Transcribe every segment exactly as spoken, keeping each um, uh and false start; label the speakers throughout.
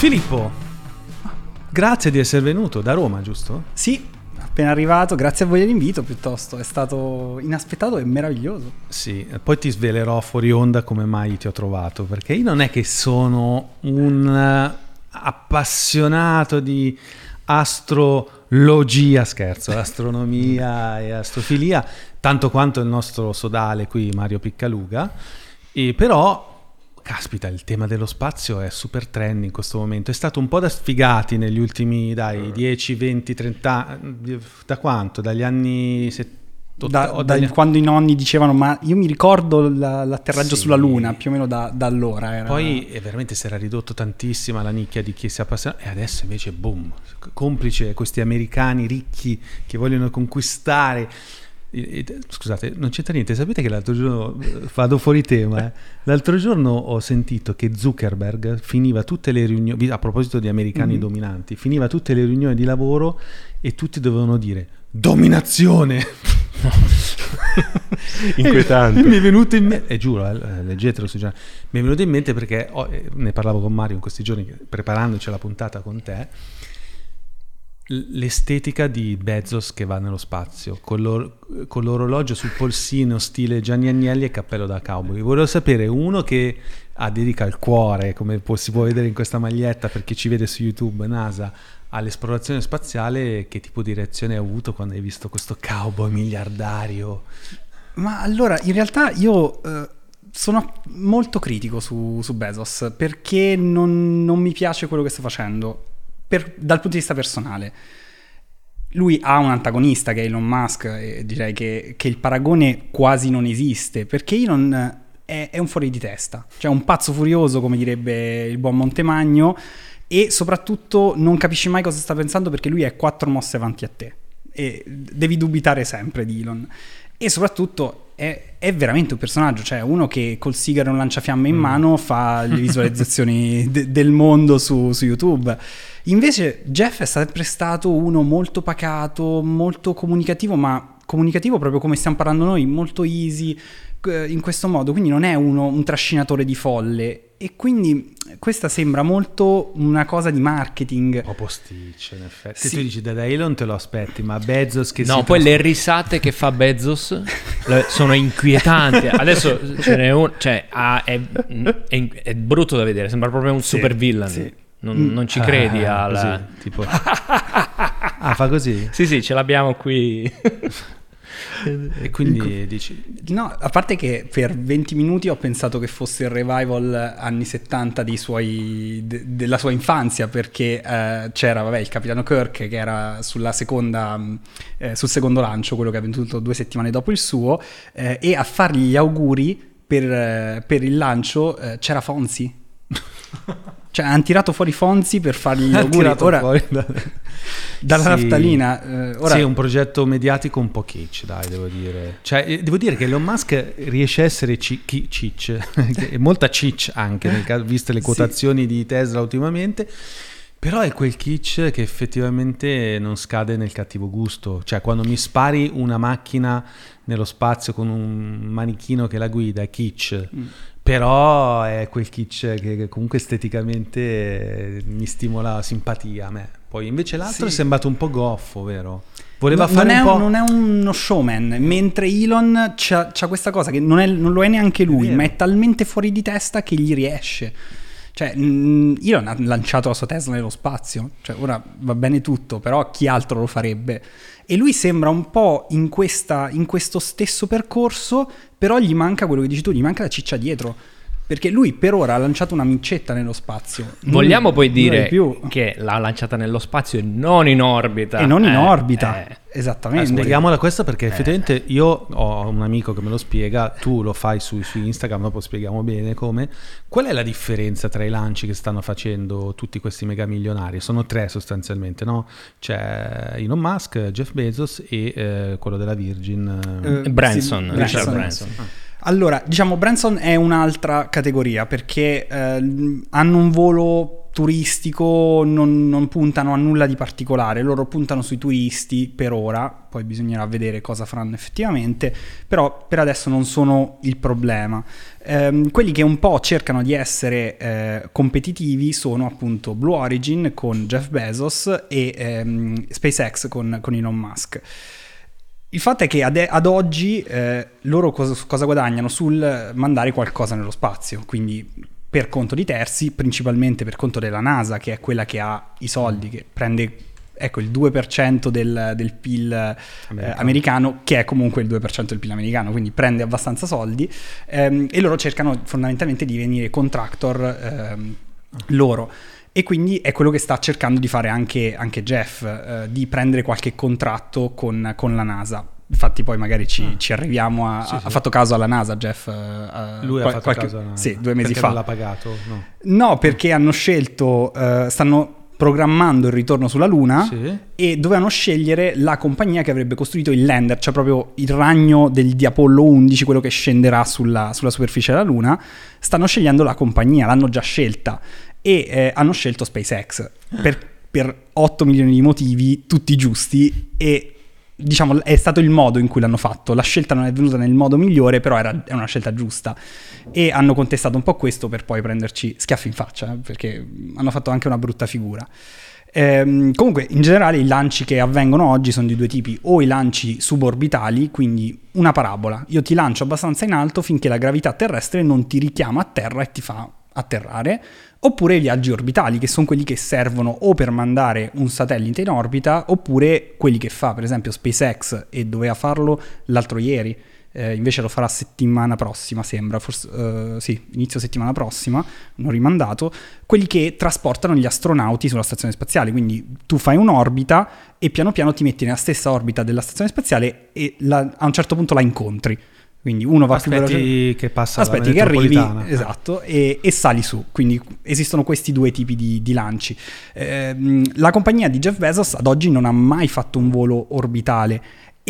Speaker 1: Filippo, grazie di essere venuto da Roma, giusto?
Speaker 2: Sì, appena arrivato, grazie a voi dell'invito piuttosto, è stato inaspettato e meraviglioso.
Speaker 1: Sì, poi ti svelerò fuori onda come mai ti ho trovato, perché io non è che sono un appassionato di astrologia, scherzo, astronomia e astrofilia, tanto quanto il nostro sodale qui, Mario Piccaluga, e però... Caspita, il tema dello spazio è super trend in questo momento. È stato un po' da sfigati negli ultimi, dai, dieci, venti, trenta... Da quanto? Dagli anni settanta?
Speaker 2: Da, da
Speaker 1: dagli...
Speaker 2: Quando i nonni dicevano, ma io mi ricordo la, l'atterraggio
Speaker 1: sì.
Speaker 2: sulla Luna, più o meno da, da allora. Era...
Speaker 1: Poi eh, veramente si era ridotto tantissimo la nicchia di chi si appassiona, e adesso invece, boom, complice questi americani ricchi che vogliono conquistare... Scusate, non c'entra niente. Sapete che l'altro giorno, vado fuori tema, eh? L'altro giorno ho sentito che Zuckerberg finiva tutte le riunioni, a proposito di americani mm-hmm. dominanti, finiva tutte le riunioni di lavoro e tutti dovevano dire dominazione.
Speaker 3: Inquietante.
Speaker 1: E mi è venuto in mente, e giuro, eh, leggetelo sui giornali, mi è venuto in mente perché oh, eh, ne parlavo con Mario in questi giorni preparandoci la puntata con te. L'estetica di Bezos che va nello spazio con, l'or- con l'orologio sul polsino stile Gianni Agnelli e cappello da cowboy. Volevo sapere, uno che ha dedica il cuore, come può, si può vedere in questa maglietta per chi ci vede su YouTube, NASA, all'esplorazione spaziale, che tipo di reazione hai avuto quando hai visto questo cowboy miliardario?
Speaker 2: Ma allora, in realtà io eh, sono molto critico su, su Bezos, perché non, non mi piace quello che sta facendo. Per, dal punto di vista personale, lui ha un antagonista che è Elon Musk, e direi che, che il paragone quasi non esiste, perché Elon è, è un fuori di testa, cioè un pazzo furioso, come direbbe il buon Montemagno, e soprattutto non capisci mai cosa sta pensando, perché lui è quattro mosse avanti a te e devi dubitare sempre di Elon. E soprattutto è, è veramente un personaggio, cioè uno che col sigaro e un lanciafiamme in mm. mano fa le visualizzazioni de, del mondo su, su YouTube. Invece Jeff è sempre stato uno molto pacato, molto comunicativo, ma comunicativo proprio come stiamo parlando noi, molto easy, in questo modo, quindi non è uno un trascinatore di folle, e quindi questa sembra molto una cosa di marketing.
Speaker 1: Un po' posticcio, in effetti.
Speaker 2: Sì.
Speaker 1: Tu dici da Elon te lo aspetti, ma Bezos che
Speaker 4: no,
Speaker 1: si
Speaker 4: poi
Speaker 1: trasforma...
Speaker 4: le risate che fa Bezos sono inquietanti. Adesso ce n'è un, cioè ah, è, è, è brutto da vedere, sembra proprio un
Speaker 2: sì,
Speaker 4: super villain.
Speaker 2: Sì.
Speaker 4: Non, non ci credi
Speaker 1: ah,
Speaker 4: alla...
Speaker 1: così, tipo... ah, fa così?
Speaker 4: Sì, sì, ce l'abbiamo qui.
Speaker 1: E quindi dici...
Speaker 2: No, a parte che per venti minuti ho pensato che fosse il revival anni settanta dei suoi, de, della sua infanzia, perché eh, c'era vabbè, il capitano Kirk che era sulla seconda, eh, sul secondo lancio, quello che è avvenuto due settimane dopo il suo, eh, e a fargli gli auguri per, eh, per il lancio eh, c'era Fonzi. Cioè hanno tirato fuori Fonzi per fargli gli auguri ora,
Speaker 1: fuori da...
Speaker 2: dalla
Speaker 1: sì.
Speaker 2: naftalina. Eh, ora...
Speaker 1: Sì, è un progetto mediatico un po' kitsch, dai, devo dire. Cioè, devo dire che Elon Musk riesce a essere ci- chi- kitsch, molta kitsch anche, nel caso, viste le quotazioni sì. di Tesla ultimamente. Però è quel kitsch che effettivamente non scade nel cattivo gusto. Cioè, quando mi spari una macchina nello spazio con un manichino che la guida, è kitsch. Mm. Però è quel kitsch che comunque esteticamente mi stimola simpatia a me. Poi invece l'altro sì. è sembrato un po' goffo, vero? Voleva
Speaker 2: no,
Speaker 1: fare
Speaker 2: non
Speaker 1: un
Speaker 2: è,
Speaker 1: po'...
Speaker 2: non è uno showman, mentre Elon c'ha, c'ha questa cosa che non, è, non lo è neanche lui, è ma è talmente fuori di testa che gli riesce. Cioè, Elon ha lanciato la sua Tesla nello spazio, cioè ora va bene tutto, però chi altro lo farebbe? E lui sembra un po' in, questa, in questo stesso percorso, però gli manca quello che dici tu, gli manca la ciccia dietro. Perché lui per ora ha lanciato una micetta nello spazio.
Speaker 4: Vogliamo
Speaker 2: non,
Speaker 4: poi dire
Speaker 2: più.
Speaker 4: che l'ha lanciata nello spazio e non in orbita.
Speaker 2: E non in
Speaker 4: eh,
Speaker 2: orbita,
Speaker 4: eh.
Speaker 2: esattamente.
Speaker 1: Eh, spieghiamola questa perché
Speaker 4: eh.
Speaker 1: effettivamente io ho un amico che me lo spiega, tu lo fai su, su Instagram, dopo spieghiamo bene come. Qual è la differenza tra i lanci che stanno facendo tutti questi mega milionari? Sono tre sostanzialmente, no? C'è Elon Musk, Jeff Bezos e eh, quello della Virgin.
Speaker 4: Uh, Branson,
Speaker 2: sì,
Speaker 4: Richard
Speaker 2: Branson.
Speaker 4: Branson.
Speaker 2: Ah. Allora, diciamo, Branson è un'altra categoria perché eh, hanno un volo turistico, non, non puntano a nulla di particolare, loro puntano sui turisti per ora, poi bisognerà vedere cosa faranno effettivamente, però per adesso non sono il problema. Ehm, quelli che un po' cercano di essere eh, competitivi sono appunto Blue Origin con Jeff Bezos e ehm, SpaceX con, con Elon Musk. Il fatto è che ad, ad oggi eh, loro cosa, cosa guadagnano sul mandare qualcosa nello spazio, quindi per conto di terzi, principalmente per conto della NASA, che è quella che ha i soldi, che prende ecco il due per cento del, del P I L americano. Eh, americano, che è comunque il due per cento del P I L americano, quindi prende abbastanza soldi, ehm, e loro cercano fondamentalmente di divenire contractor ehm, loro. E quindi è quello che sta cercando di fare anche, anche Jeff, eh, di prendere qualche contratto con, con la NASA. Infatti poi magari ci, ah. ci arriviamo a...
Speaker 1: Sì,
Speaker 2: ha
Speaker 1: sì.
Speaker 2: fatto caso alla NASA, Jeff? Uh,
Speaker 1: Lui
Speaker 2: qual-
Speaker 1: ha fatto
Speaker 2: qualche,
Speaker 1: caso alla NASA.
Speaker 2: Sì, due mesi
Speaker 1: perché
Speaker 2: fa.
Speaker 1: non l'ha pagato? No,
Speaker 2: no perché hanno scelto... Uh, stanno programmando il ritorno sulla Luna,
Speaker 1: sì.
Speaker 2: e dovevano scegliere la compagnia che avrebbe costruito il lander, cioè proprio il ragno del, di Apollo undici, quello che scenderà sulla, sulla superficie della Luna. Stanno scegliendo la compagnia, l'hanno già scelta, e eh, hanno scelto SpaceX per, per otto milioni di motivi, tutti giusti, e diciamo è stato il modo in cui l'hanno fatto. La scelta non è venuta nel modo migliore, però era, è una scelta giusta, e hanno contestato un po' questo per poi prenderci schiaffi in faccia, eh, perché hanno fatto anche una brutta figura. Ehm, comunque in generale i lanci che avvengono oggi sono di due tipi: o i lanci suborbitali, quindi una parabola, io ti lancio abbastanza in alto finché la gravità terrestre non ti richiama a terra e ti fa atterrare, oppure i viaggi orbitali, che sono quelli che servono o per mandare un satellite in orbita, oppure quelli che fa per esempio SpaceX, e doveva farlo l'altro ieri, eh, invece lo farà settimana prossima, sembra, forse, uh, sì, inizio settimana prossima, hanno rimandato, quelli che trasportano gli astronauti sulla stazione spaziale. Quindi tu fai un'orbita e piano piano ti metti nella stessa orbita della stazione spaziale e la, a un certo punto la incontri. Quindi uno va
Speaker 1: aspetti
Speaker 2: più veloce,
Speaker 1: che passa
Speaker 2: aspetti che arrivi, esatto, e, e sali su. Quindi esistono questi due tipi di, di lanci. Eh, la compagnia di Jeff Bezos ad oggi non ha mai fatto un volo orbitale,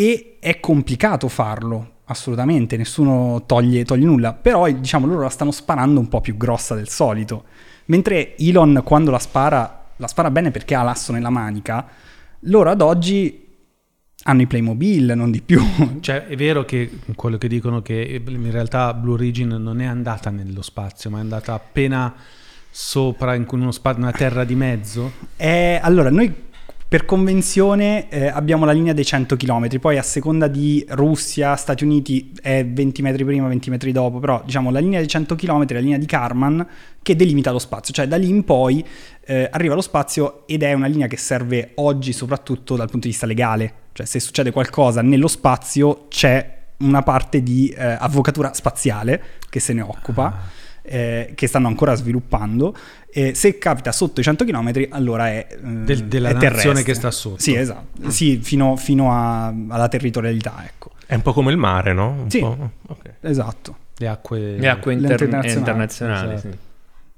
Speaker 2: e è complicato farlo, assolutamente, nessuno toglie, toglie nulla, però diciamo loro la stanno sparando un po' più grossa del solito, mentre Elon quando la spara, la spara bene perché ha l'asso nella manica. Loro ad oggi hanno i Playmobil, non di più.
Speaker 1: Cioè è vero che quello che dicono che in realtà Blue Origin non è andata nello spazio, ma è andata appena sopra in uno spazio, una terra di mezzo.
Speaker 2: Eh, allora noi per convenzione eh, abbiamo la linea dei cento chilometri, poi a seconda di Russia, Stati Uniti è venti metri prima, venti metri dopo, però diciamo la linea dei cento chilometri è la linea di Kármán che delimita lo spazio, cioè da lì in poi eh, arriva lo spazio, ed è una linea che serve oggi soprattutto dal punto di vista legale. Cioè se succede qualcosa nello spazio c'è una parte di eh, avvocatura spaziale che se ne occupa, ah. eh, che stanno ancora sviluppando. Eh, se capita sotto i cento chilometri allora è, eh,
Speaker 1: Del, della
Speaker 2: è
Speaker 1: nazione
Speaker 2: terrestre.
Speaker 1: che sta sotto.
Speaker 2: Sì, esatto. Mm. Sì, fino, fino a, alla territorialità, ecco.
Speaker 3: È un po' come il mare, no? Un
Speaker 2: sì,
Speaker 3: po'. Okay.
Speaker 2: Esatto.
Speaker 1: Le acque,
Speaker 4: Le acque inter-
Speaker 2: internazionali.
Speaker 4: internazionali,
Speaker 1: esatto.
Speaker 4: sì.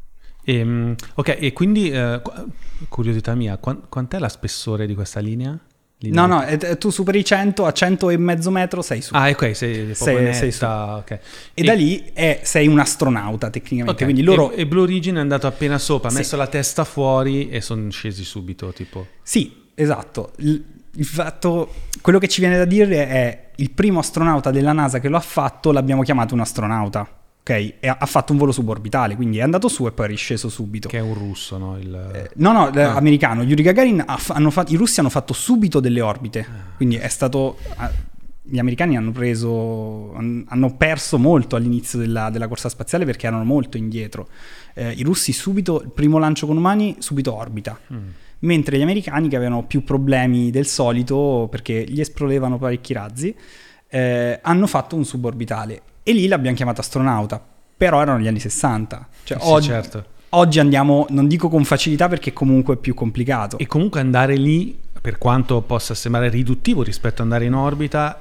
Speaker 1: E, ok, e quindi eh, curiosità mia, quant'è la spessore di questa linea?
Speaker 2: No, no, e, tu superi cento, a cento e mezzo metro sei su.
Speaker 1: Ah, ok, sei,
Speaker 2: sei,
Speaker 1: netta,
Speaker 2: sei su.
Speaker 1: Okay.
Speaker 2: E,
Speaker 1: e
Speaker 2: da lì è, sei un astronauta tecnicamente.
Speaker 1: Okay.
Speaker 2: Quindi loro...
Speaker 1: e, e Blue Origin è andato appena sopra, ha
Speaker 2: sì.
Speaker 1: messo la testa fuori e sono scesi subito, tipo.
Speaker 2: Sì, esatto. Il, il fatto, quello che ci viene da dire è il primo astronauta della NASA che lo ha fatto l'abbiamo chiamato un astronauta. Ok, e ha fatto un volo suborbitale, quindi è andato su e poi è risceso subito.
Speaker 1: Che è un russo, no? Il...
Speaker 2: Eh, no, no,
Speaker 1: ah.
Speaker 2: americano. Yuri Gagarin ha, hanno fatto, i russi hanno fatto subito delle orbite, ah. quindi è stato... Gli americani hanno preso, hanno perso molto all'inizio della, della corsa spaziale perché erano molto indietro. Eh, I russi subito, il primo lancio con umani, subito orbita. Mm. Mentre gli americani, che avevano più problemi del solito perché gli esplodevano parecchi razzi, eh, hanno fatto un suborbitale. E lì l'abbiamo chiamato astronauta, però erano gli anni sessanta. Cioè,
Speaker 1: sì,
Speaker 2: oggi,
Speaker 1: certo.
Speaker 2: oggi andiamo, non dico con facilità perché comunque è più complicato.
Speaker 1: E comunque andare lì, per quanto possa sembrare riduttivo rispetto ad andare in orbita,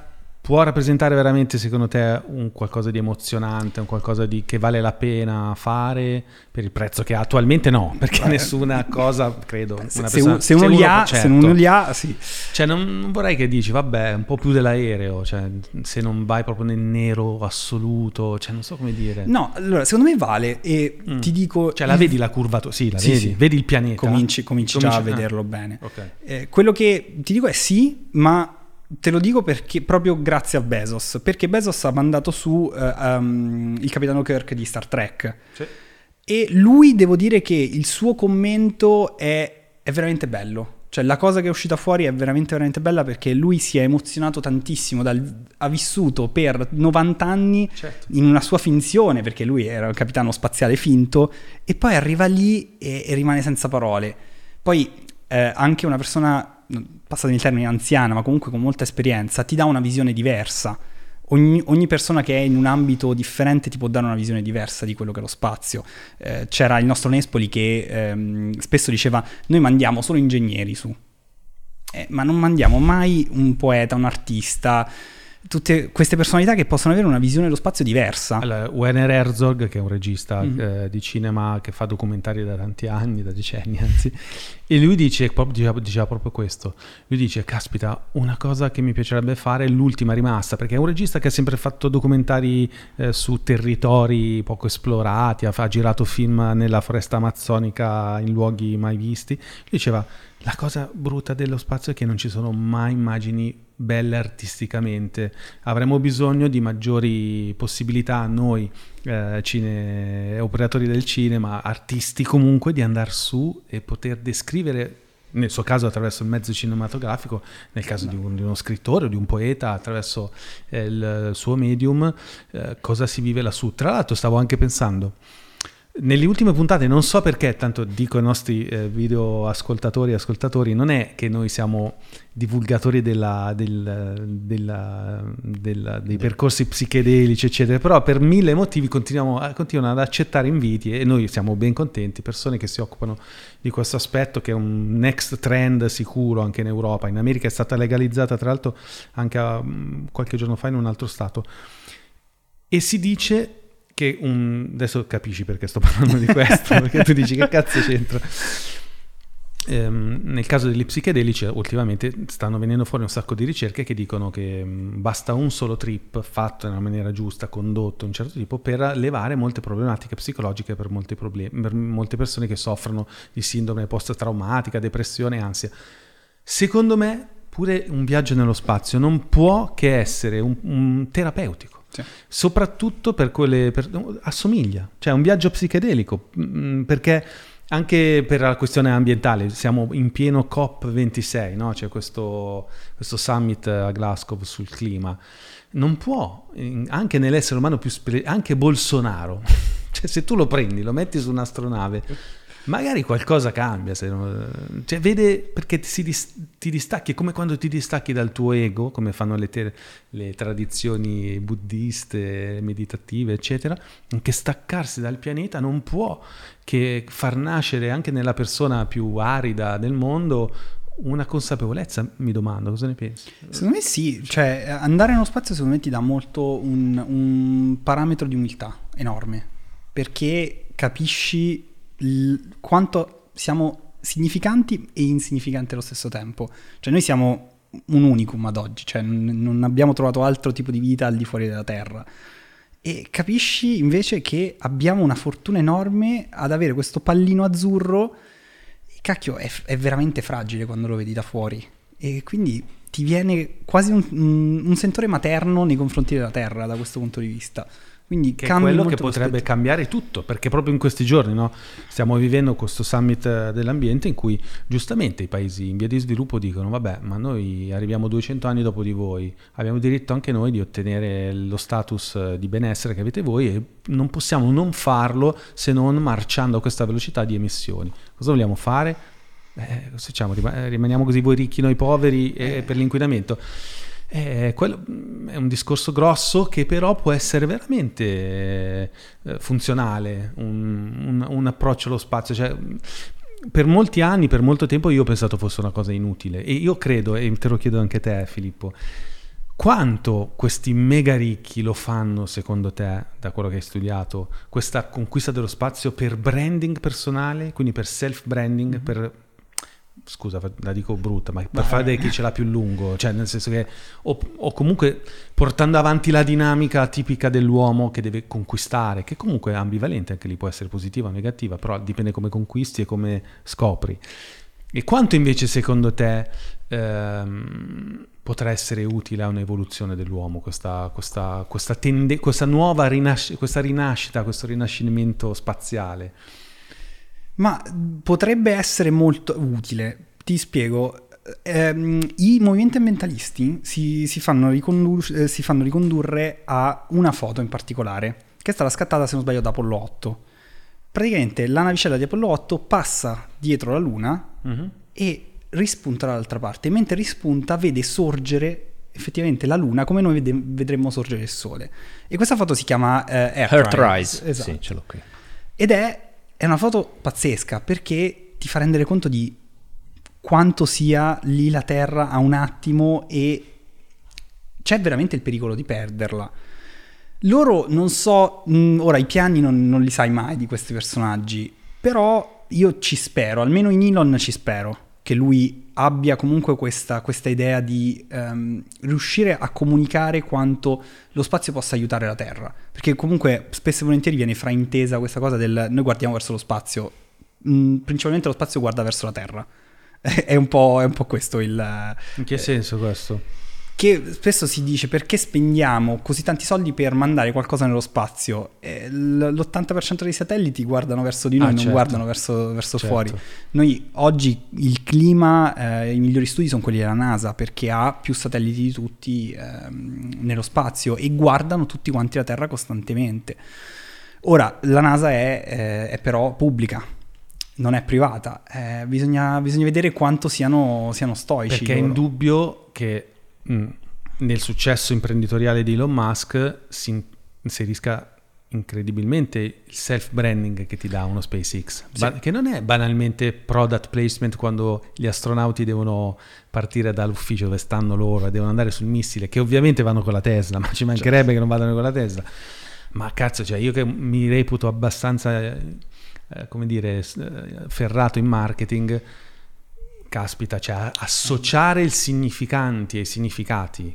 Speaker 1: può rappresentare veramente, secondo te, un qualcosa di emozionante, un qualcosa di, che vale la pena fare per il prezzo che ha attualmente? No, perché
Speaker 2: Beh,
Speaker 1: nessuna cosa, credo,
Speaker 2: se,
Speaker 1: una
Speaker 2: se,
Speaker 1: persona,
Speaker 2: uno, se, uno li ha,
Speaker 1: certo.
Speaker 2: se uno li ha, sì.
Speaker 1: Cioè non, non vorrei che dici, vabbè, un po' più dell'aereo, cioè se non vai proprio nel nero assoluto, cioè non so come dire.
Speaker 2: No, allora, secondo me vale e
Speaker 1: Mm.
Speaker 2: ti dico...
Speaker 1: Cioè la vedi la curva, sì, la
Speaker 2: Sì,
Speaker 1: vedi,
Speaker 2: sì.
Speaker 1: vedi il pianeta.
Speaker 2: Cominci, cominci già a
Speaker 1: Cominci- ah.
Speaker 2: vederlo bene.
Speaker 1: Ok.
Speaker 2: Eh, quello che ti dico è sì, ma te lo dico perché proprio grazie a Bezos, perché Bezos ha mandato su eh, um, il capitano Kirk di Star Trek
Speaker 1: Sì.
Speaker 2: e lui, devo dire che il suo commento è, è veramente bello. Cioè la cosa che è uscita fuori è veramente veramente bella perché lui si è emozionato tantissimo, dal, ha vissuto per novanta anni
Speaker 1: Certo.
Speaker 2: in una sua finzione, perché lui era un capitano spaziale finto, e poi arriva lì e, e rimane senza parole. Poi eh, anche una persona, passatemi il termine, anziana, ma comunque con molta esperienza, ti dà una visione diversa. Ogni, ogni persona che è in un ambito differente ti può dare una visione diversa di quello che è lo spazio. Eh, c'era il nostro Nespoli che ehm, spesso diceva: noi mandiamo solo ingegneri su, eh, ma non mandiamo mai un poeta, un artista, tutte queste personalità che possono avere una visione dello spazio diversa.
Speaker 1: Allora, Werner Herzog, che è un regista
Speaker 2: Mm.
Speaker 1: eh, di cinema che fa documentari da tanti anni, da decenni anzi, e lui dice, proprio- diceva, diceva proprio questo, lui dice, caspita, una cosa che mi piacerebbe fare è l'ultima rimasta, perché è un regista che ha sempre fatto documentari eh, su territori poco esplorati, ha, ha girato film nella foresta amazzonica in luoghi mai visti. Lui diceva, la cosa brutta dello spazio è che non ci sono mai immagini belle artisticamente, avremo bisogno di maggiori possibilità noi eh, cine, operatori del cinema, artisti comunque, di andare su e poter descrivere, nel suo caso attraverso il mezzo cinematografico, nel caso di, un, di uno scrittore o di un poeta attraverso eh, il suo medium, eh, cosa si vive lassù. Tra l'altro stavo anche pensando, nelle ultime puntate, non so perché, tanto dico ai nostri eh, video ascoltatori e ascoltatori, non è che noi siamo divulgatori della, del, della, della, dei percorsi psichedelici eccetera, però per mille motivi continuiamo, continuano ad accettare inviti e noi siamo ben contenti, persone che si occupano di questo aspetto, che è un next trend sicuro anche in Europa. In America è stata legalizzata tra l'altro anche a, qualche giorno fa in un altro stato, e si dice che un... adesso capisci perché sto parlando di questo, perché tu dici che cazzo c'entra. Ehm, nel caso degli psichedelici ultimamente stanno venendo fuori un sacco di ricerche che dicono che mh, basta un solo trip fatto in una maniera giusta, condotto un certo tipo, per levare molte problematiche psicologiche per, molti problemi, per molte persone che soffrono di sindrome post-traumatica, depressione, ansia. Secondo me pure un viaggio nello spazio non può che essere un, un terapeutico.
Speaker 2: Sì.
Speaker 1: Soprattutto per quelle per, assomiglia, cioè un viaggio psichedelico, mh, perché anche per la questione ambientale siamo in pieno COP ventisei, no? C'è questo, questo summit a Glasgow sul clima. Non può, anche nell'essere umano più spe- anche Bolsonaro, cioè se tu lo prendi, lo metti su un'astronave, magari qualcosa cambia, se non, cioè vede, perché si dis, ti distacchi, è come quando ti distacchi dal tuo ego, come fanno le, te, le tradizioni buddiste, meditative, eccetera, anche staccarsi dal pianeta non può che far nascere anche nella persona più arida del mondo una consapevolezza, mi domando, cosa ne pensi?
Speaker 2: Secondo me sì, cioè andare nello spazio secondo me ti dà molto un, un parametro di umiltà enorme, perché capisci l- quanto siamo significanti e insignificanti allo stesso tempo. Cioè noi siamo un unicum ad oggi, cioè n- non abbiamo trovato altro tipo di vita al di fuori della Terra, e capisci invece che abbiamo una fortuna enorme ad avere questo pallino azzurro. Cacchio, è, è veramente fragile quando lo vedi da fuori, e quindi ti viene quasi un, un, un sentore materno nei confronti della Terra da questo punto di vista. Quindi
Speaker 1: che è
Speaker 2: cambia
Speaker 1: quello
Speaker 2: molto
Speaker 1: che potrebbe
Speaker 2: prospettiva.
Speaker 1: cambiare tutto, perché proprio in questi giorni, no, stiamo vivendo questo summit dell'ambiente in cui giustamente i paesi in via di sviluppo dicono vabbè, ma noi arriviamo duecento anni dopo di voi, abbiamo diritto anche noi di ottenere lo status di benessere che avete voi, e non possiamo non farlo se non marciando a questa velocità di emissioni. Cosa vogliamo fare? Eh, cosa facciamo? Rimaniamo così voi ricchi, noi poveri, eh, per l'inquinamento? Eh, quello è un discorso grosso che però può essere veramente eh, funzionale, un, un, un approccio allo spazio. Cioè, per molti anni, per molto tempo io ho pensato fosse una cosa inutile, e io credo, e te lo chiedo anche te Filippo, quanto questi mega ricchi lo fanno, secondo te, da quello che hai studiato, questa conquista dello spazio per branding personale, quindi per self-branding, mm-hmm. per... scusa, la dico brutta, ma per Beh. fare chi ce l'ha più lungo, cioè nel senso che o, o comunque portando avanti la dinamica tipica dell'uomo che deve conquistare, che comunque è ambivalente, anche lì può essere positiva o negativa, però dipende come conquisti e come scopri. E quanto invece secondo te ehm, potrà essere utile a un'evoluzione dell'uomo questa, questa, questa, tende, questa nuova rinasc- questa rinascita, questo rinascimento spaziale?
Speaker 2: Ma potrebbe essere molto utile, ti spiego. Ehm, I movimenti ambientalisti si, si, fanno ricondur- eh, si fanno ricondurre a una foto in particolare, che è stata scattata, se non sbaglio, da Apollo otto. Praticamente la navicella di Apollo otto passa dietro la Luna uh-huh. e rispunta dall'altra parte. Mentre rispunta vede sorgere effettivamente la Luna come noi vede- vedremmo sorgere il Sole. E questa foto si chiama eh, Earthrise.
Speaker 4: Earthrise,
Speaker 2: esatto.
Speaker 4: Sì, ce l'ho qui.
Speaker 2: Ed è È una foto pazzesca perché ti fa rendere conto di quanto sia lì la Terra a un attimo e c'è veramente il pericolo di perderla. Loro non so, mh, ora i piani non, non li sai mai di questi personaggi, però io ci spero, almeno in Elon ci spero, che lui abbia comunque questa, questa idea di um, riuscire a comunicare quanto lo spazio possa aiutare la Terra, perché comunque spesso e volentieri viene fraintesa questa cosa del noi guardiamo verso lo spazio, mm, principalmente lo spazio guarda verso la Terra. È un po', è un po' questo il...
Speaker 1: In che eh, senso questo?
Speaker 2: Che spesso si dice perché spendiamo così tanti soldi per mandare qualcosa nello spazio? Eh, l'ottanta per cento dei satelliti guardano verso di noi, ah, non certo. guardano verso, verso certo. fuori. Noi oggi il clima, eh, i migliori studi sono quelli della NASA perché ha più satelliti di tutti eh, nello spazio e guardano tutti quanti la Terra costantemente. Ora, la NASA è, eh, è però pubblica, non è privata. Eh, bisogna, bisogna vedere quanto siano, siano stoici.
Speaker 1: Perché loro. È indubbio che nel successo imprenditoriale di Elon Musk si inserisca incredibilmente il self-branding che ti dà uno SpaceX, sì. ba- che non è banalmente product placement quando gli astronauti devono partire dall'ufficio dove stanno loro e devono andare sul missile, che ovviamente vanno con la Tesla, ma ci mancherebbe certo. che non vadano con la Tesla. Ma cazzo, cioè io che mi reputo abbastanza eh, come dire ferrato in marketing, caspita, cioè associare il significanti e i significati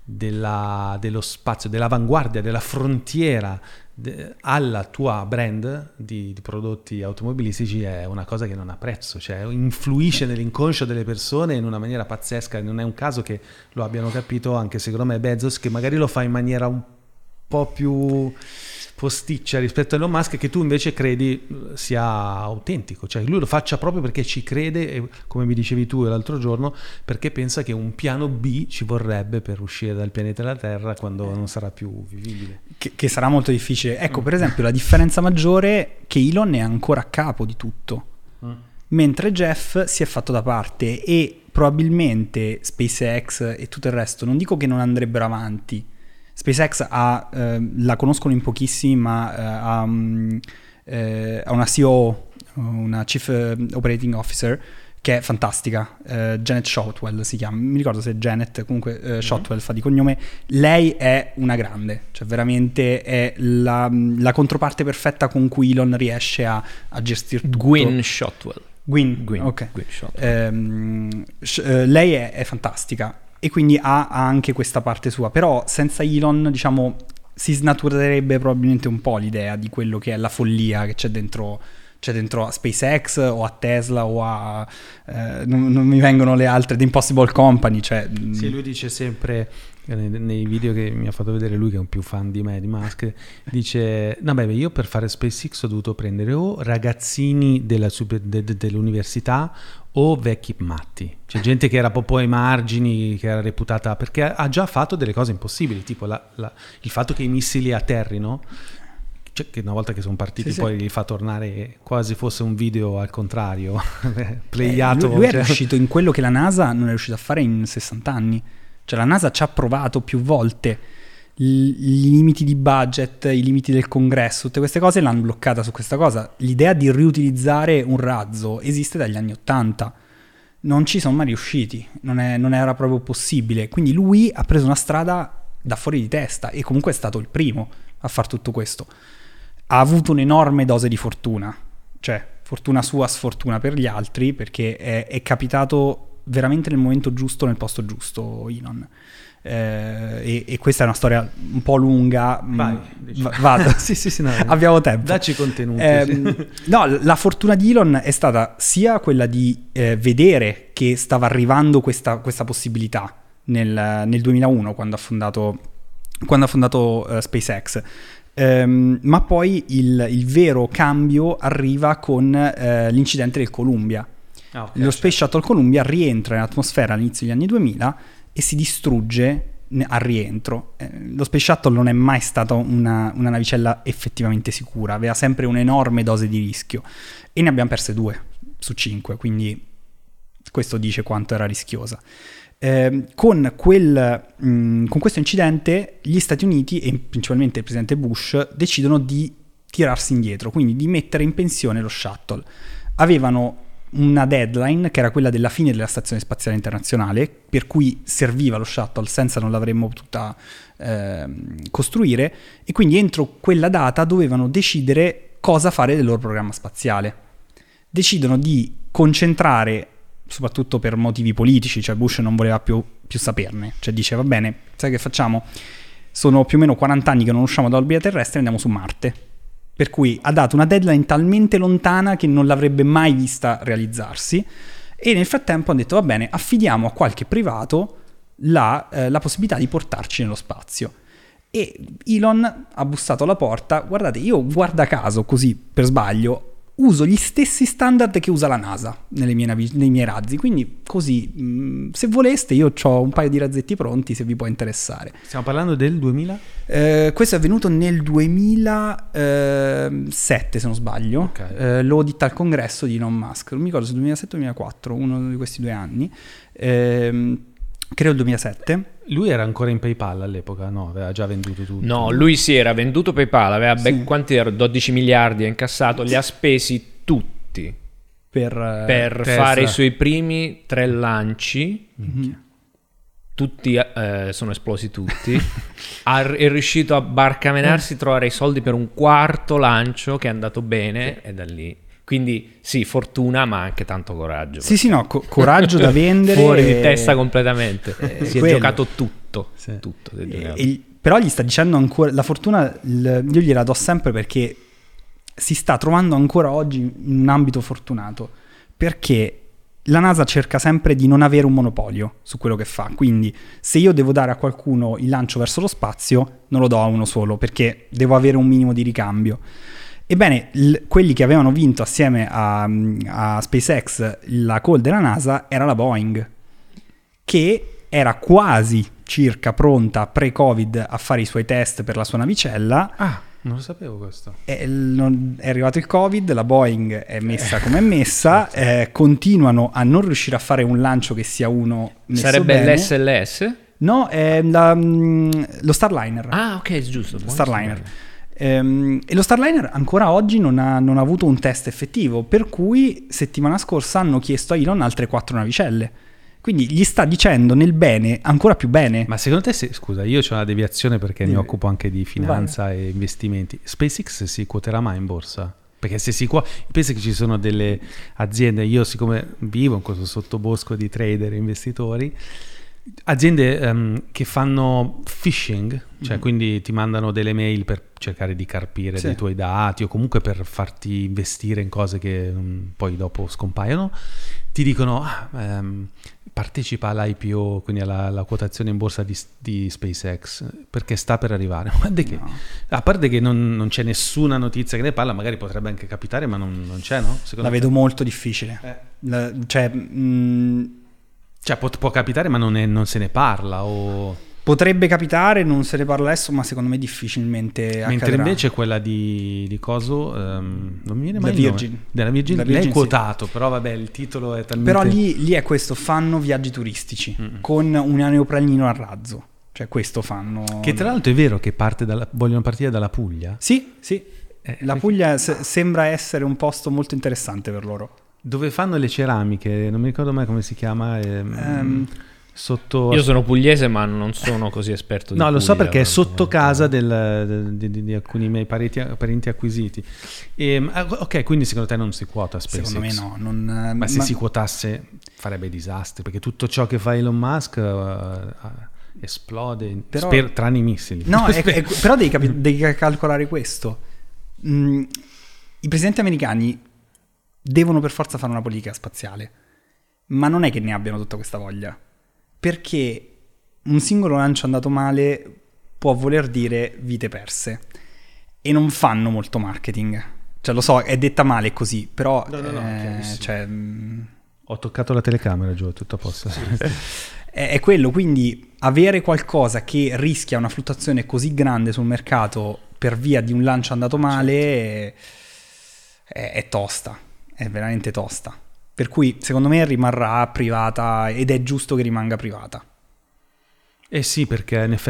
Speaker 1: della, dello spazio, dell'avanguardia, della frontiera de, alla tua brand di, di prodotti automobilistici è una cosa che non ha prezzo, cioè influisce nell'inconscio delle persone in una maniera pazzesca. Non è un caso che lo abbiano capito anche secondo me Bezos, che magari lo fa in maniera un po' più posticcia rispetto a Elon Musk, che tu invece credi sia autentico, cioè lui lo faccia proprio perché ci crede e, come mi dicevi tu l'altro giorno, perché pensa che un piano B ci vorrebbe per uscire dal pianeta della Terra quando non sarà più vivibile,
Speaker 2: che, che sarà molto difficile. Ecco, mm. per esempio la differenza maggiore è che Elon è ancora a capo di tutto, mm. mentre Jeff si è fatto da parte e probabilmente SpaceX e tutto il resto, non dico che non andrebbero avanti. SpaceX ha, eh, la conoscono in pochissimi, ma eh, ha, um, eh, ha una C O O, una Chief Operating Officer, che è fantastica, eh, Janet Shotwell si chiama, mi ricordo se è Janet, comunque eh, Shotwell mm-hmm. fa di cognome. Lei è una grande, cioè veramente è la, la controparte perfetta con cui Elon riesce a, a gestire tutto.
Speaker 4: Gwynne Shotwell.
Speaker 2: Gwynne,
Speaker 4: Gwynne,
Speaker 2: ok.
Speaker 4: Gwynne Shotwell.
Speaker 2: Ehm, sh- eh, lei è, è fantastica. E quindi ha, ha anche questa parte sua, però senza Elon, diciamo, si snaturerebbe probabilmente un po' l'idea di quello che è la follia che c'è dentro, c'è dentro a SpaceX o a Tesla o a eh, non, non mi vengono le altre, The Impossible Company, cioè,
Speaker 1: sì, lui dice sempre nei, nei video che mi ha fatto vedere lui, che è un più fan di me di Musk, dice no beh io per fare SpaceX ho dovuto prendere o ragazzini della super, de, de, dell'università o vecchi matti, c'è gente che era proprio ai margini, che era reputata, perché ha già fatto delle cose impossibili, tipo la, la, il fatto che i missili atterrino, cioè che una volta che sono partiti sì, poi sì. li fa tornare quasi fosse un video al contrario, playato.
Speaker 2: Eh, lui, lui
Speaker 1: cioè.
Speaker 2: è riuscito in quello che la NASA non è riuscita a fare in sessanta anni, cioè la NASA ci ha provato più volte, I, i limiti di budget, i limiti del congresso, tutte queste cose l'hanno bloccata su questa cosa. L'idea di riutilizzare un razzo esiste dagli anni ottanta, non ci sono mai riusciti, non, è, non era proprio possibile. Quindi lui ha preso una strada da fuori di testa e comunque è stato il primo a fare tutto questo. Ha avuto un'enorme dose di fortuna, cioè fortuna sua, sfortuna per gli altri, perché è, è capitato veramente nel momento giusto, nel posto giusto Elon. Eh, e, e questa è una storia un po' lunga.
Speaker 1: Vai,
Speaker 2: v- vado.
Speaker 1: sì, sì, sì, no,
Speaker 2: abbiamo tempo.
Speaker 1: Dacci contenuti.
Speaker 2: Eh,
Speaker 1: sì.
Speaker 2: No, la fortuna di Elon è stata sia quella di eh, vedere che stava arrivando questa, questa possibilità nel, nel duemilauno, quando ha fondato, quando ha fondato uh, SpaceX. Um, ma poi il, il vero cambio arriva con uh, l'incidente del Columbia.
Speaker 1: Ah, okay,
Speaker 2: Lo Space Shuttle Columbia rientra in atmosfera all'inizio degli anni duemila e si distrugge al rientro. Eh, lo Space Shuttle non è mai stata una, una navicella effettivamente sicura, aveva sempre un'enorme dose di rischio e ne abbiamo perse due su cinque, quindi questo dice quanto era rischiosa. Eh, con, quel, mh, con questo incidente gli Stati Uniti e principalmente il presidente Bush decidono di tirarsi indietro, quindi di mettere in pensione lo shuttle. Avevano una deadline che era quella della fine della Stazione Spaziale Internazionale, per cui serviva lo shuttle, senza non l'avremmo potuta eh, costruire, e quindi entro quella data dovevano decidere cosa fare del loro programma spaziale. Decidono di concentrare, soprattutto per motivi politici, cioè Bush non voleva più, più saperne, cioè dice va bene, sai che facciamo? Sono più o meno quaranta anni che non usciamo dall'orbita terrestre, andiamo su Marte. Per cui ha dato una deadline talmente lontana che non l'avrebbe mai vista realizzarsi, e nel frattempo hanno detto va bene, affidiamo a qualche privato la, eh, la possibilità di portarci nello spazio. E Elon ha bussato alla porta. Guardate, io guarda caso, così per sbaglio, uso gli stessi standard che usa la NASA nelle mie navi- nei miei razzi, quindi così mh, se voleste io ho un paio di razzetti pronti se vi può interessare.
Speaker 1: Stiamo parlando del duemila?
Speaker 2: Eh, questo è avvenuto nel duemilasette se non sbaglio.
Speaker 1: Okay.
Speaker 2: Eh, lo ditta al congresso di Elon Musk, non mi ricordo se duemilasette o duemilaquattro, uno di questi due anni. Eh, credo il duemilasette.
Speaker 1: Lui era ancora in PayPal all'epoca, no? Aveva già venduto tutto.
Speaker 4: No, lui si era venduto PayPal, aveva
Speaker 2: Sì.
Speaker 4: be- quanti erano? dodici miliardi, ha incassato, li ha spesi tutti
Speaker 2: Per, eh,
Speaker 4: per
Speaker 1: Tesla.
Speaker 4: fare i suoi primi tre lanci.
Speaker 2: mhm.
Speaker 4: Tutti eh, sono esplosi tutti. ha, è riuscito a barcamenarsi, trovare i soldi per un quarto lancio che è andato bene, e da lì. Quindi sì, fortuna, ma anche tanto coraggio.
Speaker 2: Sì, sì, no, co- coraggio da vendere.
Speaker 4: Fuori
Speaker 2: e-
Speaker 4: di testa completamente.
Speaker 2: Eh,
Speaker 4: si è
Speaker 2: quello.
Speaker 4: giocato tutto.
Speaker 1: Sì.
Speaker 4: tutto si è
Speaker 2: E-
Speaker 4: giocato.
Speaker 2: e- però gli sta dicendo ancora la fortuna, il- io gliela do sempre perché si sta trovando ancora oggi in un ambito fortunato, perché la NASA cerca sempre di non avere un monopolio su quello che fa. Quindi se io devo dare a qualcuno il lancio verso lo spazio, non lo do a uno solo, perché devo avere un minimo di ricambio. Ebbene, l- quelli che avevano vinto assieme a, a SpaceX la call della NASA era la Boeing, che era quasi circa pronta pre-Covid a fare i suoi test per la sua navicella.
Speaker 1: Ah, non lo sapevo questo.
Speaker 2: È, non- è arrivato il Covid, la Boeing è messa come è messa, eh, continuano a non riuscire a fare un lancio che sia uno messo
Speaker 4: Sarebbe
Speaker 2: bene.
Speaker 4: l'S L S?
Speaker 2: No, è la- mm, lo Starliner.
Speaker 4: Ah, ok, giusto. buono
Speaker 2: Starliner.
Speaker 4: Starliner.
Speaker 2: Ehm, e lo Starliner ancora oggi non ha, non ha avuto un test effettivo, per cui settimana scorsa hanno chiesto a Elon altre quattro navicelle. Quindi gli sta dicendo nel bene ancora più bene.
Speaker 1: Ma secondo te, se, scusa, io ho una deviazione perché
Speaker 2: Dimmi.
Speaker 1: mi occupo anche di finanza e investimenti. SpaceX si quoterà mai in borsa? Perché se si qua, penso che ci sono delle aziende, io siccome vivo in questo sottobosco di trader e investitori, aziende ehm, che fanno phishing, cioè
Speaker 2: Mhm.
Speaker 1: quindi ti mandano delle mail per cercare di carpire
Speaker 2: Sì.
Speaker 1: dei tuoi dati o comunque per farti investire in cose che mm, poi dopo scompaiono, ti dicono ah, ehm, partecipa all'I P O, quindi alla, alla quotazione in borsa di, di SpaceX, perché sta per arrivare. Guarda che,
Speaker 2: No.
Speaker 1: a parte che non, non c'è nessuna notizia che ne parla, magari potrebbe anche capitare, ma non, non c'è, no? Secondo
Speaker 2: La
Speaker 1: te?
Speaker 2: vedo molto difficile.
Speaker 1: Eh.
Speaker 2: La- cioè, mh,
Speaker 1: Cioè può, può capitare, ma non, è- non se ne parla. O...
Speaker 2: potrebbe capitare, non se ne parla adesso, ma secondo me difficilmente accadrà.
Speaker 1: Mentre invece quella di, di Coso, ehm, non mi viene mai
Speaker 2: La
Speaker 1: il nome.
Speaker 2: Virgin.
Speaker 1: Della Virgin,
Speaker 2: La
Speaker 1: lei
Speaker 2: Virgin,
Speaker 1: è
Speaker 2: sì.
Speaker 1: quotato, però vabbè, il titolo è talmente...
Speaker 2: Però lì, lì è questo, fanno viaggi turistici
Speaker 1: Mm-mm.
Speaker 2: con un aeroplanino a razzo. Cioè questo fanno.
Speaker 1: Che tra l'altro è vero che parte dalla, vogliono partire dalla Puglia.
Speaker 2: Sì, sì.
Speaker 1: Eh,
Speaker 2: La
Speaker 1: perché-
Speaker 2: Puglia se- sembra essere un posto molto interessante per loro.
Speaker 1: dove fanno le ceramiche, non mi ricordo mai come si chiama. Ehm,
Speaker 2: Ehm,
Speaker 1: sotto...
Speaker 4: Io sono pugliese, ma non sono così esperto di
Speaker 1: No, lo so
Speaker 4: Puglia,
Speaker 1: perché è sotto
Speaker 4: però.
Speaker 1: casa del- del- di, di- di alcuni miei parenti, parenti acquisiti. E, ok, quindi secondo te non si quota SpaceX?
Speaker 2: secondo me no. Non,
Speaker 1: Ma se si quotasse farebbe disastri, perché tutto ciò che fa Elon Musk uh, esplode,
Speaker 2: Però-
Speaker 1: sper- tranne i missili.
Speaker 2: No, è- è- però devi, capi- devi calcolare questo. Mm, I presidenti americani devono per forza fare una politica spaziale, ma non è che ne abbiano tutta questa voglia, perché un singolo lancio andato male può voler dire vite perse e non fanno molto marketing. Cioè, lo so, è detta male così, però
Speaker 1: No, no, no,
Speaker 2: eh,
Speaker 1: chiarissimo.
Speaker 2: cioè, mm,
Speaker 1: Ho toccato la telecamera, Gio, tutto a posto.
Speaker 2: è, è quello, quindi avere qualcosa che rischia una fluttuazione così grande sul mercato per via di un lancio andato male è, è tosta, è veramente tosta. Per cui secondo me rimarrà privata ed è giusto che rimanga privata.
Speaker 1: Eh sì, perché in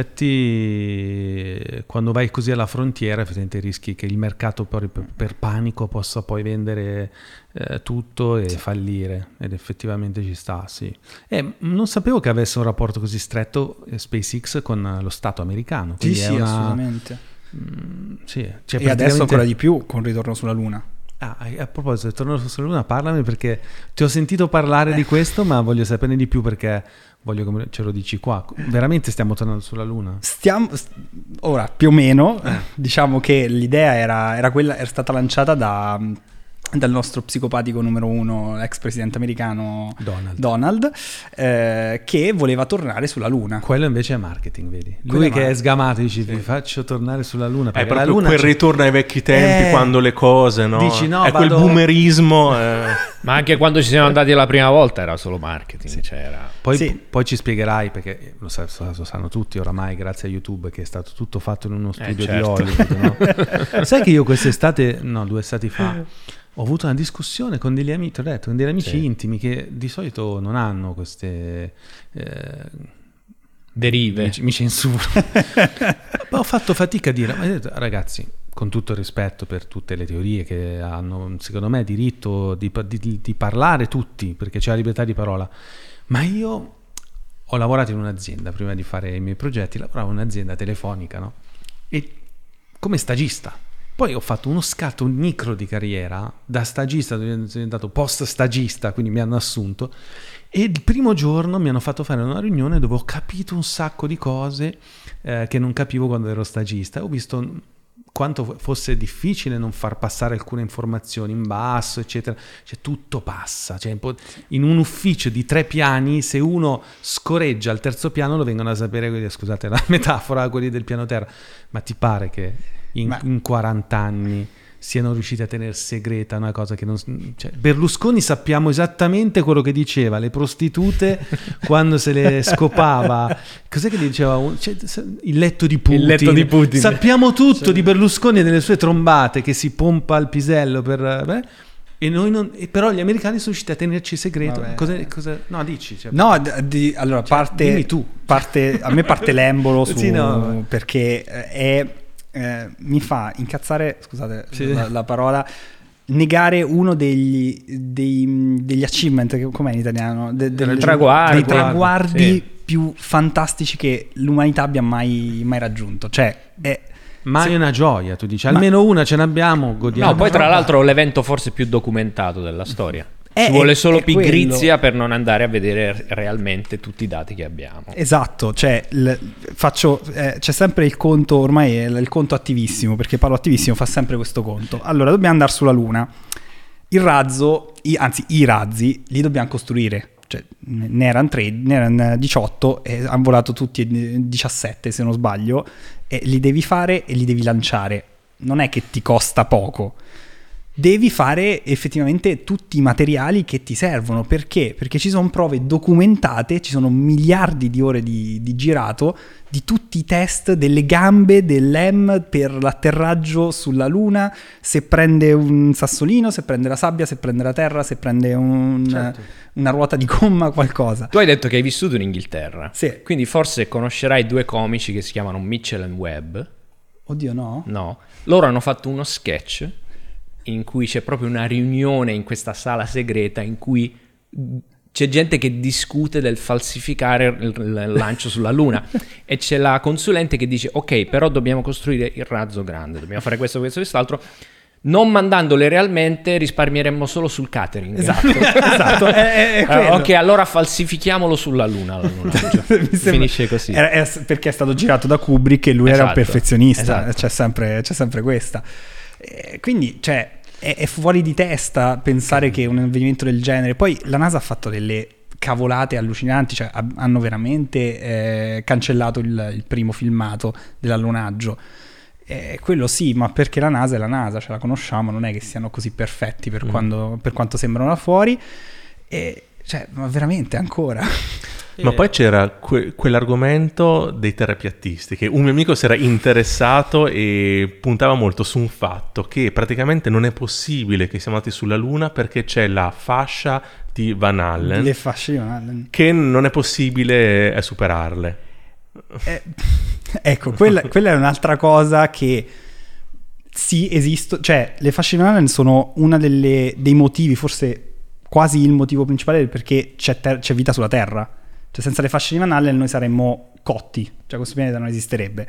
Speaker 1: effetti quando vai così alla frontiera effettivamente rischi che il mercato poi per, per panico possa poi vendere eh, tutto e fallire, ed effettivamente ci sta, sì. E non sapevo che avesse un rapporto così stretto eh, SpaceX con lo Stato americano.
Speaker 2: Sì,
Speaker 1: quindi è
Speaker 2: sì,
Speaker 1: una-
Speaker 2: assolutamente.
Speaker 1: Mm, sì, cioè
Speaker 2: E adesso
Speaker 1: praticamente-
Speaker 2: ancora di più con Ritorno sulla Luna.
Speaker 1: Ah, a proposito, torno sulla Luna, parlami perché ti ho sentito parlare di questo, ma voglio saperne di più perché voglio che ce lo dici qua. Veramente stiamo tornando sulla Luna?
Speaker 2: Stiamo, st- ora, più o meno, diciamo che l'idea era, era quella, era stata lanciata da, dal nostro psicopatico numero uno, ex presidente americano
Speaker 1: Donald.
Speaker 2: Donald, eh, che voleva tornare sulla Luna.
Speaker 1: Quello invece è marketing, vedi?
Speaker 2: Quello
Speaker 1: Lui
Speaker 2: è
Speaker 1: che è
Speaker 2: marketing.
Speaker 1: sgamato dici vi faccio tornare sulla Luna.
Speaker 3: È
Speaker 1: Perché la
Speaker 3: proprio
Speaker 1: Luna
Speaker 3: quel
Speaker 1: c'è-
Speaker 3: ritorno ai vecchi tempi,
Speaker 2: Eh,
Speaker 3: quando le cose, no?
Speaker 1: dici, no,
Speaker 3: è quel
Speaker 1: vado-
Speaker 3: boomerismo. eh.
Speaker 4: Ma anche quando ci siamo andati la prima volta era solo marketing. Cioè era...
Speaker 1: Poi,
Speaker 2: Sì.
Speaker 1: poi ci spiegherai, perché lo, sa- lo sanno tutti oramai grazie a YouTube, che è stato tutto fatto in uno studio
Speaker 4: certo.
Speaker 1: di Hollywood. No? Sai che io quest'estate, no, due estati fa, ho avuto una discussione con degli amici, ho detto, con degli amici
Speaker 4: Sì.
Speaker 1: intimi che di solito non hanno queste... eh,
Speaker 4: Derive.
Speaker 1: mi, mi censuro. Poi ho fatto fatica a dire, ma io ho detto, ragazzi, con tutto il rispetto per tutte le teorie che hanno, secondo me, diritto di, di- di parlare tutti, perché c'è la libertà di parola, ma io ho lavorato in un'azienda, prima di fare i miei progetti, lavoravo in un'azienda telefonica, no? E come stagista. Poi ho fatto uno scatto, un micro di carriera, da stagista sono diventato post stagista, quindi mi hanno assunto, e il primo giorno mi hanno fatto fare una riunione dove ho capito un sacco di cose eh, che non capivo quando ero stagista. Ho visto quanto fosse difficile non far passare alcune informazioni in basso, eccetera. Cioè tutto passa. Cioè, in un ufficio di tre piani, se uno scorreggia al terzo piano lo vengono a sapere quelli, scusate la metafora, quelli del piano terra. Ma ti pare che in,
Speaker 2: Ma-
Speaker 1: in quaranta anni siano riusciti a tenere segreta una cosa che non... Cioè, Berlusconi sappiamo esattamente quello che diceva, le prostitute quando se le scopava, cos'è che diceva? Cioè, il letto di Putin.
Speaker 4: Il letto di Putin.
Speaker 1: Sappiamo tutto di Berlusconi e delle sue trombate, che si pompa al pisello per... beh, e noi non... e però gli americani sono riusciti a tenerci segreto.
Speaker 2: Vabbè.
Speaker 1: Cosa, cosa- no, dici. Cioè,
Speaker 2: No, d- di- allora parte,
Speaker 1: dimmi tu.
Speaker 2: parte- a me parte l'embolo su,
Speaker 1: Sì, no.
Speaker 2: perché eh, è, eh, mi fa incazzare, scusate
Speaker 1: Sì.
Speaker 2: la, la parola, negare uno degli, dei- degli achievement, che- com'è in italiano? De- del-
Speaker 4: traguardi.
Speaker 2: dei traguardi
Speaker 4: Sì.
Speaker 2: più fantastici che l'umanità abbia mai, mai raggiunto. Cioè, è,
Speaker 1: mai
Speaker 2: se-
Speaker 1: una gioia, tu dici.
Speaker 2: Ma-
Speaker 1: Almeno una ce n'abbiamo, godiamo.
Speaker 4: No, poi tra
Speaker 2: roba-
Speaker 4: l'altro l'evento forse più documentato della storia.
Speaker 2: Eh,
Speaker 4: Ci vuole
Speaker 2: è-
Speaker 4: solo
Speaker 2: è
Speaker 4: pigrizia
Speaker 2: quello.
Speaker 4: per non andare a vedere realmente tutti i dati che abbiamo.
Speaker 2: Esatto, cioè il- faccio, eh, c'è sempre il conto, ormai è il, il conto attivissimo, perché parlo attivissimo, fa sempre questo conto. Allora, dobbiamo andare sulla Luna. Il razzo, i- anzi i razzi, li dobbiamo costruire. Cioè, ne erano tre, ne erano diciotto e hanno volato tutti e diciassette se non sbaglio, e li devi fare e li devi lanciare. Non è che ti costa poco. Devi fare effettivamente tutti i materiali che ti servono. Perché? Perché ci sono prove documentate, ci sono miliardi di ore di, di girato di tutti i test delle gambe dell'E M per l'atterraggio sulla Luna, se prende un sassolino, se prende la sabbia, se prende la terra, se prende un-
Speaker 1: Certo.
Speaker 2: una ruota di gomma, qualcosa.
Speaker 4: Tu hai detto che hai vissuto in Inghilterra.
Speaker 2: Sì.
Speaker 4: Quindi forse conoscerai due comici che si chiamano Mitchell and Webb.
Speaker 2: Oddio, no?
Speaker 4: No, loro hanno fatto uno sketch in cui c'è proprio una riunione in questa sala segreta in cui c'è gente che discute del falsificare il, il lancio sulla Luna e c'è la consulente che dice ok, però dobbiamo costruire il razzo grande, dobbiamo fare questo, questo e quest'altro. Non mandandole realmente risparmieremmo solo sul catering.
Speaker 2: Esatto, esatto. È, è
Speaker 4: uh, ok, allora falsifichiamolo sulla Luna. La luna. Cioè, finisce così.
Speaker 2: È, è perché è stato girato da Kubrick e lui esatto, era un perfezionista. Esatto. C'è, sempre, c'è sempre questa. E quindi, cioè, è, è fuori di testa pensare che un avvenimento del genere. Poi la NASA ha fatto delle cavolate allucinanti, cioè hanno veramente eh, cancellato il, il primo filmato dell'allunaggio. Eh, quello sì, ma perché la NASA è la NASA, ce la conosciamo, non è che siano così perfetti per, mm. quando, per quanto sembrano da fuori, e, cioè, ma veramente ancora.
Speaker 3: Ma poi c'era que- quell'argomento dei terrapiattisti, che un mio amico si era interessato e puntava molto su un fatto che praticamente non è possibile che siamo andati sulla Luna perché c'è la fascia di Van Allen,
Speaker 2: le fasce di Van Allen,
Speaker 3: che non è possibile superarle.
Speaker 2: Eh, ecco, quella, quella è un'altra cosa che sì, esistono, cioè le fasce di Van Allen sono una delle, dei motivi, forse quasi il motivo principale perché c'è, ter- c'è vita sulla Terra, cioè senza le fasce di Van Allen noi saremmo cotti, cioè questo pianeta non esisterebbe.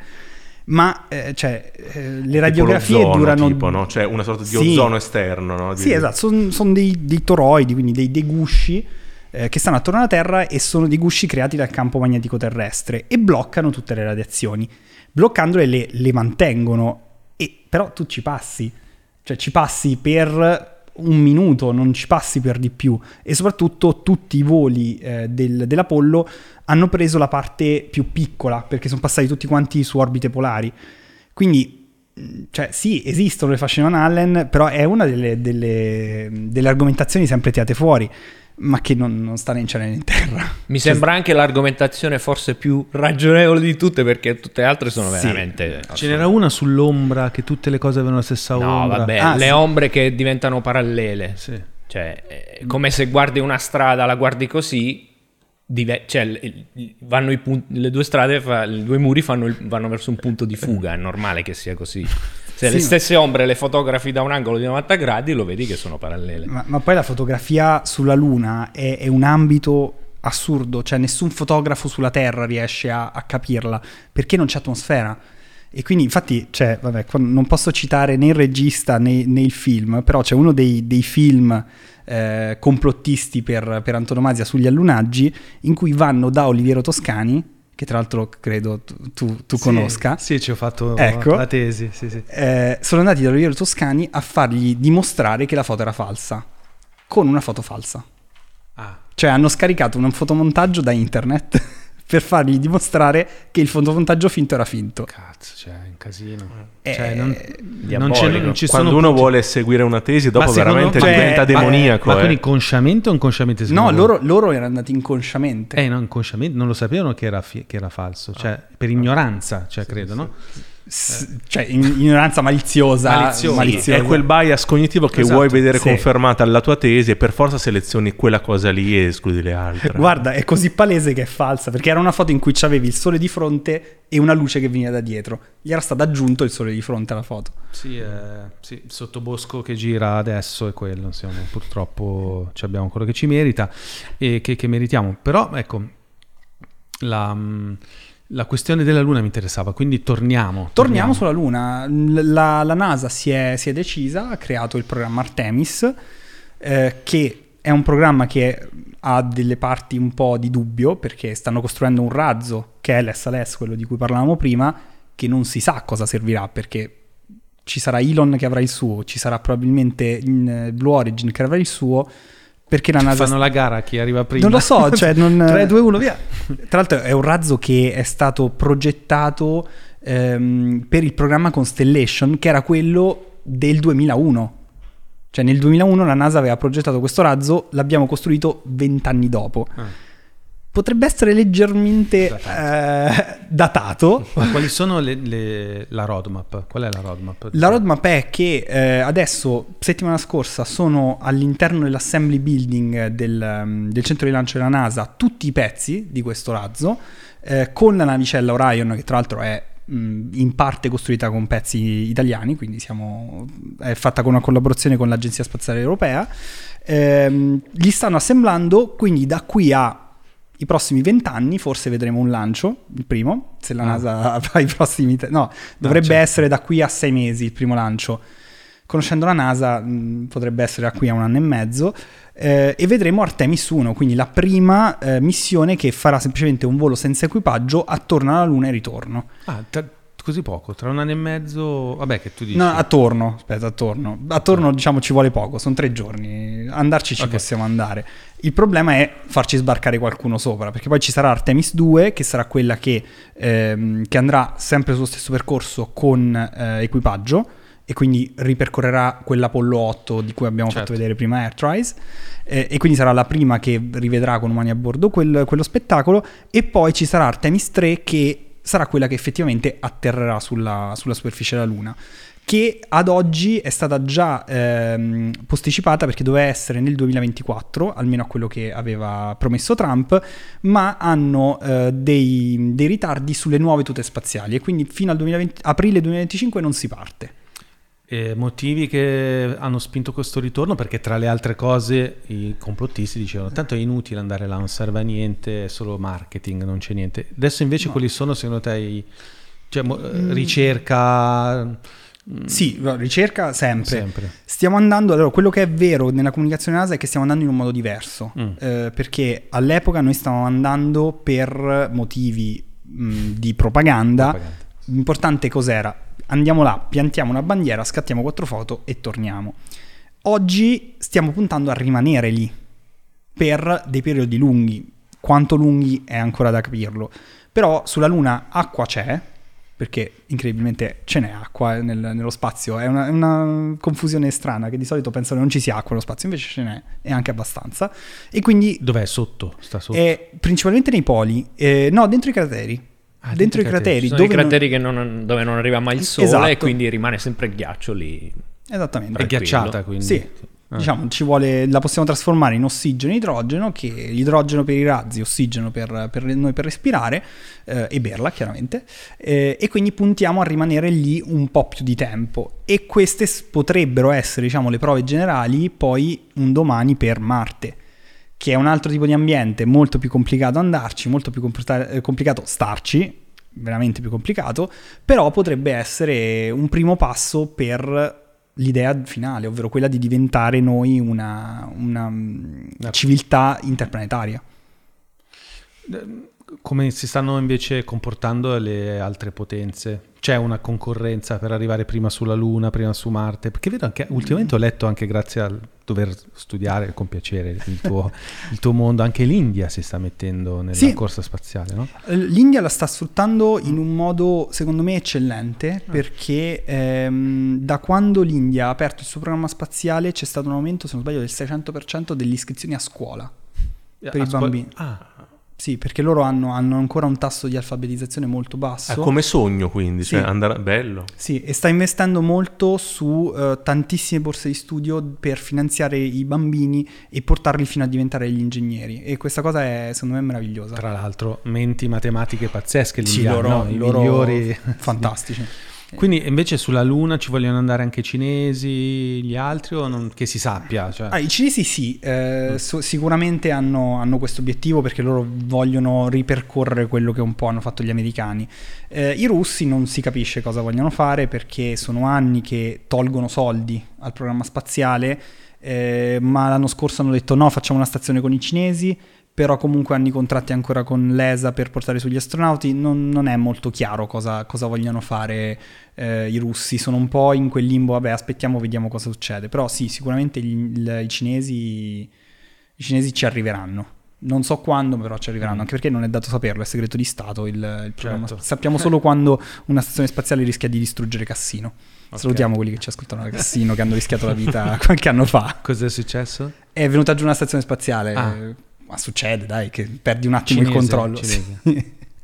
Speaker 2: Ma eh, cioè, eh, le radiografie
Speaker 3: tipo l'ozono,
Speaker 2: durano
Speaker 3: tipo, no? Cioè una sorta di
Speaker 2: sì.
Speaker 3: ozono esterno, no? Di...
Speaker 2: Sì, esatto, sono son dei, dei toroidi, quindi dei, dei gusci che stanno attorno alla Terra e sono dei gusci creati dal campo magnetico terrestre e bloccano tutte le radiazioni. Bloccandole le, le mantengono, e però tu ci passi, cioè ci passi per un minuto, non ci passi per di più, e soprattutto tutti i voli eh, del, dell'Apollo hanno preso la parte più piccola perché sono passati tutti quanti su orbite polari. Quindi cioè sì, esistono le fasce di Van Allen, però è una delle, delle, delle argomentazioni sempre tirate fuori, ma che non, non sta né in cielo né in terra.
Speaker 4: Mi cioè, sembra anche l'argomentazione forse più ragionevole di tutte, perché tutte le altre sono sì. veramente...
Speaker 1: Ce n'era una sull'ombra, che tutte le cose avevano la stessa
Speaker 4: no,
Speaker 1: ombra.
Speaker 4: Vabbè,
Speaker 1: ah,
Speaker 4: le
Speaker 1: sì.
Speaker 4: ombre che diventano parallele.
Speaker 1: Sì.
Speaker 4: Cioè, è come se guardi una strada, la guardi così, dive- cioè, vanno i punti, le due strade, fa, i due muri fanno il, vanno verso un punto di fuga, è normale che sia così. Se sì, le stesse ombre le fotografi da un angolo di novanta gradi, lo vedi che sono parallele.
Speaker 2: Ma, ma poi la fotografia sulla Luna è, è un ambito assurdo, cioè nessun fotografo sulla Terra riesce a, a capirla, perché non c'è atmosfera. E quindi infatti, cioè, vabbè, non posso citare né il regista né, né il film, però c'è uno dei, dei film eh, complottisti per, per antonomasia sugli allunaggi, in cui vanno da Oliviero Toscani, che tra l'altro credo tu, tu, tu
Speaker 1: sì,
Speaker 2: conosca.
Speaker 1: Sì, ci ho fatto
Speaker 2: ecco,
Speaker 1: la tesi. Sì, sì.
Speaker 2: Eh, sono andati da Oliviero Toscani a fargli dimostrare che la foto era falsa, con una foto falsa.
Speaker 1: Ah.
Speaker 2: Cioè hanno scaricato un fotomontaggio da internet per fargli dimostrare che il fotomontaggio finto era finto.
Speaker 1: Cazzo, cioè è un casino.
Speaker 2: Eh,
Speaker 1: cioè, non, non, c'è, non ci
Speaker 3: Quando
Speaker 1: sono
Speaker 3: uno
Speaker 1: punti...
Speaker 3: vuole seguire una tesi, dopo veramente
Speaker 2: cioè,
Speaker 3: diventa demoniaco.
Speaker 1: Ma, ma
Speaker 3: eh.
Speaker 1: quindi inconsciamente o inconsciamente?
Speaker 2: No, loro, loro erano andati inconsciamente.
Speaker 1: Eh, no, inconsciamente non lo sapevano che era, fi- che era falso, cioè ah. per ignoranza, cioè sì, credo, sì, no?
Speaker 2: S- cioè in, ignoranza maliziosa,
Speaker 1: maliziosa.
Speaker 2: maliziosa.
Speaker 3: È quel bias cognitivo che
Speaker 2: esatto,
Speaker 3: vuoi vedere
Speaker 2: sì.
Speaker 3: confermata alla tua tesi e per forza selezioni quella cosa lì e escludi le altre.
Speaker 2: Guarda, è così palese che è falsa, perché era una foto in cui c'avevi il sole di fronte e una luce che veniva da dietro. Gli era stato aggiunto il sole di fronte alla foto.
Speaker 1: Sì, eh, sì, il sottobosco che gira adesso è quello, insomma, purtroppo ci abbiamo quello che ci merita e che, che meritiamo. Però ecco, la... La questione della Luna mi interessava, quindi torniamo.
Speaker 2: Torniamo, torniamo. sulla Luna. La, la NASA si è, si è decisa, ha creato il programma Artemis, eh, che è un programma che ha delle parti un po' di dubbio, perché stanno costruendo un razzo, che è l'S L S, quello di cui parlavamo prima, che non si sa cosa servirà, perché ci sarà Elon che avrà il suo, ci sarà probabilmente Blue Origin che avrà il suo, perché la NASA
Speaker 1: fanno la gara chi arriva prima.
Speaker 2: Non lo so, cioè non
Speaker 1: tre, due, uno, via.
Speaker 2: Tra l'altro è un razzo che è stato progettato ehm, per il programma Constellation, che era quello del duemilauno. Cioè nel duemilauno la NASA aveva progettato questo razzo, l'abbiamo costruito vent'anni dopo. Ah. Potrebbe essere leggermente datato. Eh, datato.
Speaker 1: Ma quali sono le, le, la roadmap? Qual è la roadmap?
Speaker 2: La roadmap è che eh, adesso, settimana scorsa, sono all'interno dell'assembly building del, del centro di lancio della NASA tutti i pezzi di questo razzo, eh, con la navicella Orion, che tra l'altro è mh, in parte costruita con pezzi italiani, quindi siamo, è fatta con una collaborazione con l'Agenzia Spaziale Europea. Ehm, li stanno assemblando, quindi da qui a i prossimi vent'anni forse vedremo un lancio, il primo, se la
Speaker 1: Ah.
Speaker 2: NASA fa i prossimi... Te- no, dovrebbe
Speaker 1: certo.
Speaker 2: essere da qui a sei mesi il primo lancio. Conoscendo la NASA mh, potrebbe essere da qui a un anno e mezzo, eh, e vedremo Artemis uno, quindi la prima eh, missione che farà semplicemente un volo senza equipaggio attorno alla Luna e ritorno.
Speaker 1: Ah, tra- così poco, tra un anno e mezzo, vabbè che tu dici...
Speaker 2: No, attorno, aspetta, attorno. Attorno diciamo ci vuole poco, sono tre giorni, andarci ci
Speaker 1: Ok.
Speaker 2: possiamo andare. Il problema è farci sbarcare qualcuno sopra, perché poi ci sarà Artemis due, che sarà quella che, ehm, che andrà sempre sullo stesso percorso con eh, equipaggio, e quindi ripercorrerà quell'Apollo otto di cui abbiamo
Speaker 1: Certo.
Speaker 2: fatto vedere prima Earthrise, eh, e quindi sarà la prima che rivedrà con umani a bordo quel- quello spettacolo, e poi ci sarà Artemis tre che sarà quella che effettivamente atterrerà sulla, sulla superficie della Luna, che ad oggi è stata già ehm, posticipata perché doveva essere nel duemilaventiquattro, almeno a quello che aveva promesso Trump, ma hanno eh, dei, dei ritardi sulle nuove tute spaziali, e quindi fino al duemilaventi aprile duemilaventicinque non si parte.
Speaker 1: Eh, motivi che hanno spinto questo ritorno, perché tra le altre cose i complottisti dicevano tanto è inutile andare là, non serve a niente, è solo marketing, non c'è niente. Adesso invece
Speaker 2: No.
Speaker 1: quali sono secondo te i, cioè, mo- ricerca?
Speaker 2: Sì, ricerca sempre.
Speaker 1: Sempre.
Speaker 2: Stiamo andando, allora quello che è vero nella comunicazione NASA è che stiamo andando in un modo diverso,
Speaker 1: Mm.
Speaker 2: eh, perché all'epoca noi stavamo andando per motivi mh, di propaganda.
Speaker 1: Propaganda.
Speaker 2: L'importante cos'era? Andiamo là, piantiamo una bandiera, scattiamo quattro foto e torniamo. Oggi stiamo puntando a rimanere lì per dei periodi lunghi. Quanto lunghi è ancora da capirlo. Però sulla Luna acqua c'è, perché incredibilmente ce n'è acqua nel- nello spazio. È una, è una confusione strana, che di solito pensano non ci sia acqua nello spazio, invece ce n'è, e anche abbastanza. E quindi
Speaker 1: Dov'è? Sotto? Sta sotto?
Speaker 2: è principalmente nei poli, eh, no, dentro i crateri.
Speaker 1: Ah,
Speaker 2: dentro i crateri,
Speaker 4: Ci sono
Speaker 2: dove
Speaker 4: i
Speaker 2: non-
Speaker 4: crateri che non- dove non arriva mai il sole,
Speaker 2: Esatto.
Speaker 4: e quindi rimane sempre ghiaccio lì.
Speaker 2: Esattamente.
Speaker 1: È ghiacciata, quindi.
Speaker 2: Sì,
Speaker 1: Ah.
Speaker 2: diciamo, ci vuole, la possiamo trasformare in ossigeno e idrogeno, che l'idrogeno per i razzi, ossigeno per, per noi per respirare, eh, e berla chiaramente, eh, e quindi puntiamo a rimanere lì un po' più di tempo, e queste s- potrebbero essere, diciamo, le prove generali poi un domani per Marte, che è un altro tipo di ambiente, molto più complicato andarci, molto più compl- eh, complicato starci, veramente più complicato, però potrebbe essere un primo passo per l'idea finale, ovvero quella di diventare noi una, una mm, civiltà interplanetaria.
Speaker 1: Come si stanno invece comportando le altre potenze? C'è una concorrenza per arrivare prima sulla Luna, prima su Marte? Perché vedo anche, ultimamente ho letto, anche grazie al dover studiare con piacere il tuo, il tuo mondo, anche l'India si sta mettendo nella
Speaker 2: Sì.
Speaker 1: corsa spaziale, no?
Speaker 2: L'India la sta sfruttando in un modo secondo me eccellente, perché ehm, da quando l'India ha aperto il suo programma spaziale c'è stato un aumento, se non sbaglio, del seicento per cento delle iscrizioni a scuola per i
Speaker 1: Ah, scuola-
Speaker 2: bambini.
Speaker 1: Ah,
Speaker 2: Sì, perché loro hanno, hanno ancora un tasso di alfabetizzazione molto basso.
Speaker 3: È come sogno, quindi, cioè
Speaker 2: Sì.
Speaker 3: andare bello.
Speaker 2: Sì, e sta investendo molto su eh, tantissime borse di studio per finanziare i bambini e portarli fino a diventare degli ingegneri. E questa cosa è, secondo me, meravigliosa.
Speaker 1: tra l'altro, menti matematiche pazzesche,
Speaker 2: Sì,
Speaker 1: l'indiano,
Speaker 2: loro,
Speaker 1: no? I
Speaker 2: loro
Speaker 1: migliori.
Speaker 2: fantastici.
Speaker 1: Quindi invece sulla Luna ci vogliono andare anche i cinesi, gli altri, o non, che si sappia? Cioè...
Speaker 2: Ah, i cinesi sì, eh, so- sicuramente hanno, hanno questo obiettivo, perché loro vogliono ripercorrere quello che un po' hanno fatto gli americani. Eh, I russi non si capisce cosa vogliono fare, perché sono anni che tolgono soldi al programma spaziale, eh, ma l'anno scorso hanno detto no, facciamo una stazione con i cinesi, però comunque hanno i contratti ancora con l'E S A per portare sugli astronauti. Non, non è molto chiaro cosa, cosa vogliano fare eh, i russi, sono un po' in quel limbo, vabbè, aspettiamo, vediamo cosa succede. Però sì, sicuramente gli- il- i cinesi i cinesi ci arriveranno. Non so quando, però ci arriveranno, anche perché non è dato saperlo, è segreto di Stato il, il programma.
Speaker 1: Certo.
Speaker 2: Sappiamo solo quando una stazione spaziale rischia di distruggere Cassino.
Speaker 1: Ok.
Speaker 2: Salutiamo quelli che ci ascoltano da Cassino, che hanno rischiato la vita qualche anno fa.
Speaker 1: Cos'è successo?
Speaker 2: È venuta giù una stazione spaziale.
Speaker 1: Ah.
Speaker 2: Ma succede, dai, che perdi un attimo
Speaker 1: Cinese,
Speaker 2: il controllo.
Speaker 1: cinese.
Speaker 2: Sì.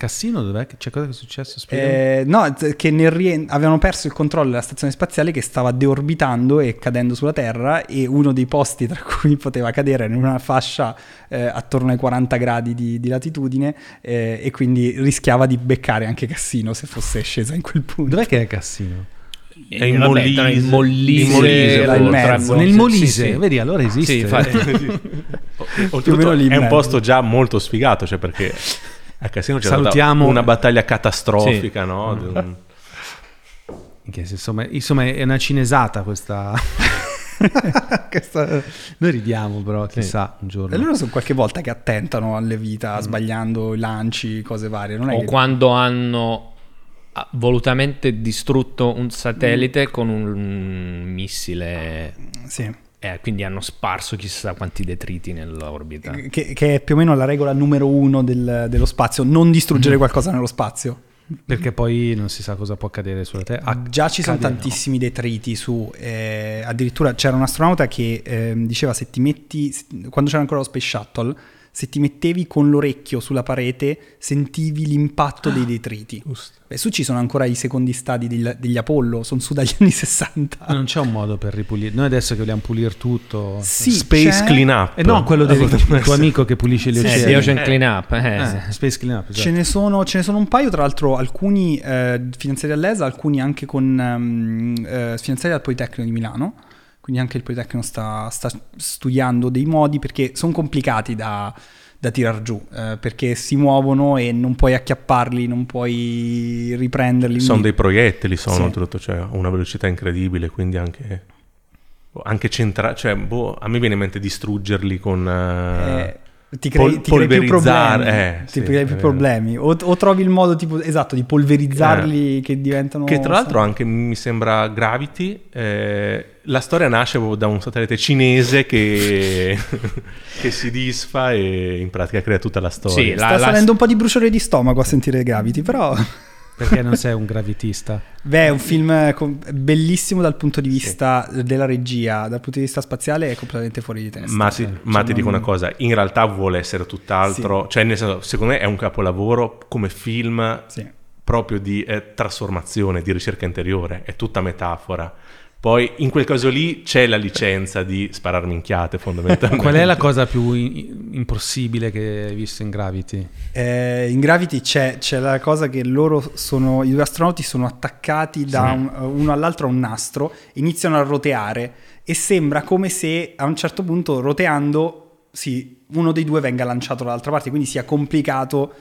Speaker 1: Cassino dov'è? C'è cosa che è successo? Spiegami.
Speaker 2: Eh, no, z- che nel rien- avevano perso il controllo della stazione spaziale che stava deorbitando e cadendo sulla Terra, e uno dei posti tra cui poteva cadere era in una fascia eh, attorno ai quaranta gradi di, di latitudine, eh, e quindi rischiava di beccare anche Cassino se fosse scesa in quel punto.
Speaker 1: Dov'è che è Cassino?
Speaker 3: È in
Speaker 4: Vabbè,
Speaker 3: Molise,
Speaker 4: tra il Molise,
Speaker 3: in Molise,
Speaker 2: là in
Speaker 3: forse.
Speaker 2: mezzo.
Speaker 1: Nel Molise,
Speaker 4: Sì, sì.
Speaker 1: vedi, allora esiste.
Speaker 4: Sì, infatti.
Speaker 3: Oltretutto
Speaker 2: meno lì in
Speaker 3: è un
Speaker 2: mezzo.
Speaker 3: posto già molto sfigato, cioè perché a Cassino c'è
Speaker 1: Salutiamo-
Speaker 3: stata una battaglia catastrofica, no? Di un-
Speaker 1: Che, insomma, insomma, è una cinesata questa... questa... Noi ridiamo, però chissà un giorno.
Speaker 2: E loro sono qualche volta che attentano alle vita, sbagliando i lanci, cose varie. Non è
Speaker 4: O
Speaker 2: che...
Speaker 4: quando hanno ah, volutamente distrutto un satellite con un missile,
Speaker 2: Sì.
Speaker 4: eh, quindi hanno sparso chissà quanti detriti nell'orbita.
Speaker 2: Che, che è più o meno la regola numero uno del- dello spazio, non distruggere qualcosa nello spazio.
Speaker 1: Perché poi non si sa cosa può accadere sulla Terra. Ah,
Speaker 2: Già ci sono
Speaker 1: accade,
Speaker 2: tantissimi detriti su, eh, addirittura c'era un astronauta che ehm, diceva se ti metti, se- quando c'era ancora lo Space Shuttle, se ti mettevi con l'orecchio sulla parete sentivi l'impatto dei detriti. Beh, su ci sono ancora i secondi stadi del- degli Apollo, sono su dagli anni sessanta.
Speaker 1: Ma non c'è un modo per ripulire. Noi adesso che vogliamo pulire tutto.
Speaker 2: Sì,
Speaker 3: Space
Speaker 2: c'è-
Speaker 3: Clean Up.
Speaker 1: E no, quello del il tuo amico che pulisce gli
Speaker 2: Sì,
Speaker 4: Eh,
Speaker 1: oceani.
Speaker 4: The Ocean Cleanup. Eh,
Speaker 1: Eh, Space Clean Up, esatto.
Speaker 2: Ce ne, sono, ce ne sono un paio, tra l'altro alcuni eh, finanziati dall'E S A, alcuni anche con ehm, eh, finanziati dal Politecnico di Milano, quindi anche il Politecnico sta, sta studiando dei modi, perché sono complicati da, da tirar giù, eh, perché si muovono e non puoi acchiapparli, non puoi riprenderli.
Speaker 3: Sono
Speaker 2: quindi-
Speaker 3: dei proiettili, sono
Speaker 2: Sì.
Speaker 3: oltretutto, cioè a una velocità incredibile, quindi anche anche centrare, cioè boh, a me viene in mente distruggerli con
Speaker 2: Eh,
Speaker 3: eh,
Speaker 2: ti crei,
Speaker 3: pol-
Speaker 2: ti crei più
Speaker 3: polverizzare,
Speaker 2: problemi,
Speaker 3: eh,
Speaker 2: ti
Speaker 3: sì,
Speaker 2: crei
Speaker 3: è
Speaker 2: più
Speaker 3: vero.
Speaker 2: problemi. O, o trovi il modo tipo esatto di polverizzarli che diventano.
Speaker 3: Che tra l'altro anche mi sembra Gravity, eh, la storia nasce proprio da un satellite cinese che, che si disfa e in pratica crea tutta la storia.
Speaker 4: Sì, la-
Speaker 2: Sta salendo un po' di bruciore di stomaco a sentire Gravity, però.
Speaker 1: Perché non sei un gravitista.
Speaker 2: Beh, è un film com- bellissimo dal punto di vista della regia, dal punto di vista spaziale è completamente fuori di testa.
Speaker 3: Ma, ti,
Speaker 2: Cioè,
Speaker 3: ma ti
Speaker 2: non-
Speaker 3: dico una cosa, in realtà vuole essere tutt'altro, cioè nel senso, secondo me è un capolavoro come film
Speaker 2: Sì.
Speaker 3: proprio di eh, trasformazione, di ricerca interiore, è tutta metafora. Poi in quel caso lì c'è la licenza di sparar minchiate fondamentalmente.
Speaker 1: Qual è la cosa più in- impossibile che hai visto in Gravity?
Speaker 2: Eh, in Gravity c'è, c'è la cosa che loro sono, i due astronauti sono attaccati da un- uno all'altro a un nastro, iniziano a roteare e sembra come se a un certo punto roteando sì, uno dei due venga lanciato dall'altra parte, quindi sia complicato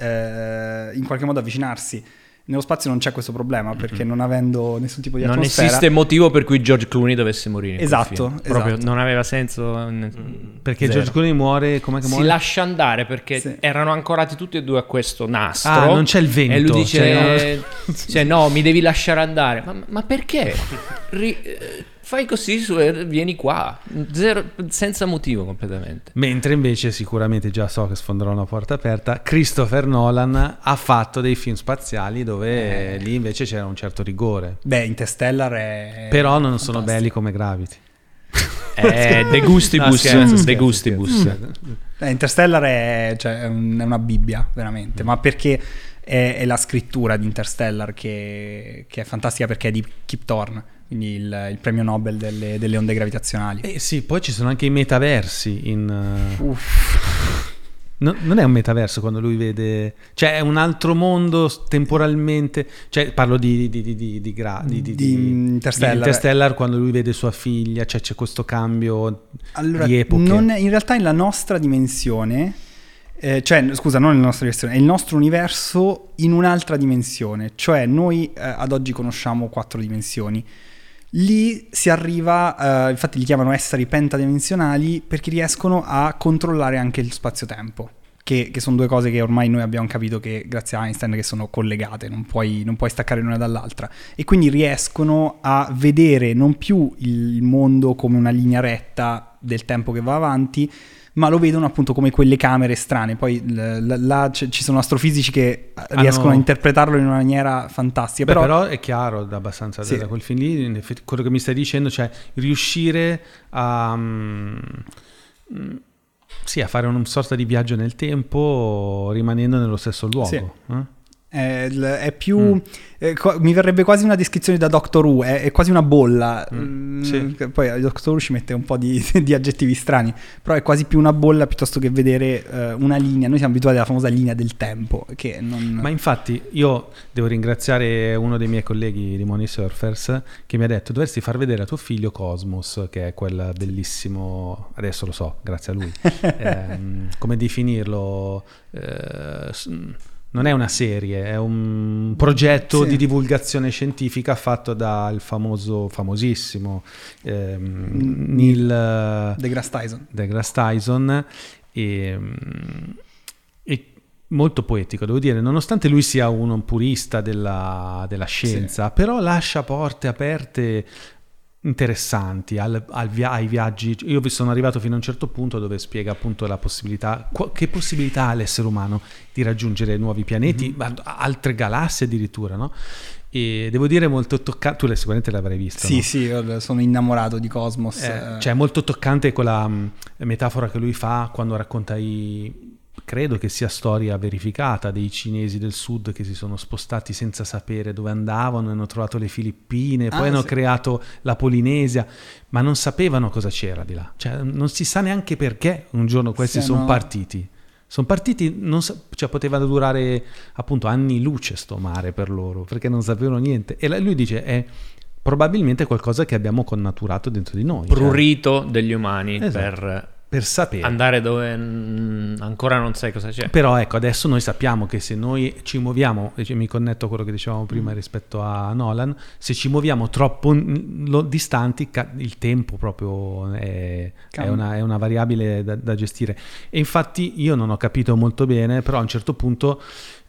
Speaker 2: eh, in qualche modo avvicinarsi. Nello spazio non c'è questo problema perché non avendo nessun tipo di
Speaker 4: non
Speaker 2: atmosfera
Speaker 4: esiste motivo per cui George Clooney dovesse morire in quel
Speaker 2: Esatto,
Speaker 4: film. Proprio
Speaker 2: esatto.
Speaker 4: non aveva senso. ne-
Speaker 1: Perché
Speaker 4: zero.
Speaker 1: George Clooney muore, com'è che
Speaker 4: Si
Speaker 1: muore?
Speaker 4: lascia andare perché
Speaker 2: Sì.
Speaker 4: erano ancorati tutti e due a questo nastro.
Speaker 1: Ah, non c'è il vento,
Speaker 4: E lui dice:
Speaker 1: cioè,
Speaker 4: cioè, no, mi devi lasciare andare. Ma, ma perché? Ri- eh, fai così su e vieni qua. Zero- senza motivo completamente.
Speaker 1: Mentre invece sicuramente già so che sfonderò una porta aperta, Christopher Nolan ha fatto dei film spaziali dove lì invece c'era un certo rigore.
Speaker 2: Beh, Interstellar è
Speaker 1: Però non sono
Speaker 2: fantastico.
Speaker 1: belli come Gravity.
Speaker 4: Eh, De Gustibus.
Speaker 1: No, scherzo,
Speaker 4: De
Speaker 1: scherzo,
Speaker 4: Gustibus.
Speaker 1: scherzo.
Speaker 2: Eh, Interstellar è, cioè, è, un- è una bibbia, veramente, ma perché è, è la scrittura di Interstellar che, che è fantastica, perché è di Kip Thorne, quindi il, il premio Nobel delle, delle onde gravitazionali.
Speaker 1: Eh sì, poi ci sono anche i metaversi in... uh,
Speaker 2: Uff.
Speaker 1: No- non è un metaverso quando lui vede... Cioè è un altro mondo s- temporalmente... Cioè parlo di, di, di, di, di, gra- di, di,
Speaker 2: Di Interstellar.
Speaker 1: di Interstellar, quando lui vede sua figlia, cioè c'è questo cambio
Speaker 2: Allora,
Speaker 1: di epoche.
Speaker 2: non è- in realtà nella nostra dimensione, eh, cioè scusa, non nella nostra dimensione, è il nostro universo in un'altra dimensione, cioè noi eh, ad oggi conosciamo quattro dimensioni. Lì si arriva, eh, infatti li chiamano esseri pentadimensionali perché riescono a controllare anche il spazio-tempo, che, che sono due cose che ormai noi abbiamo capito che grazie a Einstein che sono collegate, non puoi, non puoi staccare l'una dall'altra, e quindi riescono a vedere non più il mondo come una linea retta del tempo che va avanti, ma lo vedono appunto come quelle camere strane. Poi l- l- là c- ci sono astrofisici che riescono a interpretarlo in una maniera fantastica.
Speaker 1: Beh,
Speaker 2: però,
Speaker 1: però è chiaro da abbastanza
Speaker 2: Sì.
Speaker 1: da quel film lì, in effetti, quello che mi stai dicendo, cioè riuscire a, mm, sì, a fare una sorta di viaggio nel tempo rimanendo nello stesso luogo.
Speaker 2: Sì.
Speaker 1: Eh?
Speaker 2: È, è più
Speaker 1: Mm.
Speaker 2: eh, co- mi verrebbe quasi una descrizione da Doctor Who, è, è quasi una bolla.
Speaker 1: Mm,
Speaker 2: Mm,
Speaker 1: sì.
Speaker 2: che poi Doctor Who ci mette un po' di, di aggettivi strani, però è quasi più una bolla piuttosto che vedere eh, una linea. Noi siamo abituati alla famosa linea del tempo che non...
Speaker 1: Ma infatti io devo ringraziare uno dei miei colleghi di Money Surfers che mi ha detto dovresti far vedere a tuo figlio Cosmos, che è quel bellissimo, adesso lo so, grazie a lui, ehm, come definirlo, eh, s- non è una serie, è un progetto
Speaker 2: Sì.
Speaker 1: di divulgazione scientifica fatto dal famoso, famosissimo ehm,
Speaker 2: Mm.
Speaker 1: Neil
Speaker 2: deGrasse Tyson.
Speaker 1: deGrasse Tyson e, e molto poetico, devo dire, nonostante lui sia un purista della, della scienza, però lascia porte aperte interessanti al, al via- ai viaggi. Io vi sono arrivato fino a un certo punto dove spiega appunto la possibilità, qu- che possibilità ha l'essere umano di raggiungere nuovi pianeti,
Speaker 2: Mm-hmm.
Speaker 1: ma altre galassie addirittura, no? E devo dire molto toccante, tu sicuramente l'avrai visto,
Speaker 2: Sì,
Speaker 1: no?
Speaker 2: sì, io sono innamorato di Cosmos.
Speaker 1: Eh,
Speaker 2: eh.
Speaker 1: cioè è molto toccante quella mh, metafora che lui fa quando racconta i credo che sia storia verificata dei cinesi del sud che si sono spostati senza sapere dove andavano, hanno trovato le Filippine, poi
Speaker 2: Ah,
Speaker 1: hanno
Speaker 2: sì.
Speaker 1: creato la Polinesia, ma non sapevano cosa c'era di là, cioè non si sa neanche perché un giorno questi
Speaker 2: Sì,
Speaker 1: sono
Speaker 2: no.
Speaker 1: partiti. Sono partiti, non sa- cioè poteva durare appunto anni luce sto mare per loro, perché non sapevano niente. E la- lui dice è probabilmente qualcosa che abbiamo connaturato dentro di noi. cioè,
Speaker 4: Prurito degli umani
Speaker 1: Esatto.
Speaker 4: per
Speaker 1: per sapere.
Speaker 4: andare dove mm, ancora non sai cosa c'è.
Speaker 1: Però ecco, adesso noi sappiamo che se noi ci muoviamo, e mi connetto a quello che dicevamo prima rispetto a Nolan, se ci muoviamo troppo n- lo- distanti, ca- il tempo proprio è, è,
Speaker 2: Cambia.
Speaker 1: una, è una variabile da, da gestire. E infatti io non ho capito molto bene, però a un certo punto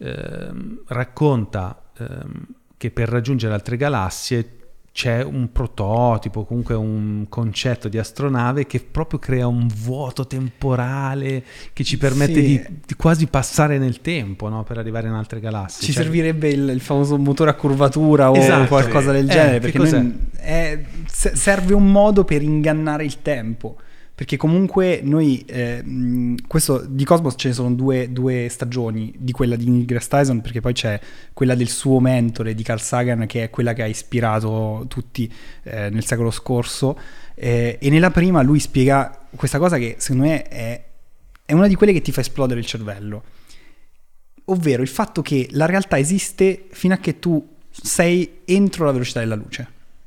Speaker 1: ehm, racconta ehm, che per raggiungere altre galassie c'è un prototipo, comunque un concetto di astronave che proprio crea un vuoto temporale che ci permette
Speaker 2: Sì.
Speaker 1: di, di quasi passare nel tempo, no? Per arrivare in altre galassie.
Speaker 2: Ci
Speaker 1: Cioè-
Speaker 2: servirebbe il, il famoso motore a curvatura o
Speaker 1: Esatto.
Speaker 2: qualcosa del
Speaker 1: Eh,
Speaker 2: genere,
Speaker 1: che
Speaker 2: perché
Speaker 1: cos'è?
Speaker 2: noi- è- se- serve un modo per ingannare il tempo. Perché comunque noi, eh, mh, questo di Cosmos ce ne sono due, due stagioni, di quella di Neil deGrasse Tyson, perché poi c'è quella del suo mentore, di Carl Sagan, che è quella che ha ispirato tutti eh, nel secolo scorso, eh, e nella prima lui spiega questa cosa che secondo me è, è una di quelle che ti fa esplodere il cervello, ovvero il fatto che la realtà esiste fino a che tu sei entro la velocità della luce.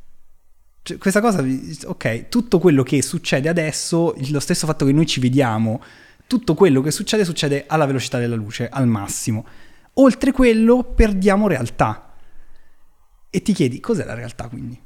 Speaker 2: Cioè, questa cosa, ok, tutto quello che succede adesso, lo stesso fatto che noi ci vediamo, tutto quello che succede succede alla velocità della luce, al massimo. Oltre quello perdiamo realtà. E ti chiedi, cos'è la realtà quindi?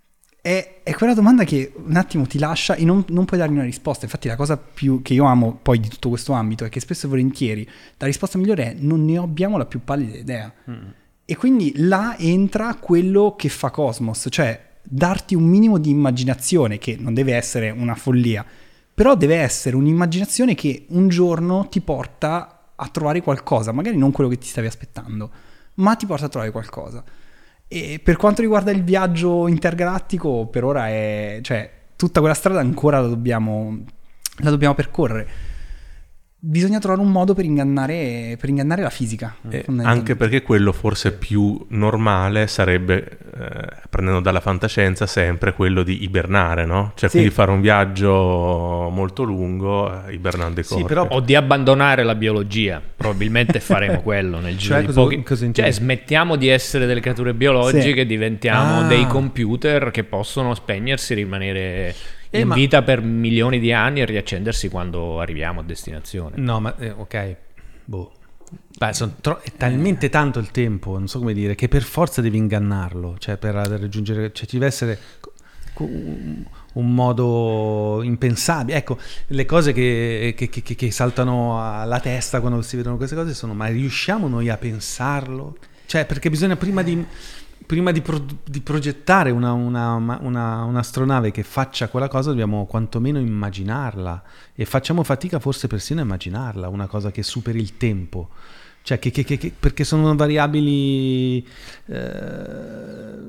Speaker 2: È, è quella domanda che un attimo ti lascia e non, non puoi dargli una risposta. Infatti la cosa più che io amo poi di tutto questo ambito è che spesso e volentieri la risposta migliore è non ne abbiamo la più pallida idea.
Speaker 1: Mm.
Speaker 2: E quindi là entra quello che fa Cosmos, cioè darti un minimo di immaginazione, che non deve essere una follia, però deve essere un'immaginazione che un giorno ti porta a trovare qualcosa, magari non quello che ti stavi aspettando, ma ti porta a trovare qualcosa. E per quanto riguarda il viaggio intergalattico, per ora è, cioè, tutta quella strada ancora la dobbiamo, la dobbiamo percorrere. Bisogna trovare un modo per ingannare, per ingannare la fisica.
Speaker 3: Eh,
Speaker 2: fondamentalmente.
Speaker 3: anche perché quello forse più normale sarebbe, eh, prendendo dalla fantascienza, sempre quello di ibernare, no? Cioè
Speaker 2: Sì.
Speaker 3: quindi fare un viaggio molto lungo eh, ibernando i
Speaker 1: Sì,
Speaker 3: corpi.
Speaker 1: però-
Speaker 4: O di abbandonare la biologia, probabilmente faremo quello nel giro
Speaker 1: Cioè,
Speaker 4: di
Speaker 1: cosa-
Speaker 4: pochi...
Speaker 1: cosa
Speaker 4: Cioè
Speaker 1: intendi?
Speaker 4: smettiamo di essere delle creature biologiche,
Speaker 2: Sì.
Speaker 4: diventiamo
Speaker 1: Ah.
Speaker 4: dei computer che possono spegnersi, rimanere
Speaker 1: Eh,
Speaker 4: in
Speaker 1: ma-
Speaker 4: vita per milioni di anni e riaccendersi quando arriviamo a destinazione.
Speaker 1: No, ma eh, ok, boh. Beh, son tro- è talmente tanto il tempo, non so come dire, che per forza devi ingannarlo, cioè per raggiungere, cioè ci deve essere co- un, un modo impensabile. Ecco, le cose che, che- che- che saltano alla testa quando si vedono queste cose sono: ma riusciamo noi a pensarlo? Cioè, perché bisogna prima di... Prima di, pro- di progettare una, una, una, un'astronave che faccia quella cosa, dobbiamo quantomeno immaginarla, e facciamo fatica forse persino a immaginarla, una cosa che superi il tempo, cioè che, che- che- che- perché sono variabili eh,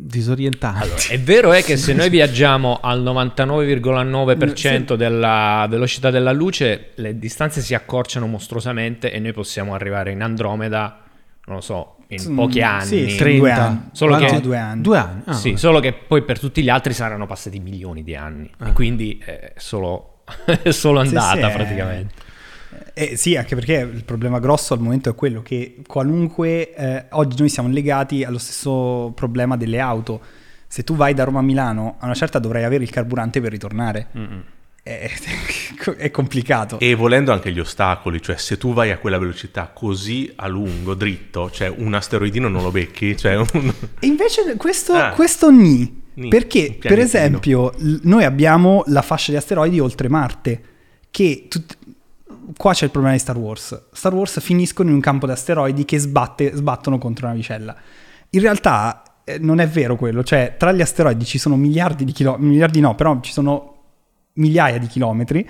Speaker 1: disorientanti.
Speaker 4: Allora, è vero è che se noi viaggiamo al novantanove virgola nove per cento della velocità della luce, le distanze si accorciano mostruosamente e noi possiamo arrivare in Andromeda, non lo so, in pochi anni.
Speaker 2: Sì,
Speaker 1: trenta.
Speaker 2: due anni.
Speaker 4: Solo
Speaker 2: No,
Speaker 4: che
Speaker 2: due anni.
Speaker 1: Due anni. Ah,
Speaker 4: sì,
Speaker 1: vabbè.
Speaker 4: solo che poi per tutti gli altri saranno passati milioni di anni
Speaker 1: Ah.
Speaker 4: e quindi è solo, è solo andata
Speaker 2: Sì, sì, è-
Speaker 4: praticamente.
Speaker 2: Eh, sì, anche perché il problema grosso al momento è quello che qualunque eh, oggi noi siamo legati allo stesso problema delle auto. Se tu vai da Roma a Milano, a una certa dovrai avere il carburante per ritornare.
Speaker 1: Mm-mm.
Speaker 2: È, è complicato.
Speaker 3: E volendo anche gli ostacoli, cioè se tu vai a quella velocità così a lungo, dritto, cioè un asteroidino non lo becchi, cioè un...
Speaker 2: E invece questo,
Speaker 3: Ah.
Speaker 2: questo ni,
Speaker 3: Ni,
Speaker 2: perché
Speaker 3: un
Speaker 2: per
Speaker 3: pianetino.
Speaker 2: esempio l- noi abbiamo la fascia di asteroidi oltre Marte, che tut- qua c'è il problema di Star Wars. Star Wars finiscono in un campo di asteroidi che sbatte, sbattono contro una navicella. In realtà eh, non è vero quello, cioè tra gli asteroidi ci sono miliardi di chilometri, miliardi no, però ci sono migliaia di chilometri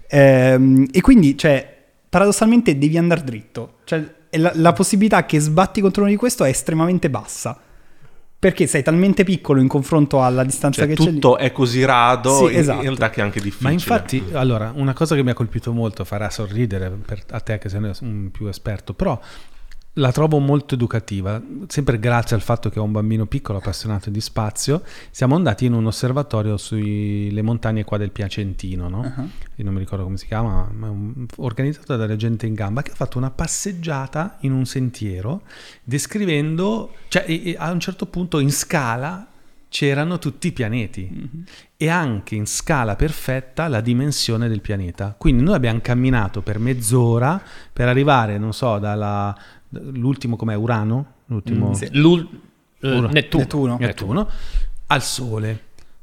Speaker 2: ehm, e quindi cioè paradossalmente devi andare dritto, cioè e la, la possibilità che sbatti contro uno di questo è estremamente bassa perché sei talmente piccolo in confronto alla distanza
Speaker 3: Cioè,
Speaker 2: che c'è lì.
Speaker 3: tutto è così rado,
Speaker 2: Sì,
Speaker 3: in,
Speaker 2: esatto.
Speaker 3: in realtà che è anche difficile.
Speaker 1: Ma infatti, allora, una cosa che mi ha colpito molto, farà sorridere per, a te che sei un più esperto, però la trovo molto educativa, sempre grazie al fatto che ho un bambino piccolo appassionato di spazio. Siamo andati in un osservatorio sulle montagne qua del Piacentino, no?
Speaker 2: Uh-huh.
Speaker 1: Io non mi ricordo come si chiama, ma è un- organizzato dalla gente in gamba che ha fatto una passeggiata in un sentiero descrivendo, cioè e- e a un certo punto in scala c'erano tutti i pianeti
Speaker 2: Mm-hmm.
Speaker 1: e anche in scala perfetta la dimensione del pianeta. Quindi noi abbiamo camminato per mezz'ora per arrivare, non so, dalla l'ultimo com'è Urano, l'ultimo
Speaker 2: Mm, sì.
Speaker 4: L'ul- eh,
Speaker 1: Urano.
Speaker 4: Nettuno.
Speaker 2: Nettuno.
Speaker 1: Nettuno, al Sole.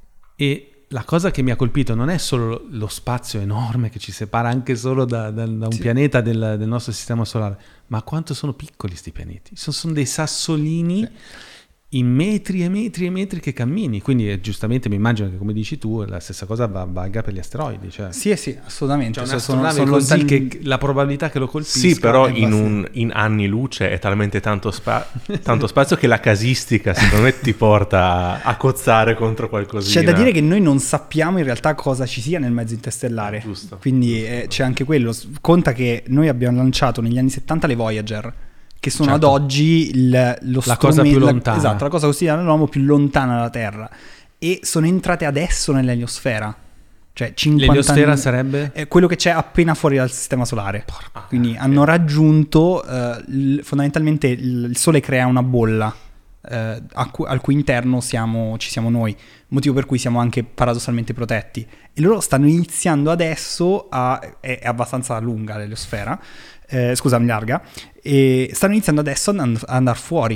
Speaker 1: E la cosa che mi ha colpito non è solo lo spazio enorme che ci separa anche solo da, da- da un
Speaker 2: Sì.
Speaker 1: pianeta del, del nostro sistema solare, ma quanto sono piccoli sti pianeti. Sono, sono dei sassolini in metri e metri e metri che cammini. Quindi eh, giustamente mi immagino che, come dici tu, la stessa cosa va- valga per gli asteroidi. Cioè,
Speaker 2: Sì, sì, assolutamente.
Speaker 1: c'è
Speaker 2: Cioè, sono,
Speaker 1: un'astronave
Speaker 2: sono
Speaker 1: così
Speaker 2: lontani-
Speaker 1: che la probabilità che lo colpisca
Speaker 3: Sì, però
Speaker 1: è
Speaker 3: in,
Speaker 1: bassa.
Speaker 3: un, in anni luce è talmente tanto, spa- tanto spazio che la casistica secondo me ti porta a, a cozzare contro qualcosina.
Speaker 2: C'è da dire che noi non sappiamo in realtà cosa ci sia nel mezzo interstellare.
Speaker 3: Giusto.
Speaker 2: Quindi eh, c'è anche quello. S- Conta che noi abbiamo lanciato negli anni settanta le Voyager, che sono
Speaker 1: Certo.
Speaker 2: ad oggi il, lo
Speaker 1: La cosa
Speaker 2: strume-
Speaker 1: più
Speaker 2: la-
Speaker 1: lontana.
Speaker 2: esatto, la cosa considerata dall'uomo più lontana dalla Terra. E sono entrate adesso nell'eliosfera. Cioè cinquanta
Speaker 1: L'eliosfera
Speaker 2: anni-
Speaker 1: sarebbe?
Speaker 2: è quello che c'è appena fuori dal sistema solare. Quindi hanno raggiunto eh, il- fondamentalmente il, il Sole crea una bolla eh, a cui- al cui interno siamo, ci siamo noi, motivo per cui siamo anche paradossalmente protetti. E loro stanno iniziando adesso a... è, è abbastanza lunga l'eliosfera, eh, scusami, larga, e stanno iniziando adesso ad and- ad andare fuori.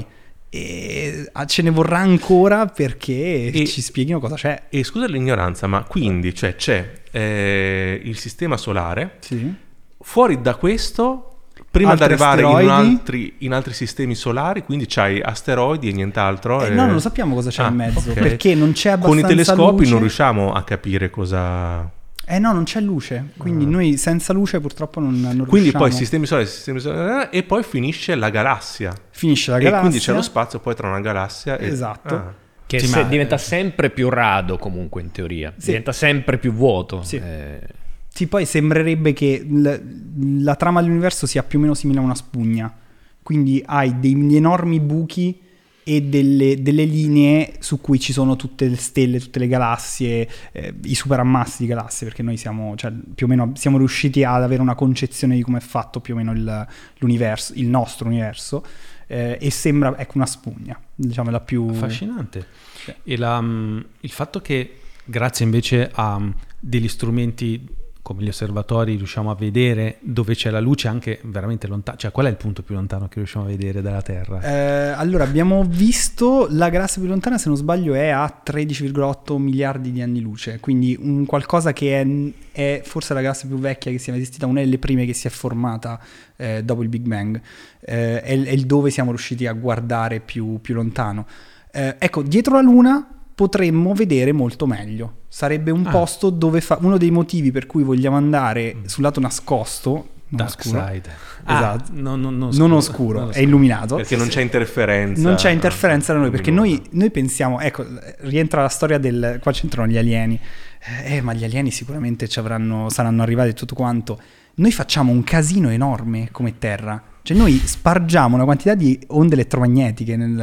Speaker 2: E ah, ce ne vorrà ancora perché
Speaker 3: E-
Speaker 2: ci spieghino cosa c'è.
Speaker 3: E scusa l'ignoranza, ma quindi cioè, c'è eh, il sistema solare,
Speaker 2: Sì.
Speaker 3: fuori da questo, prima di
Speaker 2: Altri
Speaker 3: arrivare in
Speaker 2: asteroidi?
Speaker 3: altri, in altri sistemi solari, quindi c'hai asteroidi e nient'altro.
Speaker 2: Eh,
Speaker 3: e-
Speaker 2: no, non lo sappiamo cosa c'è
Speaker 3: Ah,
Speaker 2: in mezzo,
Speaker 3: ok.
Speaker 2: perché non c'è
Speaker 3: Con
Speaker 2: abbastanza
Speaker 3: i telescopi
Speaker 2: luce.
Speaker 3: non riusciamo a capire cosa...
Speaker 2: Eh no, non c'è luce, quindi noi senza luce purtroppo non, non
Speaker 3: Quindi
Speaker 2: riusciamo.
Speaker 3: poi sistemi solari, sistemi solari, e poi finisce la galassia.
Speaker 2: Finisce la
Speaker 3: E
Speaker 2: galassia.
Speaker 3: quindi c'è lo spazio poi tra una galassia e...
Speaker 2: Esatto.
Speaker 3: Ah.
Speaker 4: Che
Speaker 1: Sì,
Speaker 4: se-
Speaker 1: ma-
Speaker 4: diventa sempre più rado comunque in teoria.
Speaker 2: Sì.
Speaker 4: Diventa sempre più vuoto.
Speaker 2: Sì.
Speaker 4: Eh,
Speaker 2: Sì, poi sembrerebbe che l- la trama dell'universo sia più o meno simile a una spugna. Quindi hai degli enormi buchi e delle, delle linee su cui ci sono tutte le stelle, tutte le galassie, eh, i superammassi di galassie, perché noi siamo, cioè, più o meno siamo riusciti ad avere una concezione di come è fatto più o meno il, l'universo, il nostro universo, eh, e sembra ecco una spugna, diciamo la più...
Speaker 1: Affascinante.
Speaker 2: Sì.
Speaker 1: E la, mm, il fatto che grazie invece a mm, degli strumenti come gli osservatori riusciamo a vedere dove c'è la luce anche veramente lontano, cioè qual è il punto più lontano che riusciamo a vedere dalla Terra?
Speaker 2: Eh, allora, abbiamo visto la galassia più lontana, se non sbaglio, è a tredici virgola otto miliardi di anni luce, quindi un qualcosa che è, è forse la galassia più vecchia che sia mai esistita, una delle prime che si è formata eh, dopo il Big Bang, eh, è, è il dove siamo riusciti a guardare più, più lontano. Eh, ecco, dietro la Luna potremmo vedere molto meglio. Sarebbe un
Speaker 1: Ah.
Speaker 2: posto dove fa uno dei motivi per cui vogliamo andare sul lato nascosto, non
Speaker 1: Dark
Speaker 2: oscuro.
Speaker 1: side.
Speaker 2: Esatto.
Speaker 1: Ah, no, no, no,
Speaker 2: Non oscuro,
Speaker 1: non
Speaker 2: è illuminato.
Speaker 3: Perché non c'è interferenza.
Speaker 2: Non c'è interferenza da noi, perché noi,
Speaker 3: luminosa.
Speaker 2: noi pensiamo, ecco, rientra la storia del, qua c'entrano gli alieni, eh ma gli alieni sicuramente ci avranno, saranno arrivati e tutto quanto. Noi facciamo un casino enorme come Terra, cioè noi spargiamo una quantità di onde elettromagnetiche nel,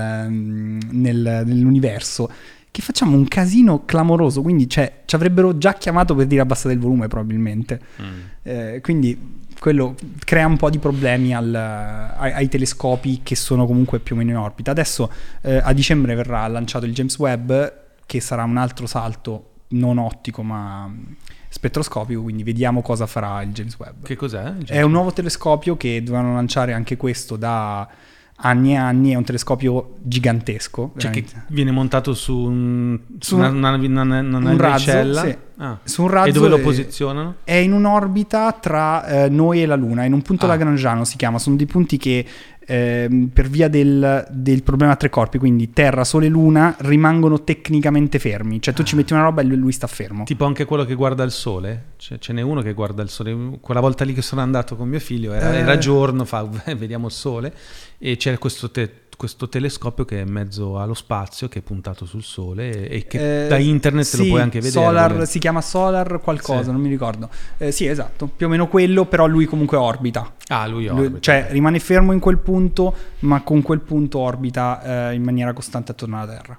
Speaker 2: nel, nell'universo che facciamo un casino clamoroso, quindi cioè, ci avrebbero già chiamato per dire abbassate il volume probabilmente.
Speaker 1: Mm.
Speaker 2: Eh, quindi quello crea un po' di problemi al, ai, ai telescopi che sono comunque più o meno in orbita. Adesso eh, a dicembre verrà lanciato il James Webb, che sarà un altro salto non ottico ma spettroscopico, quindi vediamo cosa farà il James Webb.
Speaker 1: Che cos'è? il
Speaker 2: È un nuovo telescopio che dovevano lanciare anche questo da anni e anni, è un telescopio gigantesco,
Speaker 1: Cioè che
Speaker 2: veramente.
Speaker 1: viene montato su, un,
Speaker 2: Su
Speaker 1: una,
Speaker 2: un-
Speaker 1: una, una, una
Speaker 2: un razzo,
Speaker 1: navicella?
Speaker 2: sì.
Speaker 1: Ah.
Speaker 2: Su un razzo
Speaker 1: E dove lo
Speaker 2: e-
Speaker 1: posizionano?
Speaker 2: È in un'orbita tra eh, noi e la Luna, in un punto
Speaker 1: Ah.
Speaker 2: lagrangiano si chiama, sono dei punti che ehm, per via del, del problema a tre corpi, quindi Terra, Sole e Luna, rimangono tecnicamente fermi, cioè tu ci metti una roba e lui, lui sta fermo.
Speaker 1: Tipo anche quello che guarda il sole? Cioè, ce n'è uno che guarda il sole. Quella volta lì che sono andato con mio figlio era,
Speaker 2: Eh.
Speaker 1: era giorno, fa vediamo il sole, e c'era questo, te- questo telescopio che è in mezzo allo spazio, che è puntato sul sole e, e che
Speaker 2: Eh,
Speaker 1: da internet te
Speaker 2: sì,
Speaker 1: lo puoi anche vedere.
Speaker 2: Solar,
Speaker 1: volendo.
Speaker 2: si chiama Solar qualcosa,
Speaker 1: Sì.
Speaker 2: non mi ricordo. Eh, sì, esatto, più o meno quello, però lui comunque orbita.
Speaker 1: Ah, lui
Speaker 2: Lui-
Speaker 1: orbita.
Speaker 2: cioè rimane fermo in quel punto, ma con quel punto orbita eh, in maniera costante attorno alla Terra.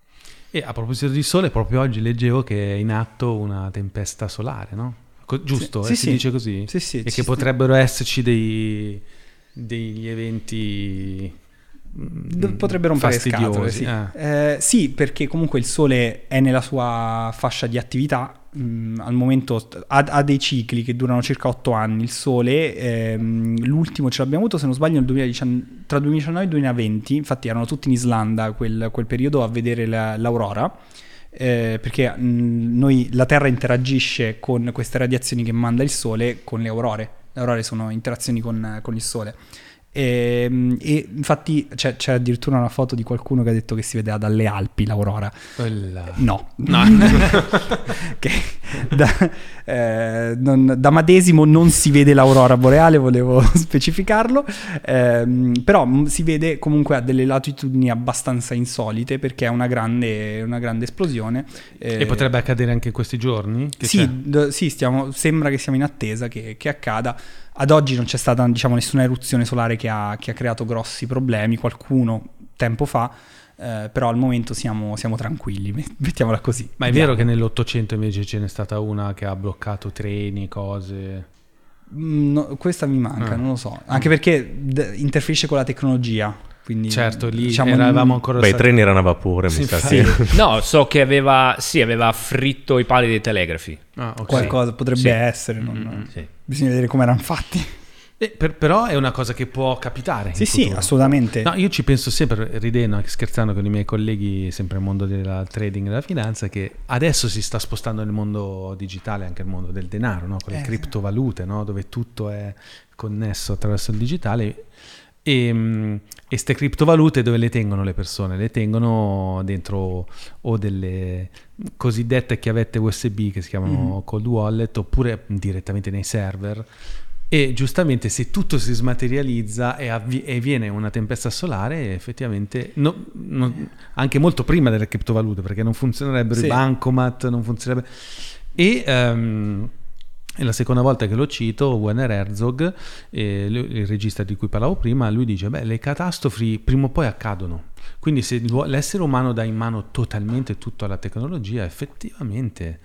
Speaker 1: E a proposito di sole, proprio oggi leggevo che è in atto una tempesta solare, no? Co- giusto?
Speaker 2: Sì,
Speaker 1: eh,
Speaker 2: sì,
Speaker 1: si
Speaker 2: sì.
Speaker 1: dice così?
Speaker 2: Sì, sì,
Speaker 1: e
Speaker 2: ci
Speaker 1: che
Speaker 2: sta-
Speaker 1: potrebbero esserci dei, degli eventi
Speaker 2: D-
Speaker 1: mm,
Speaker 2: potrebbero rompere le
Speaker 1: fastidiosi.
Speaker 2: scatole, sì.
Speaker 1: eh.
Speaker 2: Eh, sì, perché comunque il Sole è nella sua fascia di attività. Mm, al momento ha, ha dei cicli che durano circa otto anni. Il Sole, ehm, l'ultimo ce l'abbiamo avuto, se non sbaglio, nel duemiladiciannove, tra duemiladiciannove e duemilaventi. Infatti erano tutti in Islanda quel, quel periodo a vedere la- l'aurora. Eh, perché mh, noi, la Terra interagisce con queste radiazioni che manda il Sole con le aurore. Le aurore sono interazioni con, con il Sole. E, e infatti c'è, c'è addirittura una foto di qualcuno che ha detto che si vedeva dalle Alpi l'aurora.
Speaker 1: Quella-
Speaker 2: No,
Speaker 1: No.
Speaker 2: che da, eh, non- da Madesimo non si vede l'aurora boreale, volevo specificarlo. Ehm, però mh, si vede comunque a delle latitudini abbastanza insolite, perché è una grande, una grande esplosione.
Speaker 1: E
Speaker 2: Eh,
Speaker 1: potrebbe accadere anche in questi giorni? Che c'è?
Speaker 2: sì, d- sì, stiamo, sembra che siamo in attesa che, che accada. Ad oggi non c'è stata, diciamo, nessuna eruzione solare che ha, che ha creato grossi problemi, qualcuno tempo fa, eh, però al momento siamo, siamo tranquilli, mettiamola così.
Speaker 1: Ma è
Speaker 2: Vediamo.
Speaker 1: vero che nell'Ottocento invece ce n'è stata una che ha bloccato treni, cose...
Speaker 2: Mm, no, questa mi manca,
Speaker 1: Ah.
Speaker 2: non lo so, anche perché d- interferisce con la tecnologia, quindi
Speaker 1: Certo, lì
Speaker 2: diciamo,
Speaker 1: eravamo ancora...
Speaker 3: Beh, i
Speaker 1: stati-
Speaker 3: treni erano a vapore,
Speaker 1: Sì,
Speaker 3: mi sa.
Speaker 1: infatti.
Speaker 3: Sì.
Speaker 4: No, so che aveva, sì, aveva fritto i pali dei telegrafi.
Speaker 1: Ah, ok.
Speaker 2: qualcosa potrebbe
Speaker 4: Sì.
Speaker 2: essere, non-
Speaker 1: Mm-mm.
Speaker 4: Sì.
Speaker 2: bisogna vedere come erano fatti.
Speaker 1: Eh, per- però è una cosa che può capitare.
Speaker 2: Sì,
Speaker 1: in
Speaker 2: sì,
Speaker 1: futuro.
Speaker 2: assolutamente.
Speaker 1: No, io ci penso sempre, ridendo, anche scherzando con i miei colleghi, sempre nel mondo del trading e della finanza, che adesso si sta spostando nel mondo digitale, anche il mondo del denaro, no? Con le
Speaker 2: Eh, sì.
Speaker 1: criptovalute, no? Dove tutto è connesso attraverso il digitale. E queste criptovalute dove le tengono le persone? Le tengono dentro o delle cosiddette chiavette U S B che si chiamano
Speaker 2: Mhm.
Speaker 1: cold wallet, oppure direttamente nei server. E giustamente se tutto si smaterializza e, avvi- e viene una tempesta solare, effettivamente no- non- anche molto prima delle criptovalute, perché non funzionerebbero
Speaker 2: Sì.
Speaker 1: i bancomat, non funzionerebbe. E ehm, è la seconda volta che lo cito, Werner Herzog, eh, lui- il regista di cui parlavo prima, lui dice: beh, le catastrofi prima o poi accadono. Quindi se l'uo- l'essere umano dà in mano totalmente tutto alla tecnologia, effettivamente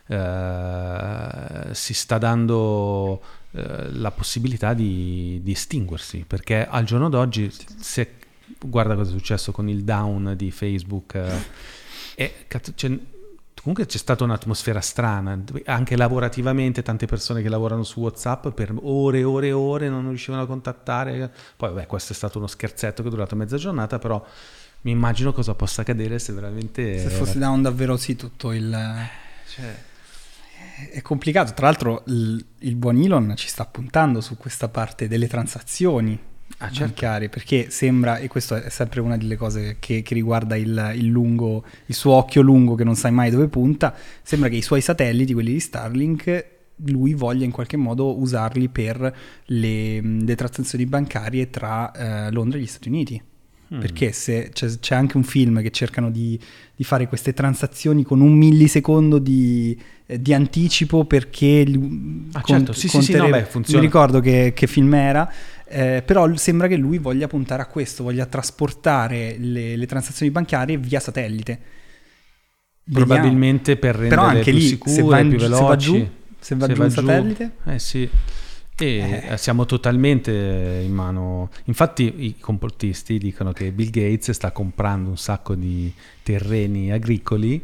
Speaker 1: eh, si sta dando eh, la possibilità di, di estinguersi, perché al giorno d'oggi, se guarda cosa è successo con il down di Facebook, eh, e, cazzo, c'è- comunque c'è stata un'atmosfera strana, anche lavorativamente, tante persone che lavorano su WhatsApp per ore e ore e ore non riuscivano a contattare. Poi vabbè, questo è stato uno scherzetto che è durato mezza giornata, però mi immagino cosa possa accadere se veramente...
Speaker 2: Se fosse down davvero, sì, tutto il... cioè, è complicato. Tra l'altro il, il buon Elon ci sta puntando su questa parte delle transazioni
Speaker 1: Ah, certo.
Speaker 2: bancarie, perché sembra, e questo è sempre una delle cose che, che riguarda il, il lungo, il suo occhio lungo che non sai mai dove punta, sembra che i suoi satelliti, quelli di Starlink, lui voglia in qualche modo usarli per le, le transazioni bancarie tra eh, Londra e gli Stati Uniti. Mm. Perché se c'è, c'è anche un film che cercano di, di fare queste transazioni con un millisecondo di, eh, di anticipo, perché
Speaker 1: ah, certo. sì, sì, sì, no, beh, funziona.
Speaker 2: Mi ricordo che, che film era, eh, però sembra che lui voglia puntare a questo, voglia trasportare le, le transazioni bancarie via satellite.
Speaker 1: Probabilmente per renderle
Speaker 2: però anche
Speaker 1: più
Speaker 2: lì,
Speaker 1: sicure,
Speaker 2: se va in,
Speaker 1: più
Speaker 2: se
Speaker 1: veloci.
Speaker 2: Va giù, se va
Speaker 1: se
Speaker 2: giù
Speaker 1: va
Speaker 2: un
Speaker 1: giù,
Speaker 2: satellite,
Speaker 1: eh sì. E eh. siamo totalmente in mano. Infatti i complottisti dicono che Bill Gates sta comprando un sacco di terreni agricoli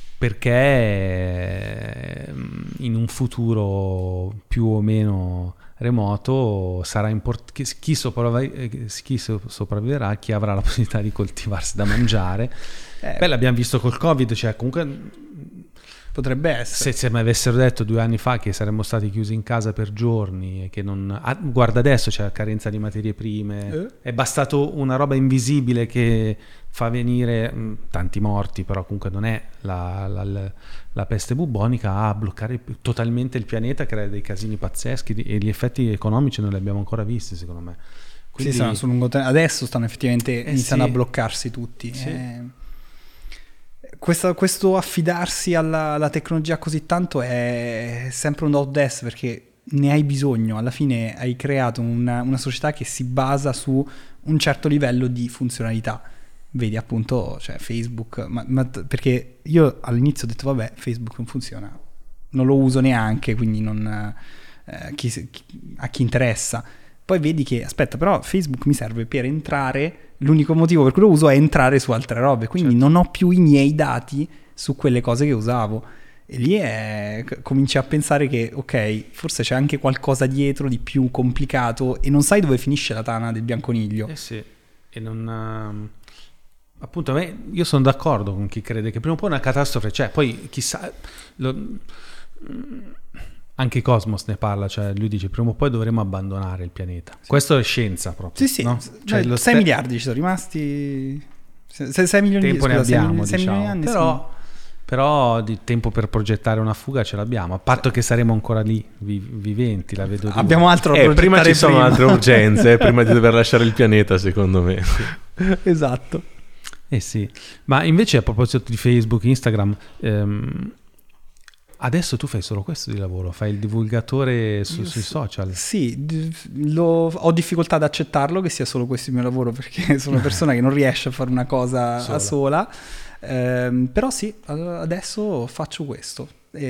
Speaker 1: perché in un futuro più o meno remoto sarà import- chi, sopravvi- chi sopravviverà, chi avrà la possibilità di coltivarsi da mangiare. Eh, Beh, l'abbiamo visto col Covid, cioè comunque
Speaker 2: potrebbe essere.
Speaker 1: Se, se mi avessero detto due anni fa che saremmo stati chiusi in casa per giorni e che non... Ah, guarda adesso c'è la carenza di materie prime, eh? È bastato una roba invisibile che fa venire mh, tanti morti, però comunque non è la, la, la peste bubbonica, a bloccare totalmente il pianeta, creare dei casini pazzeschi, e gli effetti economici non li abbiamo ancora visti, secondo me. Quindi...
Speaker 2: Sì, stanno sul lungo termine. Adesso stanno effettivamente
Speaker 1: eh
Speaker 2: iniziando
Speaker 1: sì.
Speaker 2: a bloccarsi tutti.
Speaker 1: Sì.
Speaker 2: Eh... Questo, questo affidarsi alla, alla tecnologia così tanto è sempre un do des, perché ne hai bisogno. Alla fine hai creato una, una società che si basa su un certo livello di funzionalità. Vedi appunto, cioè Facebook, ma, ma perché io all'inizio ho detto vabbè, Facebook non funziona, non lo uso neanche, quindi non, eh, chi, chi, a chi interessa. Poi vedi che, aspetta, però Facebook mi serve per entrare, l'unico motivo per cui lo uso è entrare su altre robe, quindi certo. non ho più i miei dati su quelle cose che usavo. E lì è, cominci a pensare che, ok, forse c'è anche qualcosa dietro di più complicato e non sai dove finisce la tana del bianconiglio.
Speaker 1: Eh sì, e non... Appunto, a me, io sono d'accordo con chi crede che prima o poi una catastrofe c'è, poi chissà... Lo, anche Cosmos ne parla, cioè lui dice prima o poi dovremo abbandonare il pianeta. Sì. Questo è scienza proprio.
Speaker 2: Sì, sì,
Speaker 1: no?
Speaker 2: cioè, sei
Speaker 1: ste-
Speaker 2: miliardi ci sono rimasti, sei milioni
Speaker 1: tempo
Speaker 2: di
Speaker 1: ne
Speaker 2: scusa,
Speaker 1: abbiamo,
Speaker 2: sei
Speaker 1: diciamo.
Speaker 2: milioni di anni,
Speaker 1: però, però di tempo per progettare una fuga ce l'abbiamo, a patto che saremo ancora lì vi- viventi, la vedo.
Speaker 2: Abbiamo altro da
Speaker 3: eh, prima ci sono
Speaker 2: prima.
Speaker 3: altre urgenze prima di dover lasciare il pianeta, secondo me.
Speaker 2: Esatto.
Speaker 1: Eh sì, ma invece a proposito di Facebook, Instagram, ehm, adesso tu fai solo questo di lavoro, fai il divulgatore su, sui social.
Speaker 2: Sì, lo, ho difficoltà ad accettarlo che sia solo questo il mio lavoro, perché sono una persona che non riesce a fare una cosa sola, sola. Eh, però sì, adesso faccio questo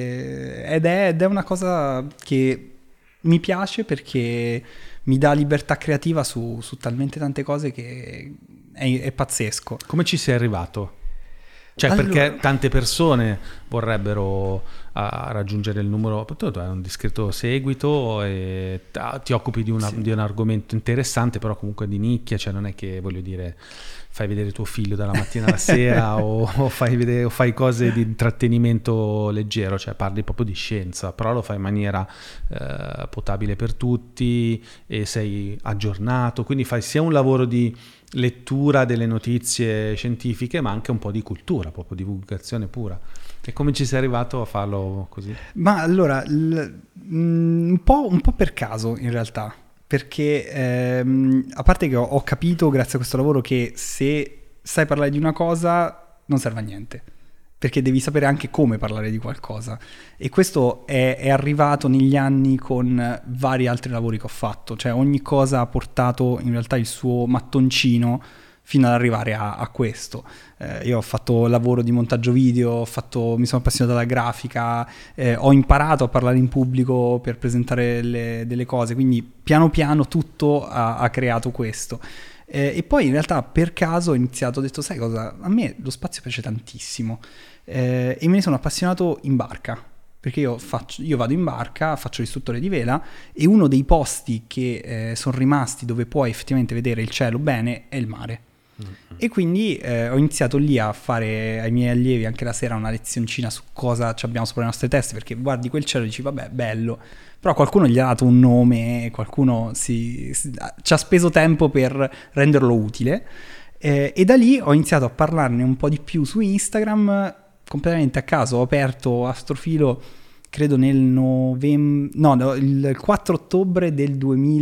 Speaker 2: eh, ed, è, ed è una cosa che mi piace perché mi dà libertà creativa su, su talmente tante cose che è, è pazzesco.
Speaker 1: Come ci sei arrivato? Cioè, allora, perché tante persone vorrebbero a raggiungere il numero, tu hai un discreto seguito e ti occupi di, una, sì. di un argomento interessante, però comunque di nicchia, cioè non è che, voglio dire, fai vedere tuo figlio dalla mattina alla sera o, o, fai vedere, o fai cose di intrattenimento leggero, cioè parli proprio di scienza, però lo fai in maniera eh, potabile per tutti e sei aggiornato, quindi fai sia un lavoro di lettura delle notizie scientifiche ma anche un po' di cultura, proprio divulgazione pura. E come ci sei arrivato a farlo così?
Speaker 2: Ma allora, l- un, po', un po' per caso in realtà, perché ehm, a parte che ho, ho capito grazie a questo lavoro che se sai parlare di una cosa non serve a niente, perché devi sapere anche come parlare di qualcosa, e questo è, è arrivato negli anni con vari altri lavori che ho fatto, cioè ogni cosa ha portato in realtà il suo mattoncino fino ad arrivare a, a questo. Eh, io ho fatto lavoro di montaggio video, ho fatto, mi sono appassionato alla grafica, eh, ho imparato a parlare in pubblico per presentare le, delle cose, quindi piano piano tutto ha, ha creato questo. Eh, e poi in realtà per caso ho iniziato, ho detto sai cosa, a me lo spazio piace tantissimo eh, e me ne sono appassionato in barca, perché io, faccio, io vado in barca, faccio l'istruttore di vela e uno dei posti che eh, sono rimasti dove puoi effettivamente vedere il cielo bene è il mare. Mm-hmm. E quindi eh, ho iniziato lì a fare ai miei allievi anche la sera una lezioncina su cosa ci abbiamo sopra le nostre teste, perché guardi quel cielo e dici vabbè bello, però qualcuno gli ha dato un nome, qualcuno si, si, ci ha speso tempo per renderlo utile eh, e da lì ho iniziato a parlarne un po' di più su Instagram completamente a caso. Ho aperto Astrofilo credo nel novembre, no, no, il quattro ottobre del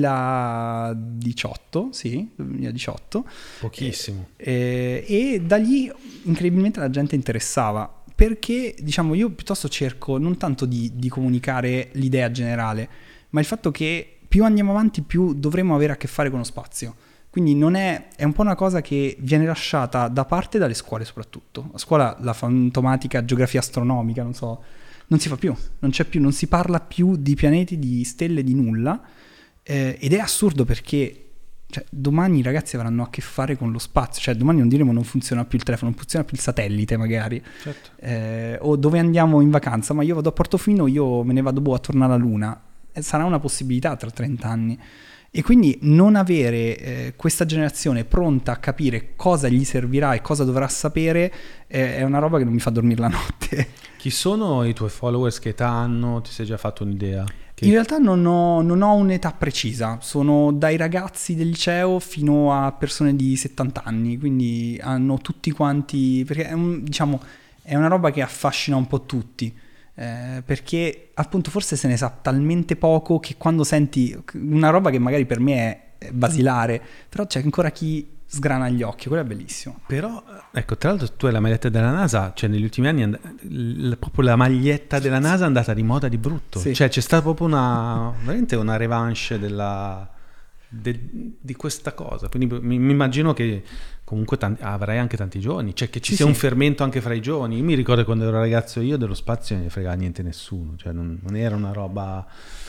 Speaker 2: duemiladiciotto, sì, duemiladiciotto.
Speaker 1: Pochissimo.
Speaker 2: E, e, e da lì incredibilmente la gente interessava, perché diciamo io piuttosto cerco non tanto di, di comunicare l'idea generale, ma il fatto che più andiamo avanti più dovremo avere a che fare con lo spazio. Quindi non è, è un po' una cosa che viene lasciata da parte dalle scuole soprattutto. A scuola la fantomatica geografia astronomica, non so, non si fa più, non c'è più, non si parla più di pianeti, di stelle, di nulla, eh, ed è assurdo perché cioè, domani i ragazzi avranno a che fare con lo spazio, cioè domani non diremo non funziona più il telefono, non funziona più il satellite magari,
Speaker 1: Certo.
Speaker 2: eh, o dove andiamo in vacanza, ma io vado a Portofino, io me ne vado boh, a tornare alla Luna, eh, sarà una possibilità tra trenta anni. E quindi non avere eh, questa generazione pronta a capire cosa gli servirà e cosa dovrà sapere eh, è una roba che non mi fa dormire la notte.
Speaker 1: Chi sono i tuoi followers, che età hanno? Ti sei già fatto un'idea? Che...
Speaker 2: In realtà non ho, non ho un'età precisa, sono dai ragazzi del liceo fino a persone di settanta anni, quindi hanno tutti quanti, perché è, un, diciamo, è una roba che affascina un po' tutti. Eh, perché appunto forse se ne sa talmente poco che quando senti una roba che magari per me è basilare, però c'è ancora chi sgrana gli occhi, quello è bellissimo.
Speaker 1: Però ecco, tra l'altro tu hai la maglietta della NASA, cioè negli ultimi anni and- l- proprio la maglietta della NASA è andata di moda di brutto,
Speaker 2: Sì.
Speaker 1: Cioè c'è stata proprio una veramente una revanche della, de- di questa cosa, quindi mi, mi immagino che comunque tanti, avrai anche tanti giovani, cioè che ci
Speaker 2: Sì,
Speaker 1: sia
Speaker 2: sì.
Speaker 1: un fermento anche fra i giovani. Io mi ricordo quando ero ragazzo io dello spazio non ne fregava niente nessuno, cioè non, non era una roba...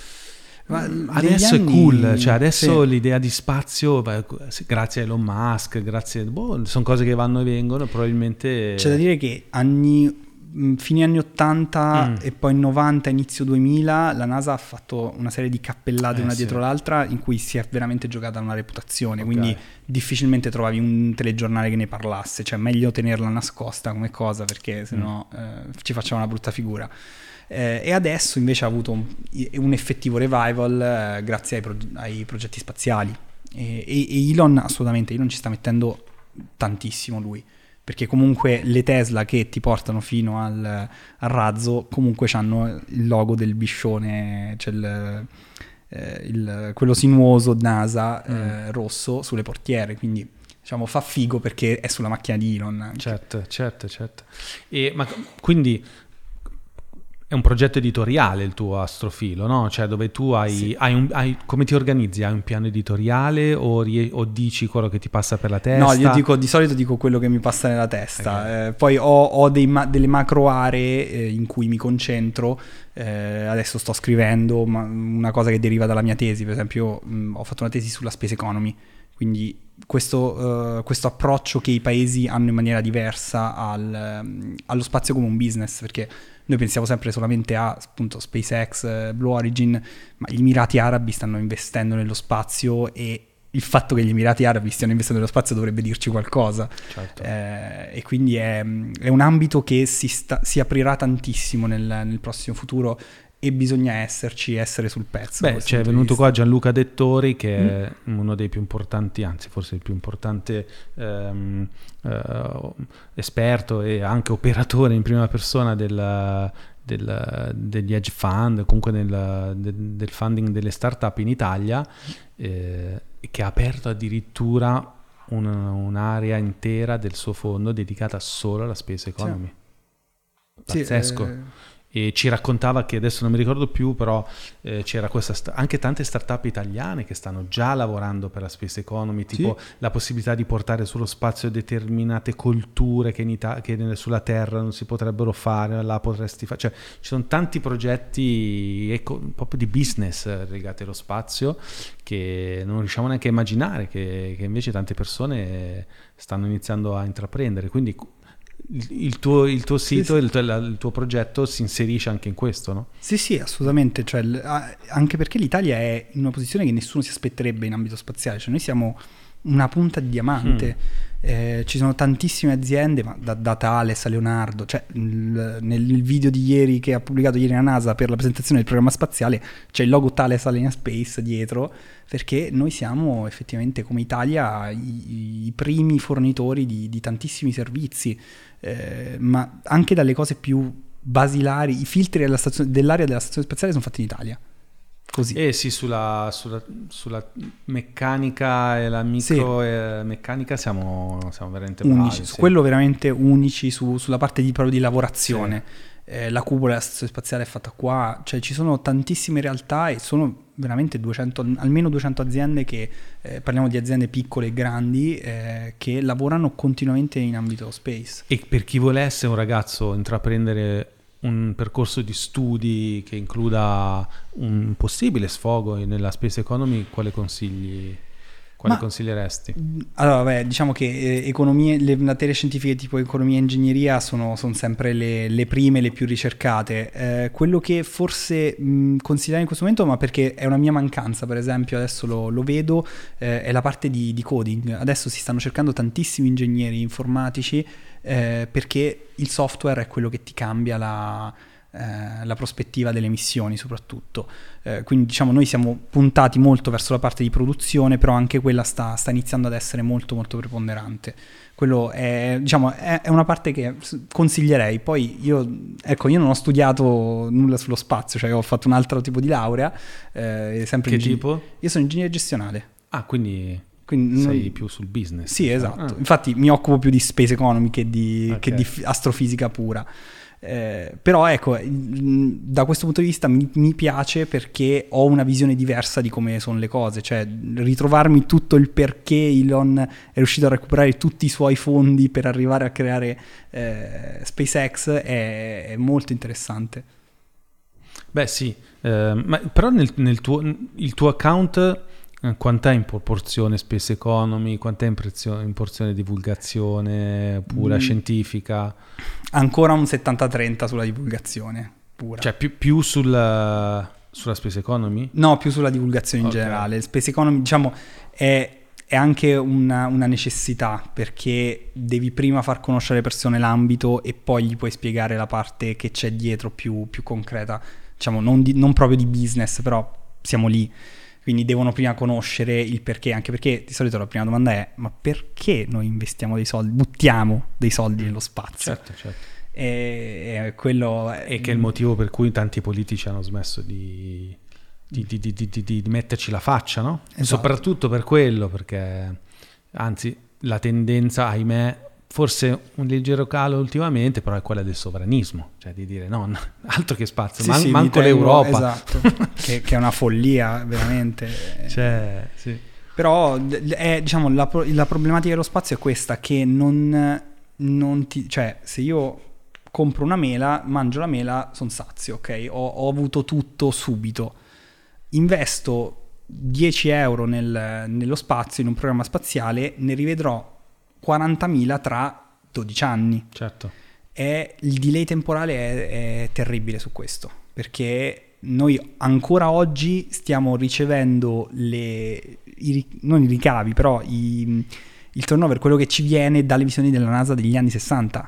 Speaker 2: Ma
Speaker 1: Adesso
Speaker 2: negli
Speaker 1: è cool,
Speaker 2: anni-
Speaker 1: cioè adesso
Speaker 2: sì.
Speaker 1: l'idea di spazio, beh, grazie a Elon Musk, grazie, boh, sono cose che vanno e vengono, probabilmente...
Speaker 2: C'è da dire che anni mh, fine anni ottanta
Speaker 1: Mm.
Speaker 2: e poi novanta, inizio duemila, la NASA ha fatto una serie di cappellate
Speaker 1: Eh,
Speaker 2: una
Speaker 1: sì.
Speaker 2: dietro l'altra in cui si è veramente giocata una reputazione,
Speaker 1: Ok.
Speaker 2: quindi difficilmente trovavi un telegiornale che ne parlasse, cioè meglio tenerla nascosta come cosa perché sennò
Speaker 1: Mm.
Speaker 2: eh, ci facciamo una brutta figura. Eh, e adesso invece ha avuto un, un effettivo revival eh, grazie ai, pro- ai progetti spaziali e, e, e Elon assolutamente, Elon ci sta mettendo tantissimo lui, perché comunque le Tesla che ti portano fino al, al razzo comunque hanno il logo del biscione, cioè il, eh, il- quello sinuoso NASA eh, rosso sulle portiere, quindi diciamo fa figo perché è sulla macchina di Elon anche.
Speaker 1: Certo, certo, certo. E, ma quindi è un progetto editoriale il tuo Astrofilo, no? Cioè dove tu hai,
Speaker 2: Sì.
Speaker 1: hai un... Hai, come ti organizzi? Hai un piano editoriale o, rie- o dici quello che ti passa per la testa?
Speaker 2: No, io dico, di solito dico quello che mi passa nella testa. Eh, poi ho, ho dei ma- delle macro aree eh, in cui mi concentro. Eh, adesso sto scrivendo ma- una cosa che deriva dalla mia tesi. Per esempio, mh, ho fatto una tesi sulla space economy. Quindi questo, eh, questo approccio che i paesi hanno in maniera diversa al, um, allo spazio come un business, perché noi pensiamo sempre solamente a appunto SpaceX, eh, Blue Origin, ma gli Emirati Arabi stanno investendo nello spazio e il fatto che gli Emirati Arabi stiano investendo nello spazio dovrebbe dirci qualcosa.
Speaker 1: Certo.
Speaker 2: Eh, e quindi è, è un ambito che si, sta, si aprirà tantissimo nel, nel prossimo futuro e bisogna esserci, essere sul pezzo. da
Speaker 1: Beh,
Speaker 2: questo
Speaker 1: c'è
Speaker 2: punto di
Speaker 1: venuto
Speaker 2: vista.
Speaker 1: qua Gianluca Dettori che è uno dei più importanti, anzi forse il più importante ehm, eh, esperto e anche operatore in prima persona del, del- degli hedge fund, comunque nel- del, del funding delle start-up in Italia, eh, che ha aperto addirittura un- un'area intera del suo fondo dedicata solo alla space economy.
Speaker 2: Sì,
Speaker 1: Pazzesco.
Speaker 2: eh,
Speaker 1: E ci raccontava che adesso non mi ricordo più, però eh, c'era questa sta- anche tante start-up italiane che stanno già lavorando per la space economy, tipo la possibilità di portare sullo spazio determinate colture che, in Ita- che nel- sulla Terra non si potrebbero fare, là potresti fare. Cioè, ci sono tanti progetti eco- proprio di business eh, legati allo spazio che non riusciamo neanche a immaginare, che, che invece tante persone stanno iniziando a intraprendere. Quindi il il tuo, il tuo sito,
Speaker 2: sì.
Speaker 1: Il, tuo, la- il tuo progetto si inserisce anche in questo, no?
Speaker 2: Sì, sì, assolutamente. Cioè, l- a- anche perché l'Italia è in una posizione che nessuno si aspetterebbe in ambito spaziale. Cioè, noi siamo una punta di diamante. Eh, ci sono tantissime aziende, ma da, da Thales a Leonardo. Cioè, il- nel video di ieri che ha pubblicato ieri la NASA per la presentazione del programma spaziale c'è il logo Thales Alenia Space dietro, perché noi siamo effettivamente come Italia i, i primi fornitori di, di tantissimi servizi. Eh, ma anche dalle cose più basilari, i filtri della stazione, dell'aria della stazione spaziale sono fatti in Italia. Così.
Speaker 1: Eh sì, sulla, sulla, sulla meccanica e la micromeccanica sì. siamo, siamo veramente bravi.
Speaker 2: Unici,
Speaker 1: sì.
Speaker 2: su quello veramente unici, su, sulla parte di, proprio di lavorazione. Sì. Eh, la cupola della stazione spaziale è fatta qua, cioè ci sono tantissime realtà e sono veramente duecento, almeno duecento aziende che, eh, parliamo di aziende piccole e grandi, eh, che lavorano continuamente in ambito space.
Speaker 1: E per chi volesse un ragazzo intraprendere un percorso di studi che includa un possibile sfogo nella space economy, quale consigli, quale
Speaker 2: Ma,
Speaker 1: consiglieresti?
Speaker 2: Allora, vabbè, diciamo che eh, economie, le materie scientifiche tipo economia e ingegneria sono, sono sempre le, le prime, le più ricercate. Eh, quello che forse mh, consigliare in questo momento, ma perché è una mia mancanza, per esempio, adesso lo, lo vedo, eh, è la parte di, di coding. Adesso si stanno cercando tantissimi ingegneri informatici, Eh, perché il software è quello che ti cambia la, eh, la prospettiva delle missioni soprattutto, eh, quindi diciamo noi siamo puntati molto verso la parte di produzione, però anche quella sta, sta iniziando ad essere molto molto preponderante. Quello è, diciamo, è, è una parte che consiglierei. Poi io, ecco, io non ho studiato nulla sullo spazio, cioè ho fatto un altro tipo di laurea, eh, sempre
Speaker 1: che
Speaker 2: in
Speaker 1: tipo?
Speaker 2: Io sono ingegnere gestionale.
Speaker 1: Ah, quindi
Speaker 2: Quindi
Speaker 1: sei
Speaker 2: non...
Speaker 1: più sul business.
Speaker 2: Sì, esatto.
Speaker 1: Ah.
Speaker 2: Infatti mi occupo più di space economy che di,
Speaker 1: Okay.
Speaker 2: che di f- astrofisica pura. Eh, però ecco, mh, da questo punto di vista mi, mi piace perché ho una visione diversa di come sono le cose. Cioè ritrovarmi tutto il perché Elon è riuscito a recuperare tutti i suoi fondi per arrivare a creare eh, SpaceX è, è molto interessante.
Speaker 1: Beh sì, eh, ma però nel, nel tuo, il tuo account eh, quant'è in proporzione space economy, quant'è in, prezio, in porzione divulgazione pura,
Speaker 2: Mm.
Speaker 1: scientifica?
Speaker 2: Ancora un settanta trenta sulla divulgazione pura.
Speaker 1: Cioè più, più sulla, sulla space economy?
Speaker 2: No, più sulla divulgazione in
Speaker 1: Ok.
Speaker 2: generale. Il space economy, diciamo, è, è anche una, una necessità, perché devi prima far conoscere alle persone l'ambito e poi gli puoi spiegare la parte che c'è dietro più, più concreta. Diciamo, non, di, non proprio di business, però siamo lì. Quindi devono prima conoscere il perché, anche perché di solito la prima domanda è: ma perché noi investiamo dei soldi, buttiamo dei soldi nello spazio?
Speaker 1: Certo, certo.
Speaker 2: E, e quello è,
Speaker 1: E che è il motivo per cui tanti politici hanno smesso di, di, di, di, di, di, di metterci la faccia, no?
Speaker 2: Esatto.
Speaker 1: Soprattutto per quello, perché anzi la tendenza, ahimè, forse un leggero calo ultimamente, però è quella del sovranismo, cioè di dire no, no altro che spazio,
Speaker 2: Sì,
Speaker 1: man-
Speaker 2: sì,
Speaker 1: manco
Speaker 2: mi tengo-
Speaker 1: l'Europa.
Speaker 2: esatto, che, che è una follia veramente.
Speaker 1: Cioè, sì.
Speaker 2: Però è, diciamo, la, pro- la problematica dello spazio è questa, che non, non ti, cioè se io compro una mela, mangio la mela, sono sazio, ok? Ho, ho avuto tutto subito. Investo dieci euro nel- nello spazio, in un programma spaziale, ne rivedrò quarantamila tra dodici anni.
Speaker 1: Certo.
Speaker 2: È, il delay temporale è, è terribile su questo, perché noi ancora oggi stiamo ricevendo le, i, non i ricavi, però i, il turnover, quello che ci viene dalle missioni della NASA degli anni sessanta.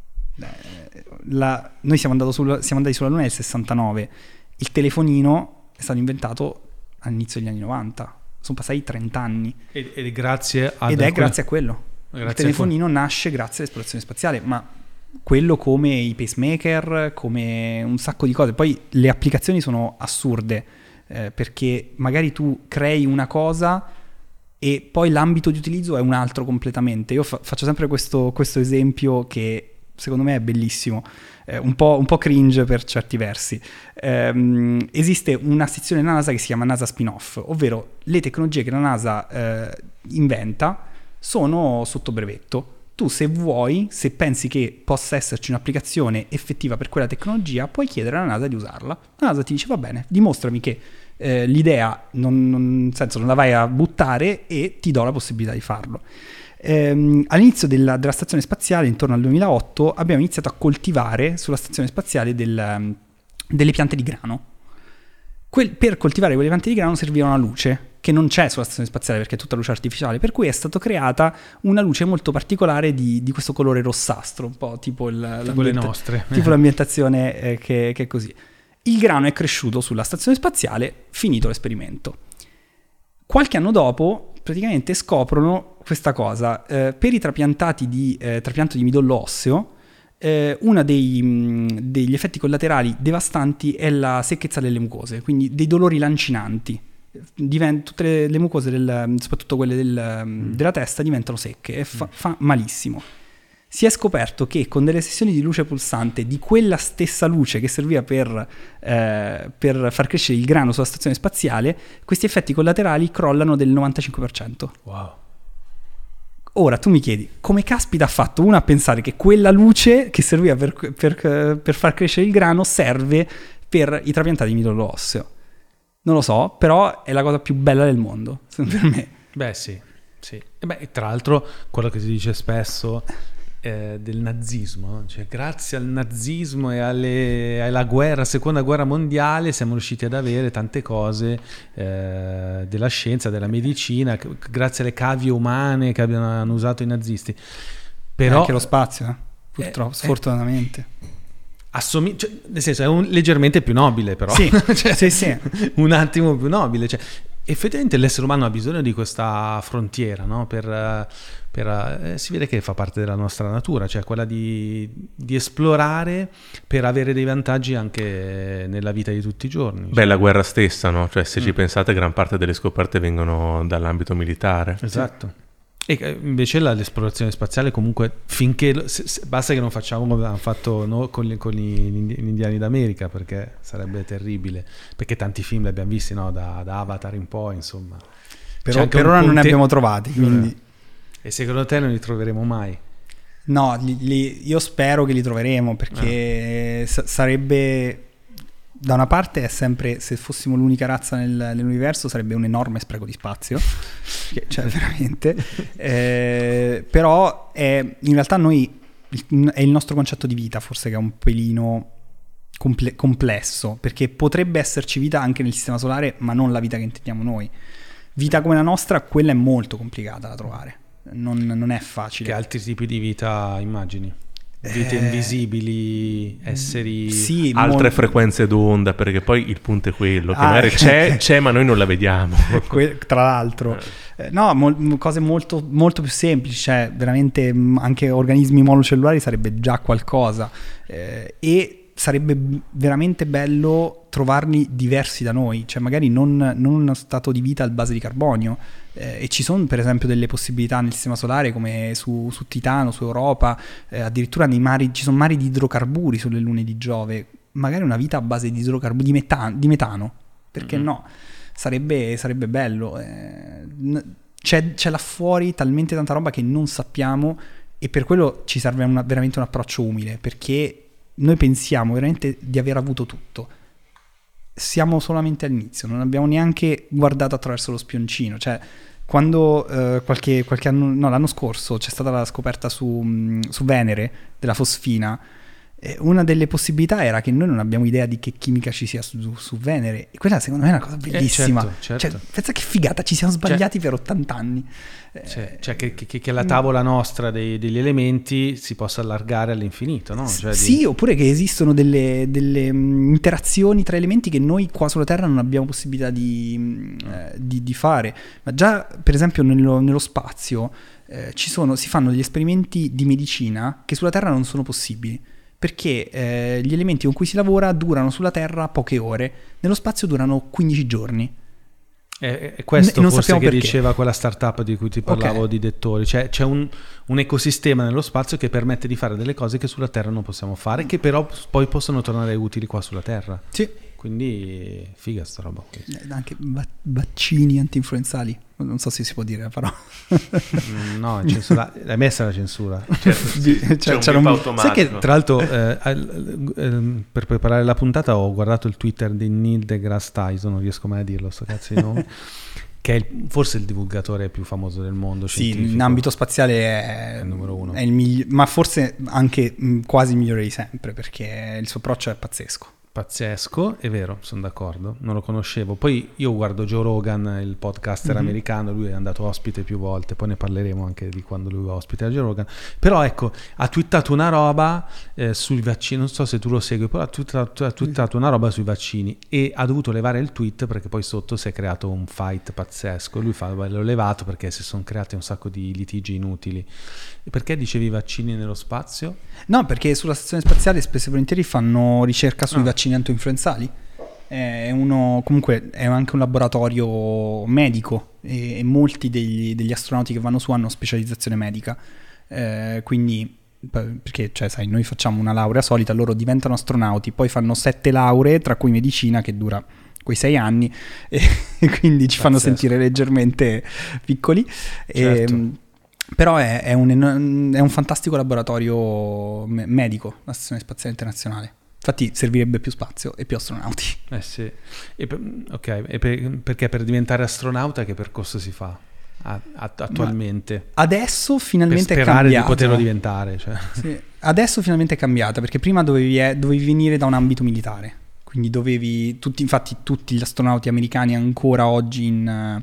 Speaker 2: La, noi siamo, andato sul, siamo andati sulla Luna nel sessantanove, il telefonino è stato inventato all'inizio degli anni novanta, sono passati trenta anni
Speaker 1: Ed, ed è grazie ad
Speaker 2: ed è
Speaker 1: alcune-
Speaker 2: grazie a quello.
Speaker 1: Grazie
Speaker 2: Il telefonino nasce grazie all'esplorazione spaziale, ma quello come i pacemaker, come un sacco di cose. Poi le applicazioni sono assurde, eh, perché magari tu crei una cosa e poi l'ambito di utilizzo è un altro completamente. Io fa- faccio sempre questo, questo esempio che secondo me è bellissimo, eh, un po', un po' cringe per certi versi. Ehm, esiste una sezione della NASA che si chiama NASA Spin-off, ovvero le tecnologie che la NASA eh, inventa sono sotto brevetto. Tu, se vuoi, se pensi che possa esserci un'applicazione effettiva per quella tecnologia, puoi chiedere alla NASA di usarla. La NASA ti dice: va bene, dimostrami che eh, l'idea non, non, nel senso, non la vai a buttare, e ti do la possibilità di farlo. Ehm, all'inizio della, della stazione spaziale, intorno al duemilaotto, abbiamo iniziato a coltivare sulla stazione spaziale del, delle piante di grano. Quel, per coltivare quelle piante di grano serviva una luce che non c'è sulla stazione spaziale, perché è tutta luce artificiale, per cui è stata creata una luce molto particolare di, di questo colore rossastro, un po' tipo, il,
Speaker 1: tipo le nostre.
Speaker 2: tipo l'ambientazione eh, che, che è così. Il grano è cresciuto sulla stazione spaziale, finito l'esperimento. Qualche anno dopo, praticamente scoprono questa cosa. Eh, per i trapiantati di eh, trapianto di midollo osseo, eh, uno dei, mh, degli effetti collaterali devastanti è la secchezza delle mucose, quindi dei dolori lancinanti. Divent- tutte le, le mucose, del, soprattutto quelle del, mm. della testa, diventano secche e fa, fa malissimo. Si è scoperto che con delle sessioni di luce pulsante di quella stessa luce che serviva per, eh, per far crescere il grano sulla stazione spaziale, questi effetti collaterali crollano del novantacinque per cento.
Speaker 1: Wow.
Speaker 2: Ora tu mi chiedi, come caspita ha fatto uno a pensare che quella luce che serviva per, per, per far crescere il grano serve per i trapiantati di midollo osseo? Non lo so, però è la cosa più bella del mondo, per me.
Speaker 1: Beh sì, sì. E beh, tra l'altro quello che si dice spesso eh, del nazismo, cioè grazie al nazismo e alle, alla guerra, seconda guerra mondiale, siamo riusciti ad avere tante cose eh, della scienza, della medicina, grazie alle cavie umane che abbiano usato i nazisti. Però,
Speaker 2: e anche lo spazio, eh? Purtroppo,
Speaker 1: eh,
Speaker 2: sfortunatamente.
Speaker 1: Assomig- cioè, nel senso è un, leggermente più nobile, però
Speaker 2: sì,
Speaker 1: cioè,
Speaker 2: sì, sì.
Speaker 1: un attimo più nobile, cioè, effettivamente l'essere umano ha bisogno di questa frontiera, no? per, per, eh, si vede che fa parte della nostra natura, cioè quella di, di esplorare per avere dei vantaggi anche nella vita di tutti i giorni.
Speaker 3: Beh, la guerra stessa, no? Cioè se
Speaker 1: Mm.
Speaker 3: ci pensate, gran parte delle scoperte vengono dall'ambito militare.
Speaker 1: Esatto. E invece la, l'esplorazione spaziale comunque finché se, se, basta che non facciamo come abbiamo fatto no, con, gli, con gli, gli indiani d'America, perché sarebbe terribile, perché tanti film li abbiamo visti, no? da, da Avatar in poi, insomma.
Speaker 2: Però per ora non ne abbiamo trovati, quindi...
Speaker 1: E secondo te non li troveremo mai?
Speaker 2: No, li, li, io spero che li troveremo, perché ah. s- sarebbe... Da una parte è sempre, se fossimo l'unica razza nel, nell'universo, sarebbe un enorme spreco di spazio, cioè veramente, eh, però è, in realtà noi, è il nostro concetto di vita forse che è un pelino comple- complesso, perché potrebbe esserci vita anche nel sistema solare, ma non la vita che intendiamo noi. Vita come la nostra, quella è molto complicata da trovare, non, non è facile.
Speaker 1: Che altri tipi di vita immagini? Vite
Speaker 2: Eh,
Speaker 1: invisibili, esseri...
Speaker 2: sì,
Speaker 3: Altre
Speaker 2: molto...
Speaker 3: frequenze d'onda, perché poi il punto è quello, che
Speaker 2: Ah,
Speaker 3: magari c'è, c'è ma noi non la vediamo.
Speaker 2: Que- tra l'altro eh, no, mo- cose molto, molto più semplici, cioè veramente mh, anche organismi monocellulari sarebbe già qualcosa, eh, e sarebbe b- veramente bello trovarli diversi da noi, cioè magari non, non uno stato di vita al base di carbonio, eh, e ci sono per esempio delle possibilità nel sistema solare come su, su Titano, su Europa, eh, addirittura nei mari, ci sono mari di idrocarburi sulle lune di Giove, magari una vita a base di idrocarburi, di metano, di metano perché mm-hmm. no? Sarebbe, sarebbe bello, eh, c'è, c'è là fuori talmente tanta roba che non sappiamo, e per quello ci serve una, veramente un approccio umile, perché noi pensiamo veramente di aver avuto tutto, siamo solamente all'inizio, non abbiamo neanche guardato attraverso lo spioncino, cioè quando eh, qualche, qualche anno, no, l'anno scorso c'è stata la scoperta su, su Venere della fosfina, eh, una delle possibilità era che noi non abbiamo idea di che chimica ci sia su, su Venere, e quella secondo me è una cosa bellissima,
Speaker 1: eh, certo, certo.
Speaker 2: Cioè, pensa che figata, ci siamo sbagliati cioè, per ottanta anni,
Speaker 1: cioè, cioè che, che, che la tavola nostra dei, degli elementi si possa allargare all'infinito, no? Cioè
Speaker 2: sì,
Speaker 1: di...
Speaker 2: oppure che esistono delle, delle um, interazioni tra elementi che noi qua sulla Terra non abbiamo possibilità di, um, eh, di, di fare, ma già per esempio nello, nello spazio eh, ci sono, si fanno degli esperimenti di medicina che sulla Terra non sono possibili, perché eh, gli elementi con cui si lavora durano sulla Terra poche ore, nello spazio durano quindici giorni.
Speaker 1: È, è questo
Speaker 2: non
Speaker 1: forse che
Speaker 2: perché.
Speaker 1: diceva quella startup di cui ti parlavo, okay. di Dettori, cioè c'è un, un ecosistema nello spazio che permette di fare delle cose che sulla Terra non possiamo fare, che però poi possono tornare utili qua sulla Terra.
Speaker 2: Sì.
Speaker 1: Quindi figa sta roba qui.
Speaker 2: Anche vaccini anti-influenzali, non so se si può dire la parola.
Speaker 1: No, censura, l'hai messa la censura.
Speaker 3: C'è, c'è, c'è un
Speaker 1: c'era
Speaker 3: bip
Speaker 1: un...
Speaker 3: automatico.
Speaker 1: Sai che tra l'altro eh, eh, per preparare la puntata ho guardato il Twitter di Neil deGrasse Tyson, non riesco mai a dirlo sto cazzo di nome, che è il, forse il divulgatore più famoso del mondo scientifico.
Speaker 2: Sì, in ambito spaziale è,
Speaker 1: è il numero uno,
Speaker 2: è il migliore, ma forse anche mh, quasi il migliore di sempre, perché il suo approccio è pazzesco.
Speaker 1: Pazzesco, è vero, sono d'accordo, non lo conoscevo. Poi io guardo Joe Rogan, il podcaster mm-hmm. americano, lui è andato ospite più volte, poi ne parleremo anche di quando lui va ospite a Joe Rogan. Però ecco, ha twittato una roba eh, sui vaccini, non so se tu lo segui, però ha twittato, ha twittato una roba sui vaccini e ha dovuto levare il tweet perché poi sotto si è creato un fight pazzesco. Lui fa, l'ho levato perché si sono creati un sacco di litigi inutili. E perché dicevi vaccini nello spazio?
Speaker 2: No, perché sulla stazione spaziale spesso e volentieri fanno ricerca sui ah. vaccini antinfluenzali. È uno, comunque è anche un laboratorio medico e, e molti degli, degli astronauti che vanno su hanno specializzazione medica. Eh, quindi, perché cioè, sai, noi facciamo una laurea solita, loro diventano astronauti, poi fanno sette lauree, tra cui medicina, che dura quei sei anni, e, e quindi ci Pazzesco. Fanno sentire leggermente piccoli.
Speaker 1: Certo.
Speaker 2: E, però è, è, un, è un fantastico laboratorio medico, la Stazione Spaziale Internazionale. Infatti servirebbe più spazio e più astronauti.
Speaker 1: Eh sì. E per, ok, e per, perché per diventare astronauta che percorso si fa a, a, attualmente?
Speaker 2: Ma adesso finalmente
Speaker 1: per
Speaker 2: è cambiata.
Speaker 1: Per sperare di poterlo diventare. Cioè.
Speaker 2: Sì. Adesso finalmente è cambiata, perché prima dovevi, eh, dovevi venire da un ambito militare. Quindi dovevi, tutti, infatti tutti gli astronauti americani ancora oggi in...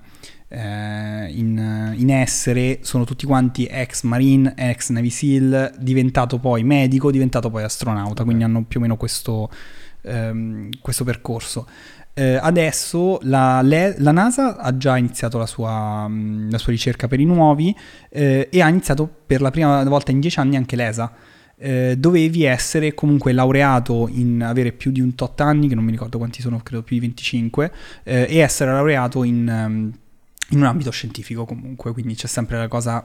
Speaker 2: In, in essere sono tutti quanti ex Marine, ex Navy SEAL, diventato poi medico, diventato poi astronauta, okay. Quindi hanno più o meno questo, ehm, questo percorso. Eh, adesso la, le, la NASA ha già iniziato la sua, la sua ricerca per i nuovi eh, e ha iniziato per la prima volta in dieci anni anche l'E S A. Eh, dovevi essere comunque laureato in avere più di un tot anni, che non mi ricordo quanti sono, credo più di venticinque, eh, e essere laureato in... Um, in un ambito scientifico comunque, quindi c'è sempre la cosa,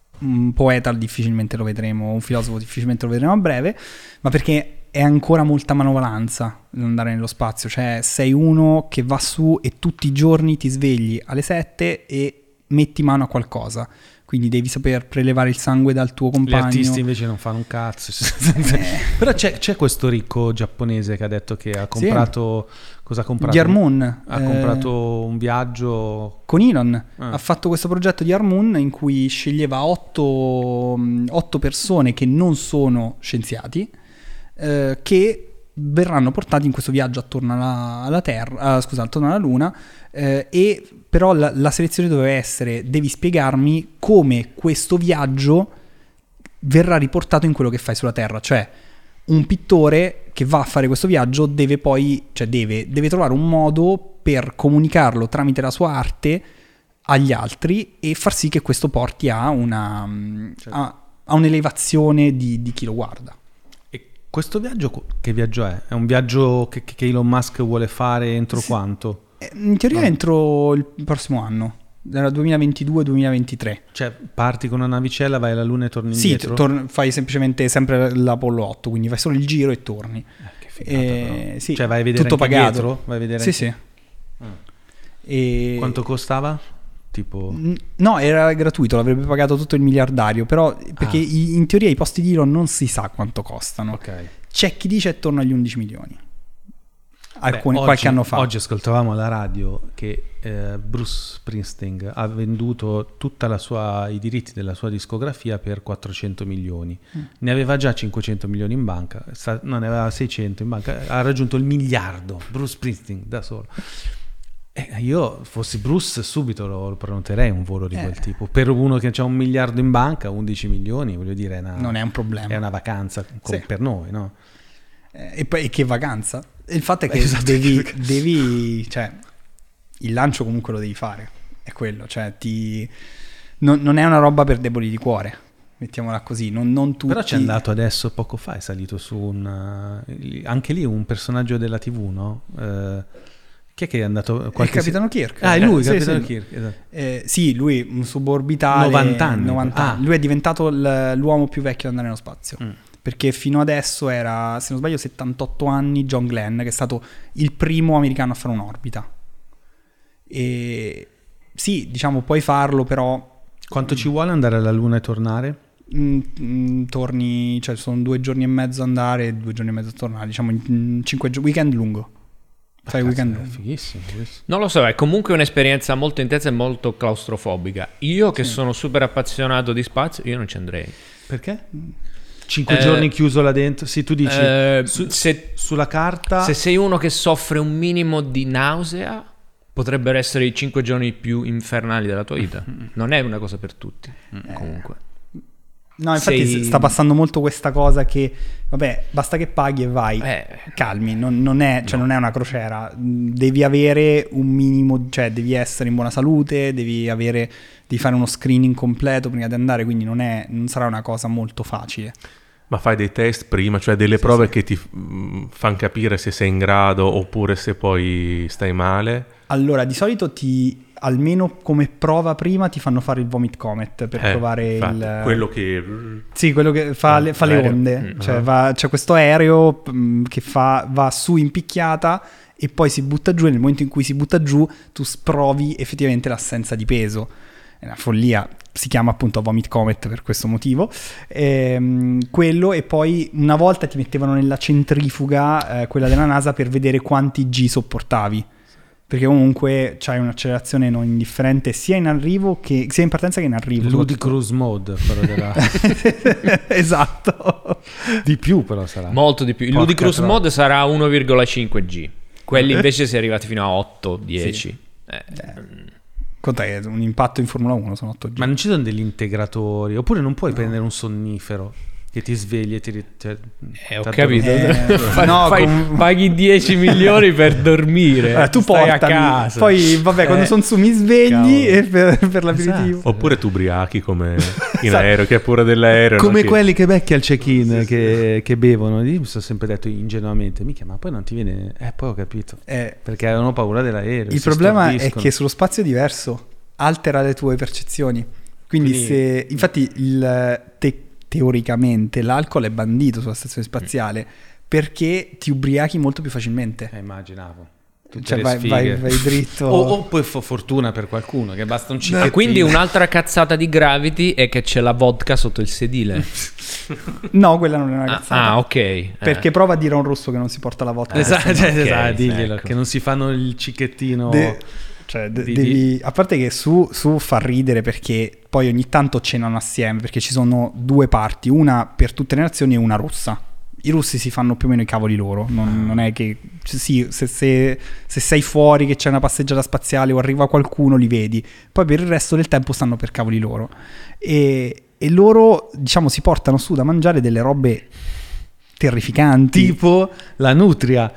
Speaker 2: un poeta difficilmente lo vedremo, un filosofo difficilmente lo vedremo a breve, ma perché è ancora molta manovalanza andare nello spazio, cioè sei uno che va su e tutti i giorni ti svegli alle sette e metti mano a qualcosa, quindi devi saper prelevare il sangue dal tuo compagno.
Speaker 1: Gli artisti invece non fanno un cazzo. Eh. Però c'è, c'è questo ricco giapponese che ha detto che ha comprato... Sì. Cosa ha comprato?
Speaker 2: Di Harmoon.
Speaker 1: Ha eh, comprato un viaggio...
Speaker 2: Con Elon.
Speaker 1: Ah.
Speaker 2: Ha fatto questo progetto di Harmoon in cui sceglieva otto, otto persone che non sono scienziati, eh, che verranno portati in questo viaggio attorno alla, alla Terra, uh, scusa, attorno alla Luna, eh, e però la, la selezione doveva essere: devi spiegarmi come questo viaggio verrà riportato in quello che fai sulla Terra, cioè un pittore che va a fare questo viaggio deve poi, cioè deve, deve trovare un modo per comunicarlo tramite la sua arte agli altri e far sì che questo porti a una certo. a, a un'elevazione di, di chi lo guarda.
Speaker 1: Questo viaggio, che viaggio è? È un viaggio che, che Elon Musk vuole fare entro sì. quanto?
Speaker 2: In teoria no. entro il prossimo anno, dal duemilaventidue duemilaventitré.
Speaker 1: Cioè parti con una navicella, vai alla Luna e torni indietro?
Speaker 2: Sì, tor- fai semplicemente sempre l'Apollo otto, quindi fai solo il giro e torni.
Speaker 1: Eh, che figata,
Speaker 2: e, sì,
Speaker 1: cioè vai a vedere
Speaker 2: tutto
Speaker 1: anche
Speaker 2: pagato.
Speaker 1: dietro? Vai a vedere
Speaker 2: sì,
Speaker 1: anche...
Speaker 2: sì.
Speaker 1: Ah.
Speaker 2: E...
Speaker 1: Quanto costava? Tipo...
Speaker 2: No, era gratuito, l'avrebbe pagato tutto il miliardario, però perché ah. i, in teoria i posti di Elon non si sa quanto costano.
Speaker 1: Okay.
Speaker 2: C'è chi dice attorno agli undici milioni. Alcuni,
Speaker 1: Beh,
Speaker 2: qualche
Speaker 1: oggi,
Speaker 2: anno fa.
Speaker 1: Oggi ascoltavamo alla radio che eh, Bruce Springsteen ha venduto tutta la sua, i diritti della sua discografia per quattrocento milioni. Mm. Ne aveva già cinquecento milioni in banca, sta, no, ne aveva seicento in banca, ha raggiunto il miliardo. Bruce Springsteen da solo. Eh, io fossi Bruce subito lo, lo prenoterei un volo di eh. quel tipo. Per uno che ha un miliardo in banca, undici milioni, voglio dire, è una,
Speaker 2: non è un problema.
Speaker 1: È una vacanza com-
Speaker 2: sì.
Speaker 1: per noi, no?
Speaker 2: Eh, e poi che vacanza? Il fatto è che esatto, devi, che devi, cioè, il lancio comunque lo devi fare, è quello, cioè ti non, non è una roba per deboli di cuore, mettiamola così, non, non tutti.
Speaker 1: Però c'è andato adesso, poco fa è salito su un, uh, anche lì un personaggio della tivù, no? Uh, chi è che è andato?
Speaker 2: Il Capitano Kirk.
Speaker 1: Ah, è lui,
Speaker 2: sì,
Speaker 1: Capitano
Speaker 2: sì.
Speaker 1: Kirk. Esatto.
Speaker 2: Eh, sì, lui un suborbitale.
Speaker 1: novanta anni.
Speaker 2: novanta
Speaker 1: Ah.
Speaker 2: anni. Lui è diventato l- l'uomo più vecchio ad andare nello spazio. Mm. Perché fino adesso era, se non sbaglio, settantotto anni John Glenn, che è stato il primo americano a fare un'orbita. E sì, diciamo, puoi farlo, però...
Speaker 1: Quanto ci vuole andare alla Luna e tornare?
Speaker 2: Mm, mm, torni, cioè sono due giorni e mezzo andare e due giorni e mezzo tornare, diciamo in cinque giorni, weekend lungo. Fai weekend lungo.
Speaker 1: Fighissimo, fighissimo.
Speaker 4: Non lo so, è comunque un'esperienza molto intensa e molto claustrofobica. Io che
Speaker 2: sì.
Speaker 4: sono super appassionato di spazio, io non ci andrei.
Speaker 1: Perché? cinque
Speaker 4: Eh,
Speaker 1: giorni chiuso là dentro. Sì, tu dici
Speaker 4: Eh,
Speaker 1: su-
Speaker 4: se,
Speaker 1: sulla carta.
Speaker 4: se sei uno che soffre un minimo di nausea, potrebbero essere i cinque giorni più infernali della tua vita. Non è una cosa per tutti, comunque.
Speaker 2: No, infatti
Speaker 4: Sei-
Speaker 2: sta passando molto questa cosa che, vabbè, basta che paghi e vai,
Speaker 4: Eh,
Speaker 2: calmi, non, non è, cioè non è una crociera, devi avere un minimo, cioè devi essere in buona salute, devi avere, devi fare uno screening completo prima di andare, quindi non, è, non sarà una cosa molto facile.
Speaker 3: Ma fai dei test prima, cioè delle
Speaker 2: Sì,
Speaker 3: prove
Speaker 2: sì.
Speaker 3: che ti mm, fanno capire se sei in grado oppure se poi stai male?
Speaker 2: Allora, di solito ti, almeno come prova prima, ti fanno fare il vomit comet per
Speaker 3: Eh,
Speaker 2: provare
Speaker 3: infatti,
Speaker 2: il...
Speaker 3: quello che...
Speaker 2: Sì, quello che fa,
Speaker 3: Ah,
Speaker 2: le, fa le
Speaker 3: l'aereo.
Speaker 2: onde,
Speaker 3: Mm.
Speaker 2: cioè
Speaker 3: Ah.
Speaker 2: va- c'è questo aereo mh, che fa, va su in picchiata e poi si butta giù e nel momento in cui si butta giù tu provi effettivamente l'assenza di peso. È una follia, si chiama appunto vomit comet per questo motivo. Ehm, quello, e poi una volta ti mettevano nella centrifuga, eh, quella della NASA, per vedere quanti G sopportavi. Perché comunque c'hai un'accelerazione non indifferente sia in arrivo che sia in partenza che in arrivo.
Speaker 1: Ludicrous mode, quello della...
Speaker 2: Esatto.
Speaker 1: di più però sarà.
Speaker 4: molto di più. Il
Speaker 1: Porca
Speaker 4: Ludicrous
Speaker 1: troia.
Speaker 4: Mode sarà uno virgola cinque G. Quelli invece si è arrivati fino a otto dieci. Eh,
Speaker 2: Conta che un impatto in Formula uno sono otto G.
Speaker 1: Ma non ci sono degli integratori? Oppure non puoi prendere un sonnifero che ti svegli e ti... ri- cioè,
Speaker 4: Eh, ho
Speaker 1: tanto-
Speaker 4: capito.
Speaker 2: Eh,
Speaker 4: Fai-
Speaker 2: no,
Speaker 4: fai-
Speaker 2: com-
Speaker 4: paghi dieci milioni per dormire.
Speaker 2: Allora, tu
Speaker 4: Stai
Speaker 2: portami,
Speaker 4: a casa.
Speaker 2: poi vabbè, quando
Speaker 4: Eh,
Speaker 2: sono su mi svegli
Speaker 1: cavolo.
Speaker 2: e per, per l'aperitivo.
Speaker 1: Esatto.
Speaker 3: Oppure tu ubriachi come in
Speaker 2: Esatto.
Speaker 3: aereo, che è pure dell'aereo. no?
Speaker 1: Come
Speaker 3: Che-
Speaker 1: quelli che becchi al check-in che, che bevono. Io mi sono sempre detto ingenuamente, mica, ma poi non ti viene... Eh, poi ho capito.
Speaker 2: Eh,
Speaker 1: Perché avevano paura dell'aereo.
Speaker 2: il
Speaker 1: si
Speaker 2: problema è
Speaker 1: stordiscono.
Speaker 2: che sullo spazio è diverso, altera le tue percezioni. Quindi,
Speaker 1: Quindi-
Speaker 2: se infatti il, te- teoricamente l'alcol è bandito sulla stazione spaziale perché ti ubriachi molto più facilmente.
Speaker 1: Eh, immaginavo. Tutte
Speaker 2: Cioè
Speaker 1: le
Speaker 2: vai,
Speaker 1: sfighe.
Speaker 2: vai, vai dritto.
Speaker 1: O, o poi fa fortuna per qualcuno, che basta un cicchettino.
Speaker 4: E quindi un'altra cazzata di Gravity è che c'è la vodka sotto il sedile.
Speaker 2: No, quella non è una
Speaker 4: Ah,
Speaker 2: cazzata.
Speaker 4: ah, ok. Eh.
Speaker 2: Perché prova a dire a un russo che non si porta la vodka.
Speaker 1: Esatto,
Speaker 4: ok,
Speaker 1: esatto, diglielo,
Speaker 4: ecco.
Speaker 1: che non si fanno il cicchettino...
Speaker 2: De- cioè, de-
Speaker 1: di-
Speaker 2: devi, a parte che su, su fa ridere perché poi ogni tanto cenano assieme, perché ci sono due parti, una per tutte le nazioni e una russa. I russi si fanno più o meno i cavoli loro, non, non è che... Sì, se, se, se sei fuori che c'è una passeggiata spaziale o arriva qualcuno li vedi, poi per il resto del tempo stanno per cavoli loro. E, e loro, diciamo, si portano su da mangiare delle robe terrificanti.
Speaker 1: Tipo la nutria.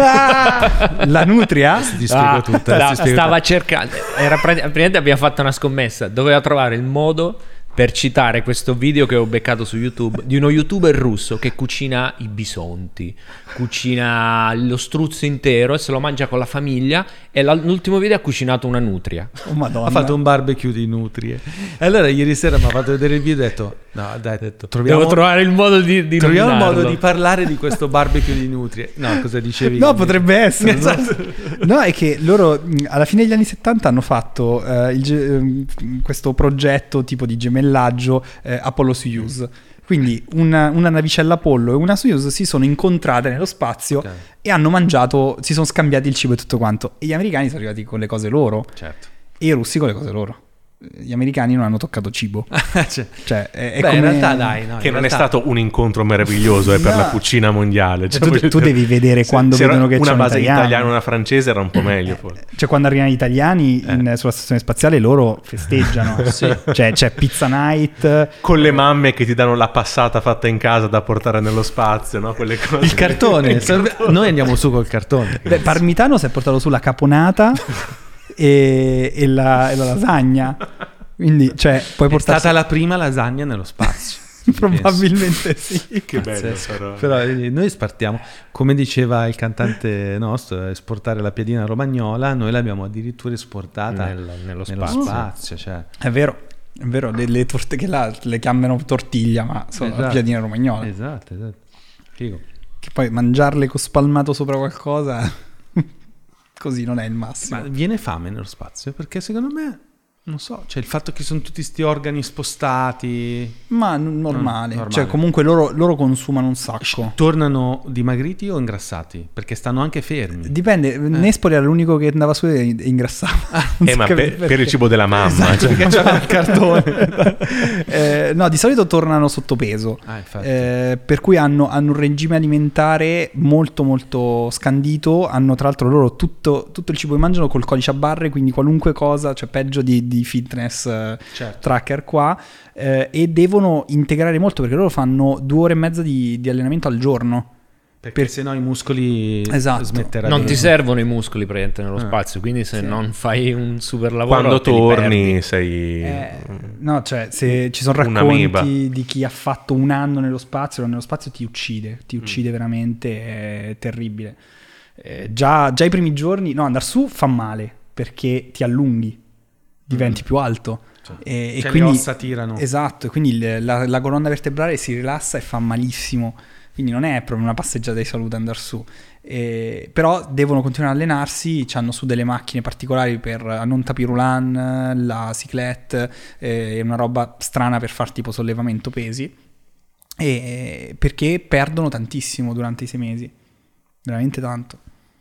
Speaker 2: La nutria?
Speaker 1: Ti spiego
Speaker 4: Ah,
Speaker 1: tutto.
Speaker 4: sta-
Speaker 1: ti spiego
Speaker 4: stava
Speaker 1: tutto.
Speaker 4: cercando. Era prati- praticamente abbiamo fatto una scommessa. Doveva trovare il modo per citare questo video che ho beccato su YouTube di uno youtuber russo che cucina i bisonti, cucina lo struzzo intero e se lo mangia con la famiglia. E la- l'ultimo video ha cucinato una nutria.
Speaker 2: Oh, Madonna.
Speaker 1: Ha fatto un barbecue di nutrie. E allora ieri sera mi ha fatto vedere il video e ho detto, no dai, ho detto, troviamo,
Speaker 4: Devo trovare il modo di, di
Speaker 1: troviamo il
Speaker 4: nominarlo.
Speaker 1: modo di parlare di questo barbecue di nutrie. No, cosa dicevi?
Speaker 2: No, potrebbe essere. no?
Speaker 1: Esatto.
Speaker 2: No, è che loro mh, alla fine degli anni settanta hanno fatto eh, il ge- ehm, questo progetto tipo di gemellaggio eh, Apollo-Soyuz. Quindi una, una navicella Apollo e una Soyuz si sono incontrate nello spazio
Speaker 1: Ok.
Speaker 2: e hanno mangiato, si sono scambiati il cibo e tutto quanto. E gli americani sono arrivati con le cose loro
Speaker 1: Certo.
Speaker 2: e i russi con le cose loro. Gli americani non hanno toccato cibo.
Speaker 1: Cioè,
Speaker 2: Cioè, è, è
Speaker 1: beh,
Speaker 2: come...
Speaker 1: in realtà dai, no,
Speaker 3: Che
Speaker 1: in
Speaker 3: non è
Speaker 1: realtà-
Speaker 3: stato un incontro meraviglioso eh, per
Speaker 2: No.
Speaker 3: la cucina mondiale.
Speaker 2: Cioè,
Speaker 3: Cioè,
Speaker 2: tu,
Speaker 3: voglio
Speaker 2: tu
Speaker 3: dire,
Speaker 2: devi vedere
Speaker 3: se-
Speaker 2: quando
Speaker 3: se era
Speaker 2: vedono che
Speaker 3: una
Speaker 2: c'è
Speaker 3: base
Speaker 2: un italiano.
Speaker 3: italiana e una francese era un po' meglio forse.
Speaker 2: Cioè, quando arrivano gli italiani
Speaker 3: Eh.
Speaker 2: in- sulla stazione spaziale, loro festeggiano. Cioè, c'è Pizza Night.
Speaker 3: Con le mamme che ti danno la passata fatta in casa da portare nello spazio, no? Quelle cose.
Speaker 1: Il cartone. serve- Noi andiamo su col cartone.
Speaker 2: Beh, Parmitano si è portato sulla caponata e, e la, e la lasagna. Quindi, cioè, puoi
Speaker 1: È
Speaker 2: portarsi...
Speaker 1: stata la prima lasagna nello spazio.
Speaker 2: Probabilmente sì.
Speaker 3: Che bello,
Speaker 1: Pazzesco.
Speaker 3: però.
Speaker 1: Però eh, noi spartiamo, come diceva il cantante nostro, esportare la piadina romagnola, noi l'abbiamo addirittura esportata
Speaker 4: Nel- nello
Speaker 1: nello
Speaker 4: spazio.
Speaker 1: spazio, cioè.
Speaker 2: È vero, è vero, le, le torte che là le chiamano tortiglia, ma sono
Speaker 1: Esatto.
Speaker 2: piadine romagnole.
Speaker 1: Esatto, esatto. Figo.
Speaker 2: Che poi mangiarle con spalmato sopra qualcosa, così non è il massimo.
Speaker 1: Ma viene fame nello spazio? Perché secondo me Non so, cioè il fatto che sono tutti sti organi spostati.
Speaker 2: Ma n- normale.
Speaker 1: Mm, normale.
Speaker 2: Cioè comunque loro, loro consumano un sacco.
Speaker 1: Tornano dimagriti o ingrassati? Perché stanno anche fermi.
Speaker 2: Dipende, eh. Nespoli era l'unico che andava su e ingrassava.
Speaker 3: Eh, ma per, per il cibo della mamma.
Speaker 2: Esatto,
Speaker 3: Cioè.
Speaker 2: perché c'era il cartone. eh, no, di solito tornano sottopeso.
Speaker 1: Ah, infatti.
Speaker 2: Eh, per cui hanno, hanno un regime alimentare molto molto scandito. Hanno tra l'altro loro tutto, tutto il cibo che mangiano col codice a barre, quindi qualunque cosa, cioè peggio di, di fitness eh,
Speaker 1: Certo.
Speaker 2: tracker qua, eh, e devono integrare molto perché loro fanno due ore e mezza di, di allenamento al giorno.
Speaker 1: Perché
Speaker 2: per-
Speaker 1: se no i muscoli
Speaker 2: Esatto.
Speaker 1: smetteranno.
Speaker 4: Non ti servono i muscoli praticamente nello
Speaker 1: Eh.
Speaker 4: spazio, quindi se
Speaker 2: Sì.
Speaker 4: non fai un super lavoro
Speaker 3: Quando
Speaker 4: te li
Speaker 3: torni
Speaker 4: perdi.
Speaker 3: sei...
Speaker 2: Eh, no, cioè se ci sono
Speaker 3: Un'ameba.
Speaker 2: racconti di chi ha fatto un anno nello spazio, nello spazio ti uccide, ti uccide veramente, è terribile. Eh, già, già i primi giorni, no, andare su fa male perché ti allunghi, diventi più alto.
Speaker 1: Cioè,
Speaker 2: E, e
Speaker 1: cioè,
Speaker 2: quindi,
Speaker 1: le ossa tirano.
Speaker 2: esatto, e quindi il- la, la colonna vertebrale si rilassa e fa malissimo. Quindi non è proprio una passeggiata di salute andare su. Eh, però devono continuare a allenarsi, hanno su delle macchine particolari per non tapirulan, la cyclette, eh, una roba strana per far tipo sollevamento pesi, e, perché perdono tantissimo durante i sei mesi, veramente tanto.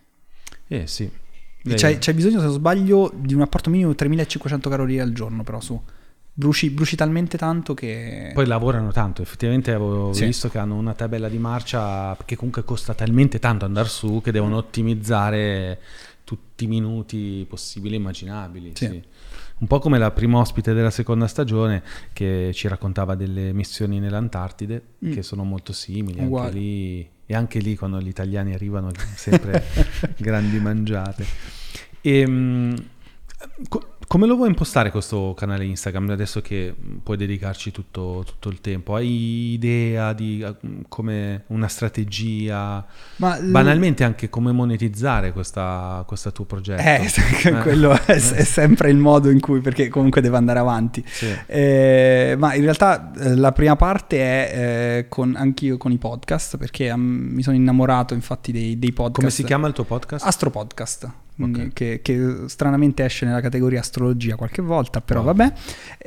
Speaker 1: Eh sì.
Speaker 2: E c'hai, c'hai bisogno, se non sbaglio, di un apporto minimo di tremilacinquecento calorie al giorno, però su. Bruci, bruci talmente tanto che...
Speaker 1: Poi lavorano tanto, effettivamente avevo
Speaker 2: Sì.
Speaker 1: visto che hanno una tabella di marcia che comunque costa talmente tanto andare su che devono ottimizzare tutti i minuti possibili e immaginabili.
Speaker 2: Sì.
Speaker 1: Sì. Un po' come la prima ospite della seconda stagione che ci raccontava delle missioni nell'Antartide
Speaker 2: Mm.
Speaker 1: che sono molto simili, anche
Speaker 2: Uguali.
Speaker 1: lì, e anche lì quando gli italiani arrivano sempre grandi mangiate. E, mh, co- come lo vuoi impostare questo canale Instagram adesso che puoi dedicarci tutto, tutto il tempo? Hai idea di eh, come una strategia?
Speaker 2: Ma l-
Speaker 1: Banalmente anche come monetizzare questa, questo tuo progetto?
Speaker 2: Eh, quello è, è sempre il modo in cui, perché comunque deve andare avanti.
Speaker 1: Sì.
Speaker 2: Eh, ma in realtà eh, la prima parte è eh, con, anch'io con i podcast, perché um, mi sono innamorato infatti dei, dei podcast.
Speaker 1: Come si chiama il tuo podcast?
Speaker 2: Astro Podcast, quindi
Speaker 1: Ok.
Speaker 2: che, che stranamente esce nella categoria astrologia qualche volta, però
Speaker 1: Wow.
Speaker 2: vabbè.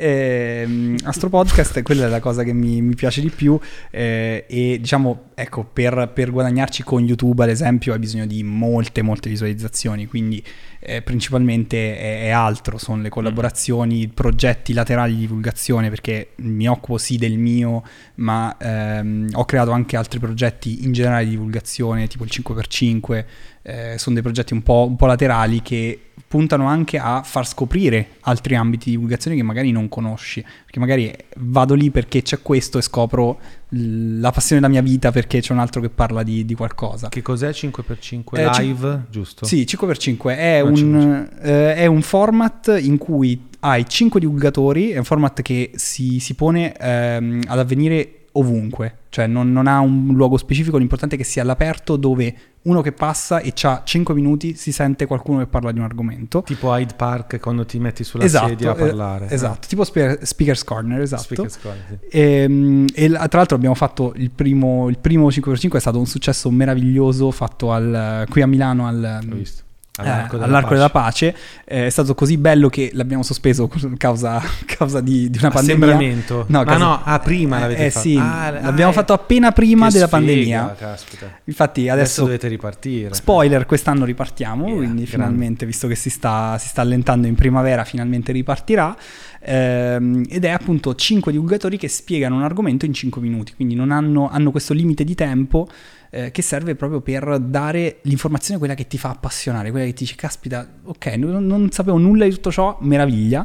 Speaker 2: Ehm, Astro Podcast, quella è la cosa che mi, mi piace di più, eh, e diciamo, ecco, per, per guadagnarci con YouTube ad esempio hai bisogno di molte molte visualizzazioni, quindi eh, principalmente è, è altro, sono le collaborazioni, progetti laterali di divulgazione, perché mi occupo sì del mio, ma ehm, ho creato anche altri progetti in generale di divulgazione, tipo il cinque per cinque. Eh, sono dei progetti un po', un po' laterali che puntano anche a far scoprire altri ambiti di divulgazione che magari non conosci, perché magari vado lì perché c'è questo e scopro l- la passione della mia vita perché c'è un altro che parla di, di qualcosa.
Speaker 1: Che cos'è cinque per cinque
Speaker 2: Eh,
Speaker 1: live, giusto?
Speaker 2: Sì, cinque per cinque è,
Speaker 1: Ah,
Speaker 2: un,
Speaker 1: cinque
Speaker 2: eh, è un format in cui hai cinque divulgatori, è un format che si, si pone ehm, ad avvenire ovunque, cioè non, non ha un luogo specifico, l'importante è che sia all'aperto, dove uno che passa e c'ha cinque minuti si sente qualcuno che parla di un argomento.
Speaker 1: Tipo Hyde Park quando ti metti sulla
Speaker 2: Esatto,
Speaker 1: sedia a
Speaker 2: eh,
Speaker 1: parlare.
Speaker 2: esatto, tipo Spe- Speaker's Corner, esatto.
Speaker 1: Speaker's Corner, sì.
Speaker 2: E, e la- tra l'altro abbiamo fatto il primo, il primo cinque per cinque, è stato un successo meraviglioso fatto al, qui a Milano al,
Speaker 1: L'ho visto.
Speaker 2: eh,
Speaker 1: All'Arco della
Speaker 2: all'Arco della
Speaker 1: Pace.
Speaker 2: Pace. Eh, è stato così bello che l'abbiamo sospeso causa, causa di, di una pandemia.
Speaker 1: Assembramento. Ma
Speaker 2: causa-
Speaker 1: no, ah, prima
Speaker 2: eh,
Speaker 1: l'avete
Speaker 2: eh,
Speaker 1: fatto.
Speaker 2: sì,
Speaker 1: Ah,
Speaker 2: l'abbiamo
Speaker 1: ah,
Speaker 2: fatto appena prima
Speaker 1: che
Speaker 2: della
Speaker 1: sfiga,
Speaker 2: pandemia.
Speaker 1: caspita.
Speaker 2: Infatti
Speaker 1: Adesso,
Speaker 2: adesso,
Speaker 1: dovete ripartire.
Speaker 2: spoiler, quest'anno ripartiamo,
Speaker 1: Yeah,
Speaker 2: quindi
Speaker 1: grande.
Speaker 2: finalmente, visto che si sta, si sta allentando in primavera, finalmente ripartirà. Ehm, ed è appunto cinque divulgatori che spiegano un argomento in cinque minuti, quindi non hanno, hanno questo limite di tempo eh, che serve proprio per dare l'informazione, quella che ti fa appassionare, quella che ti dice caspita, ok, non, non sapevo nulla di tutto ciò, meraviglia.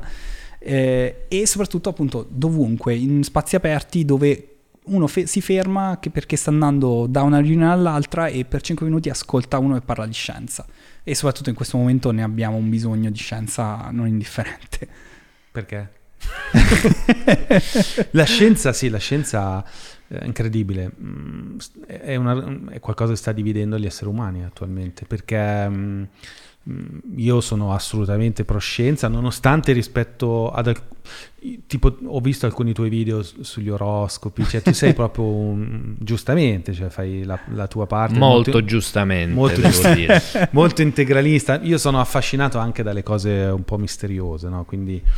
Speaker 2: Eh, e soprattutto appunto dovunque, in spazi aperti dove uno fe- si ferma che perché sta andando da una riunione all'altra e per cinque minuti ascolta uno che parla di scienza, e soprattutto in questo momento ne abbiamo un bisogno di scienza non indifferente.
Speaker 1: Perché? La scienza, sì, la scienza è incredibile. Mm, È, una- è qualcosa che sta dividendo gli esseri umani attualmente, perché mm, io sono assolutamente pro scienza, nonostante rispetto ad alc- tipo ho visto alcuni tuoi video s- sugli oroscopi, cioè tu sei proprio un- giustamente, cioè fai la, la tua parte
Speaker 4: Molto giustamente,
Speaker 1: molto
Speaker 4: devo
Speaker 1: giusta-
Speaker 4: dire.
Speaker 1: molto integralista. Io sono affascinato anche dalle cose un po' misteriose, no? Quindi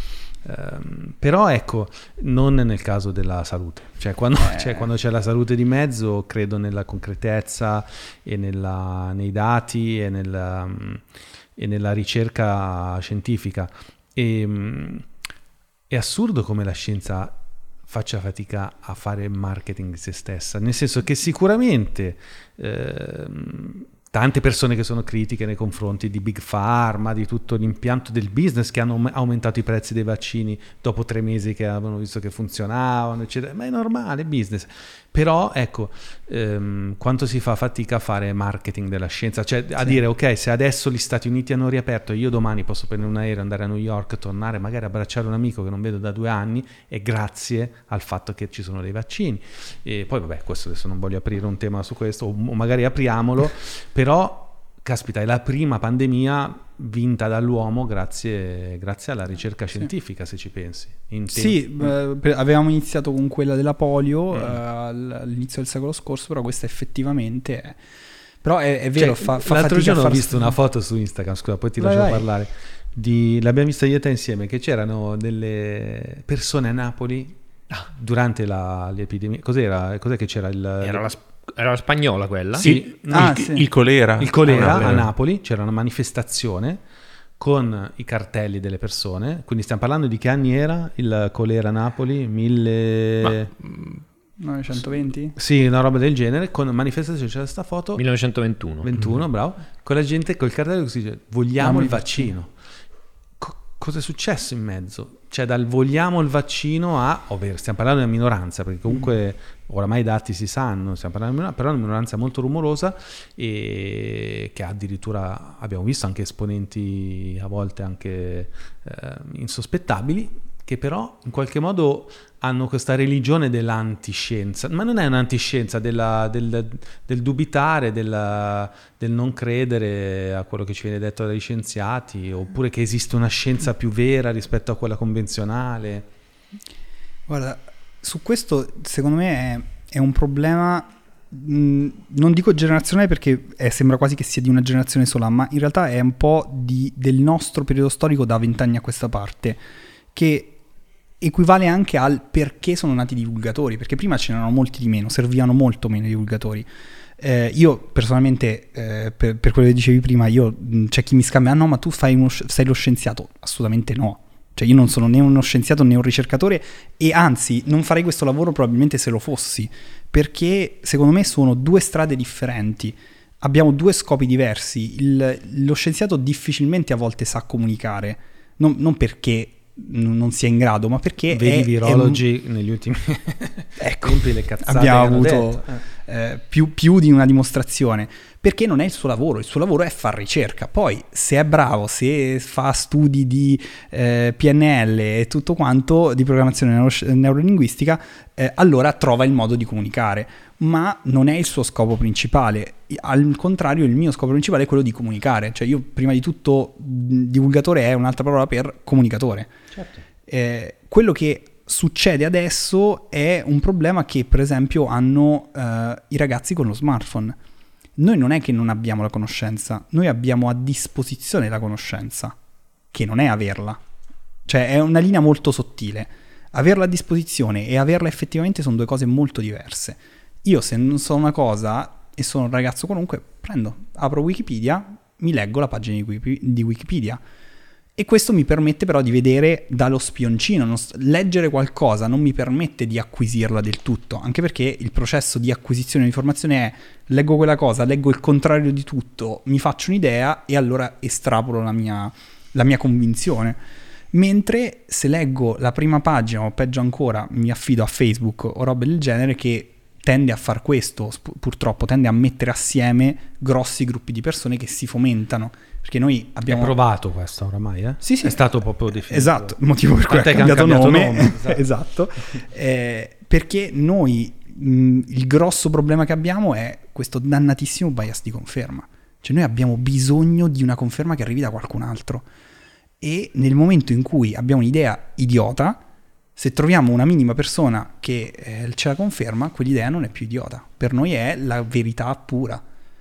Speaker 1: Um, però ecco, non nel caso della salute, cioè quando,
Speaker 2: eh.
Speaker 1: cioè quando c'è la salute di mezzo, credo nella concretezza e nella, nei dati e nella, um, e nella ricerca scientifica. E, um, è assurdo come la scienza faccia fatica a fare marketing di se stessa, nel senso che sicuramente eh, tante persone che sono critiche nei confronti di Big Pharma, di tutto l'impianto del business, che hanno aumentato i prezzi dei vaccini dopo tre mesi che avevano visto che funzionavano, eccetera. Ma è normale, è business. Però ecco, ehm, quanto si fa fatica a fare marketing della scienza, cioè a sì. dire ok, se adesso gli Stati Uniti hanno riaperto, io domani posso prendere un aereo, andare a New York, tornare, magari abbracciare un amico che non vedo da due anni, è grazie al fatto che ci sono dei vaccini. E poi vabbè, questo adesso non voglio aprire un tema su questo, o magari apriamolo, però caspita, è la prima pandemia vinta dall'uomo grazie, grazie alla ricerca scientifica, sì. se ci pensi. In
Speaker 2: sì, eh, avevamo iniziato con quella della polio mm. eh, all'inizio del secolo scorso, però questa effettivamente è... Però è, è vero,
Speaker 1: cioè,
Speaker 2: fa, fa
Speaker 1: l'altro
Speaker 2: fatica
Speaker 1: giorno
Speaker 2: a far...
Speaker 1: ho visto una foto su Instagram, scusa, poi ti
Speaker 2: vai,
Speaker 1: lascio
Speaker 2: vai.
Speaker 1: parlare, di, l'abbiamo vista io e te insieme, che c'erano delle persone a Napoli ah. durante la, l'epidemia. Cos'era? Cos'è che c'era? Il,
Speaker 4: Era la Era la spagnola quella?
Speaker 1: Sì,
Speaker 3: il,
Speaker 2: ah,
Speaker 3: il,
Speaker 2: sì.
Speaker 3: il colera.
Speaker 1: Il colera
Speaker 3: ah,
Speaker 1: a Napoli, c'era una manifestazione con i cartelli delle persone, quindi stiamo parlando di che anni era il colera a Napoli? Mille...
Speaker 3: Ma,
Speaker 2: novecentoventi?
Speaker 1: Sì, una roba del genere, con manifestazione, c'era questa foto...
Speaker 4: millenovecentoventuno.
Speaker 1: ventuno, mm. bravo, con la gente col cartello che si dice vogliamo il vaccino. Co- cosa è successo in mezzo? Cioè dal vogliamo il vaccino a, ovvero stiamo parlando di una minoranza, perché comunque oramai i dati si sanno, stiamo parlando di una, però è una minoranza molto rumorosa e che addirittura abbiamo visto anche esponenti a volte anche eh, insospettabili, che però in qualche modo hanno questa religione dell'antiscienza, ma non è un'antiscienza, della, del, del dubitare, della, del non credere a quello che ci viene detto dagli scienziati, oppure che esiste una scienza più vera rispetto a quella convenzionale.
Speaker 2: Guarda, su questo secondo me è, è un problema, mh, non dico generazionale perché è, sembra quasi che sia di una generazione sola, ma in realtà è un po' di, del nostro periodo storico da vent'anni a questa parte, che equivale anche al perché sono nati i divulgatori, perché prima ce n'erano molti di meno, servivano molto meno i divulgatori. Eh, io personalmente, eh, per, per quello che dicevi prima, io c'è chi mi scambia, ah no, ma tu fai uno, sei lo scienziato. Assolutamente no. Cioè io non sono né uno scienziato né un ricercatore, e anzi non farei questo lavoro probabilmente se lo fossi, perché secondo me sono due strade differenti. Abbiamo due scopi diversi. Il, lo scienziato difficilmente a volte sa comunicare, non, non perché non sia in grado, ma perché
Speaker 1: vedi
Speaker 2: è,
Speaker 1: virologi
Speaker 2: è...
Speaker 1: negli ultimi
Speaker 2: ecco,
Speaker 1: tempi, le cazzate
Speaker 2: abbiamo
Speaker 1: che hanno
Speaker 2: avuto eh, più, più di una dimostrazione, perché non è il suo lavoro. Il suo lavoro è far ricerca. Poi se è bravo, se fa studi di eh, P N L e tutto quanto, di programmazione neuro- neurolinguistica, eh, allora trova il modo di comunicare, ma non è il suo scopo principale. Al contrario, il mio scopo principale è quello di comunicare. Cioè io prima di tutto, divulgatore è un'altra parola per comunicatore.
Speaker 1: Certo.
Speaker 2: Eh, quello che succede adesso è un problema che per esempio hanno eh, i ragazzi con lo smartphone. Noi non è che non abbiamo la conoscenza, noi abbiamo a disposizione la conoscenza, che non è averla. Cioè è una linea molto sottile. Averla a disposizione e averla effettivamente sono due cose molto diverse. Io se non so una cosa e sono un ragazzo qualunque, prendo, apro Wikipedia, mi leggo la pagina di Wikipedia. E questo mi permette però di vedere dallo spioncino. Non, leggere qualcosa non mi permette di acquisirla del tutto, anche perché il processo di acquisizione di informazione è: leggo quella cosa, leggo il contrario di tutto, mi faccio un'idea e allora estrapolo la mia, la mia convinzione. Mentre se leggo la prima pagina, o peggio ancora mi affido a Facebook o robe del genere, che tende a far questo, purtroppo tende a mettere assieme grossi gruppi di persone che si fomentano, perché noi abbiamo...
Speaker 1: È provato questo oramai, eh?
Speaker 2: Sì, sì.
Speaker 1: È stato proprio definito.
Speaker 2: Esatto, il motivo per cui ha cambiato, cambiato nome. nome esatto. esatto. Eh, perché noi, mh, il grosso problema che abbiamo è questo dannatissimo bias di conferma. Cioè noi abbiamo bisogno di una conferma che arrivi da qualcun altro. E nel momento in cui abbiamo un'idea idiota, se troviamo una minima persona che eh, ce la conferma, quell'idea non è più idiota. Per noi è la verità pura.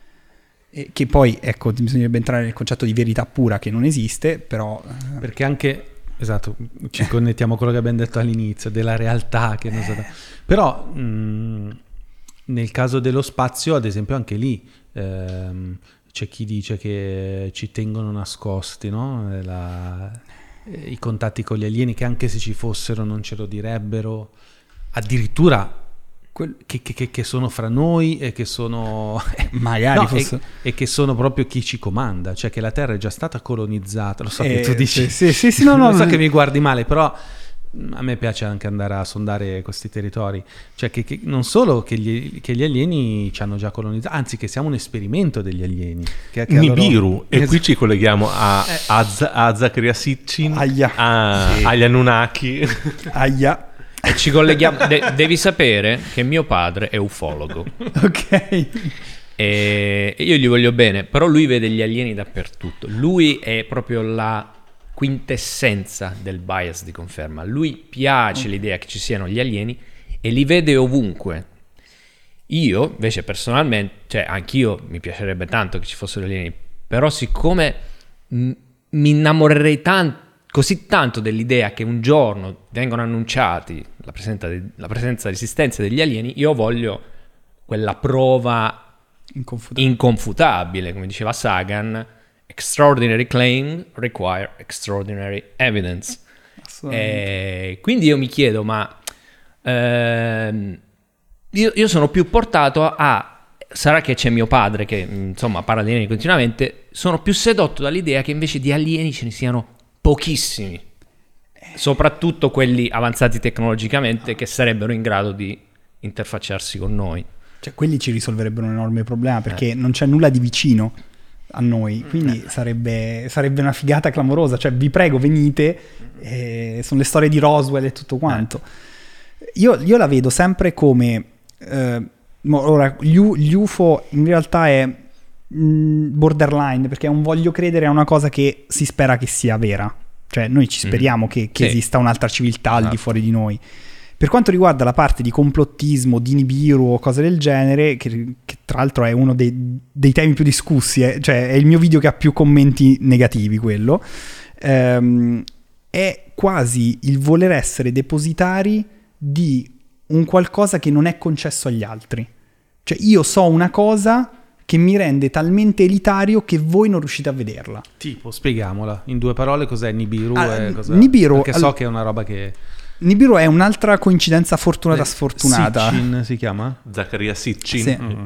Speaker 2: E che poi, ecco, bisognerebbe entrare nel concetto di verità pura, che non esiste, però... Eh.
Speaker 1: Perché anche esatto, ci connettiamo a quello che abbiamo detto all'inizio, della realtà che non è stata... Però mh, nel caso dello spazio, ad esempio, anche lì ehm, c'è chi dice che ci tengono nascosti, no? La, i contatti con gli alieni, che anche se ci fossero non ce lo direbbero, addirittura che, che, che sono fra noi e che sono
Speaker 2: magari
Speaker 1: no,
Speaker 2: fosse...
Speaker 1: e, e che sono proprio chi ci comanda, cioè che la Terra è già stata colonizzata. Lo so
Speaker 2: eh,
Speaker 1: che tu dici,
Speaker 2: sì, sì, sì, no, no,
Speaker 1: lo so
Speaker 2: no,
Speaker 1: che mi guardi male, però a me piace anche andare a sondare questi territori, cioè che, che non solo che gli, che gli alieni ci hanno già colonizzato, anzi che siamo un esperimento degli alieni, che, che
Speaker 3: Nibiru,
Speaker 1: loro...
Speaker 3: e
Speaker 1: esatto.
Speaker 3: qui ci colleghiamo a,
Speaker 1: eh.
Speaker 3: a, Z- a Zakaria Sitchin,
Speaker 2: Aia.
Speaker 3: a,
Speaker 1: Sì.
Speaker 3: agli Anunnaki.
Speaker 2: Aia.
Speaker 4: E ci colleghiamo. de- devi sapere che mio padre è ufologo.
Speaker 2: Ok.
Speaker 4: E io gli voglio bene, però lui vede gli alieni dappertutto. Lui è proprio la quintessenza del bias di conferma. A lui piace l'idea che ci siano gli alieni e li vede ovunque. Io invece personalmente, cioè anch'io mi piacerebbe tanto che ci fossero gli alieni, però siccome m- mi innamorerei tanto, così tanto dell'idea che un giorno vengono annunciati la presenza, di, la presenza dell'esistenza degli alieni, io voglio quella prova
Speaker 2: Inconfutabile.
Speaker 4: inconfutabile, come diceva Sagan. Extraordinary claim require extraordinary evidence. E quindi io mi chiedo, ma ehm, io, io sono più portato a, sarà che c'è mio padre che insomma parla di alieni continuamente, sono più sedotto dall'idea che invece di alieni ce ne siano pochissimi, soprattutto quelli avanzati tecnologicamente che sarebbero in grado di interfacciarsi con noi.
Speaker 2: Cioè, quelli ci risolverebbero un enorme problema, perché eh. non c'è nulla di vicino a noi, quindi sarebbe, sarebbe una figata clamorosa. Cioè, vi prego, venite, eh, sono le storie di Roswell e tutto quanto. Io, io la vedo sempre come eh, ora gli, U, gli U F O in realtà è mh, borderline, perché è un voglio credere a una cosa che si spera che sia vera, cioè noi ci speriamo mm. che, che sì. esista un'altra civiltà al di fuori di noi. Per quanto riguarda la parte di complottismo, di Nibiru o cose del genere, che, che tra l'altro è uno dei, dei temi più discussi, eh, cioè è il mio video che ha più commenti negativi quello, ehm, è quasi il voler essere depositari di un qualcosa che non è concesso agli altri. Cioè io so una cosa che mi rende talmente elitario che voi non riuscite a vederla.
Speaker 1: Tipo, spieghiamola in due parole, cos'è Nibiru?
Speaker 2: Ah,
Speaker 1: e cos'è?
Speaker 2: Nibiru,
Speaker 1: perché so
Speaker 2: all...
Speaker 1: che è una roba che...
Speaker 2: Nibiru è un'altra coincidenza fortunata sfortunata.
Speaker 1: Sitchin si chiama?
Speaker 3: Zakaria Sitchin.
Speaker 2: Sì.
Speaker 3: Mm.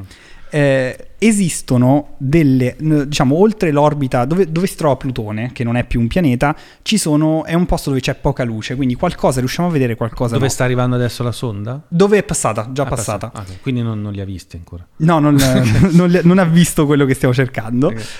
Speaker 2: Eh, esistono delle, diciamo, oltre l'orbita dove, dove si trova Plutone, che non è più un pianeta, ci sono, è un posto dove c'è poca luce, quindi qualcosa riusciamo a vedere, qualcosa
Speaker 1: dove
Speaker 2: no.
Speaker 1: sta arrivando adesso la sonda?
Speaker 2: Dove è passata, già
Speaker 1: ah,
Speaker 2: passata.
Speaker 1: passata. Okay. Quindi non, non li ha visti ancora.
Speaker 2: No, non, non, non ha visto quello che stiamo cercando. Okay.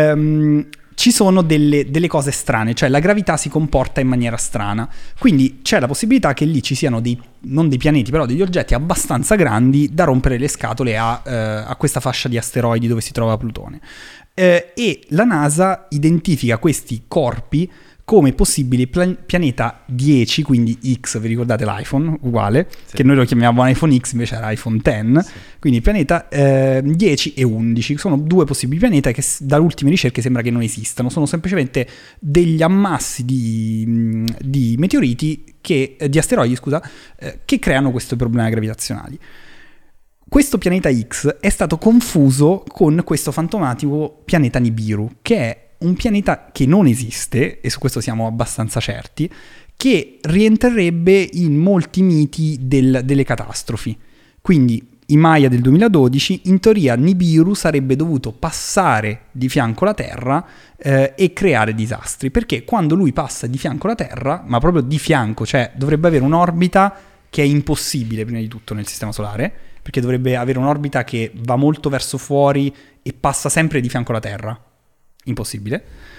Speaker 2: Um, ci sono delle, delle cose strane, cioè la gravità si comporta in maniera strana, quindi c'è la possibilità che lì ci siano dei, non dei pianeti, però degli oggetti abbastanza grandi da rompere le scatole a, eh, a questa fascia di asteroidi dove si trova Plutone. Eh, e la NASA identifica questi corpi come possibili plan- pianeta dieci, quindi X, vi ricordate l'iPhone, uguale, sì. Che noi lo chiamiamo iPhone X, invece era iPhone X, sì. Quindi pianeta eh, dieci e undici, sono due possibili pianeti che dalle ultime ricerche sembra che non esistano, sono semplicemente degli ammassi di, di meteoriti, che, di asteroidi, scusa, eh, che creano questi problemi gravitazionali. Questo pianeta X è stato confuso con questo fantomatico pianeta Nibiru, che è un pianeta che non esiste, e su questo siamo abbastanza certi, che rientrerebbe in molti miti del, delle catastrofi. Quindi i Maya del duemiladodici, in teoria Nibiru sarebbe dovuto passare di fianco alla Terra eh, e creare disastri, perché quando lui passa di fianco alla Terra, ma proprio di fianco, cioè dovrebbe avere un'orbita che è impossibile prima di tutto nel Sistema Solare, perché dovrebbe avere un'orbita che va molto verso fuori e passa sempre di fianco alla Terra. Impossibile.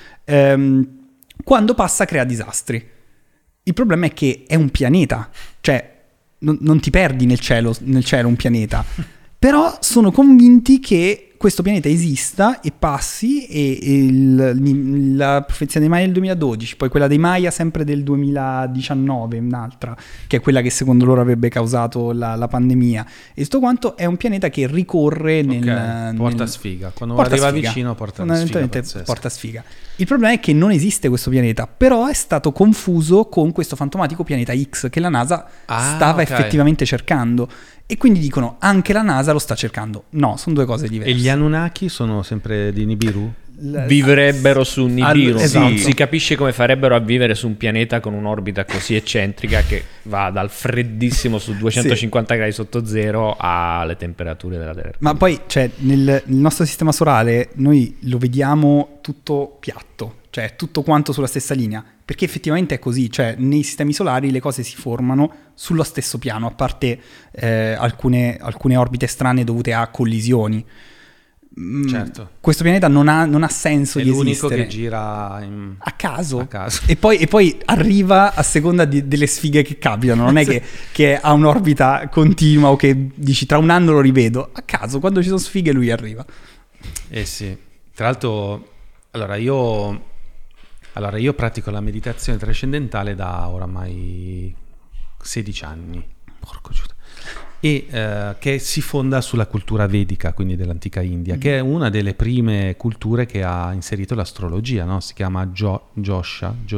Speaker 2: Ehm, quando passa crea disastri. Il problema è che è un pianeta, cioè non, non ti perdi nel cielo, nel cielo un pianeta. Però sono convinti che questo pianeta esista e passi, e, e il, la profezia dei Maya del duemiladodici, poi quella dei Maya sempre del duemiladiciannove, un'altra, che è quella che secondo loro avrebbe causato la, la pandemia, e tutto quanto è un pianeta che ricorre nel...
Speaker 1: Okay, porta
Speaker 2: nel,
Speaker 1: sfiga, quando
Speaker 2: porta
Speaker 1: arriva
Speaker 2: sfiga.
Speaker 1: vicino porta
Speaker 2: Fondamentalmente
Speaker 1: sfiga,
Speaker 2: porta sfiga. Il problema è che non esiste questo pianeta, però è stato confuso con questo fantomatico pianeta X che la NASA
Speaker 1: Ah,
Speaker 2: stava
Speaker 1: ok.
Speaker 2: effettivamente cercando, e quindi dicono anche la NASA lo sta cercando. No, sono due cose diverse.
Speaker 1: E gli Anunnaki sono sempre di Nibiru?
Speaker 2: L-
Speaker 4: Vivrebbero su Nibiru.
Speaker 2: Al- esatto.
Speaker 4: Non si capisce come farebbero a vivere su un pianeta con un'orbita così eccentrica che va dal freddissimo su duecentocinquanta gradi sotto zero alle temperature della Terra.
Speaker 2: Ma poi, cioè, nel, nel nostro sistema solare noi lo vediamo tutto piatto, cioè tutto quanto sulla stessa linea, perché effettivamente è così, cioè nei sistemi solari le cose si formano sullo stesso piano, a parte eh, alcune, alcune orbite strane dovute a collisioni. Mm,
Speaker 1: Certo.
Speaker 2: Questo pianeta non ha, non ha senso
Speaker 1: È
Speaker 2: di
Speaker 1: l'unico
Speaker 2: esistere.
Speaker 1: che gira in...
Speaker 2: A caso.
Speaker 1: A caso.
Speaker 2: E, poi, e poi arriva a seconda di- delle sfighe che capitano, non è che, che ha un'orbita continua o che dici tra un anno lo rivedo. A caso, quando ci sono sfighe lui arriva.
Speaker 1: Eh sì, tra l'altro, allora io, allora io pratico la meditazione trascendentale da oramai sedici anni, porco giuda, e eh, che si fonda sulla cultura vedica, quindi dell'antica India, mm-hmm. che è una delle prime culture che ha inserito l'astrologia, no? Si chiama Jo- Josha, Jo-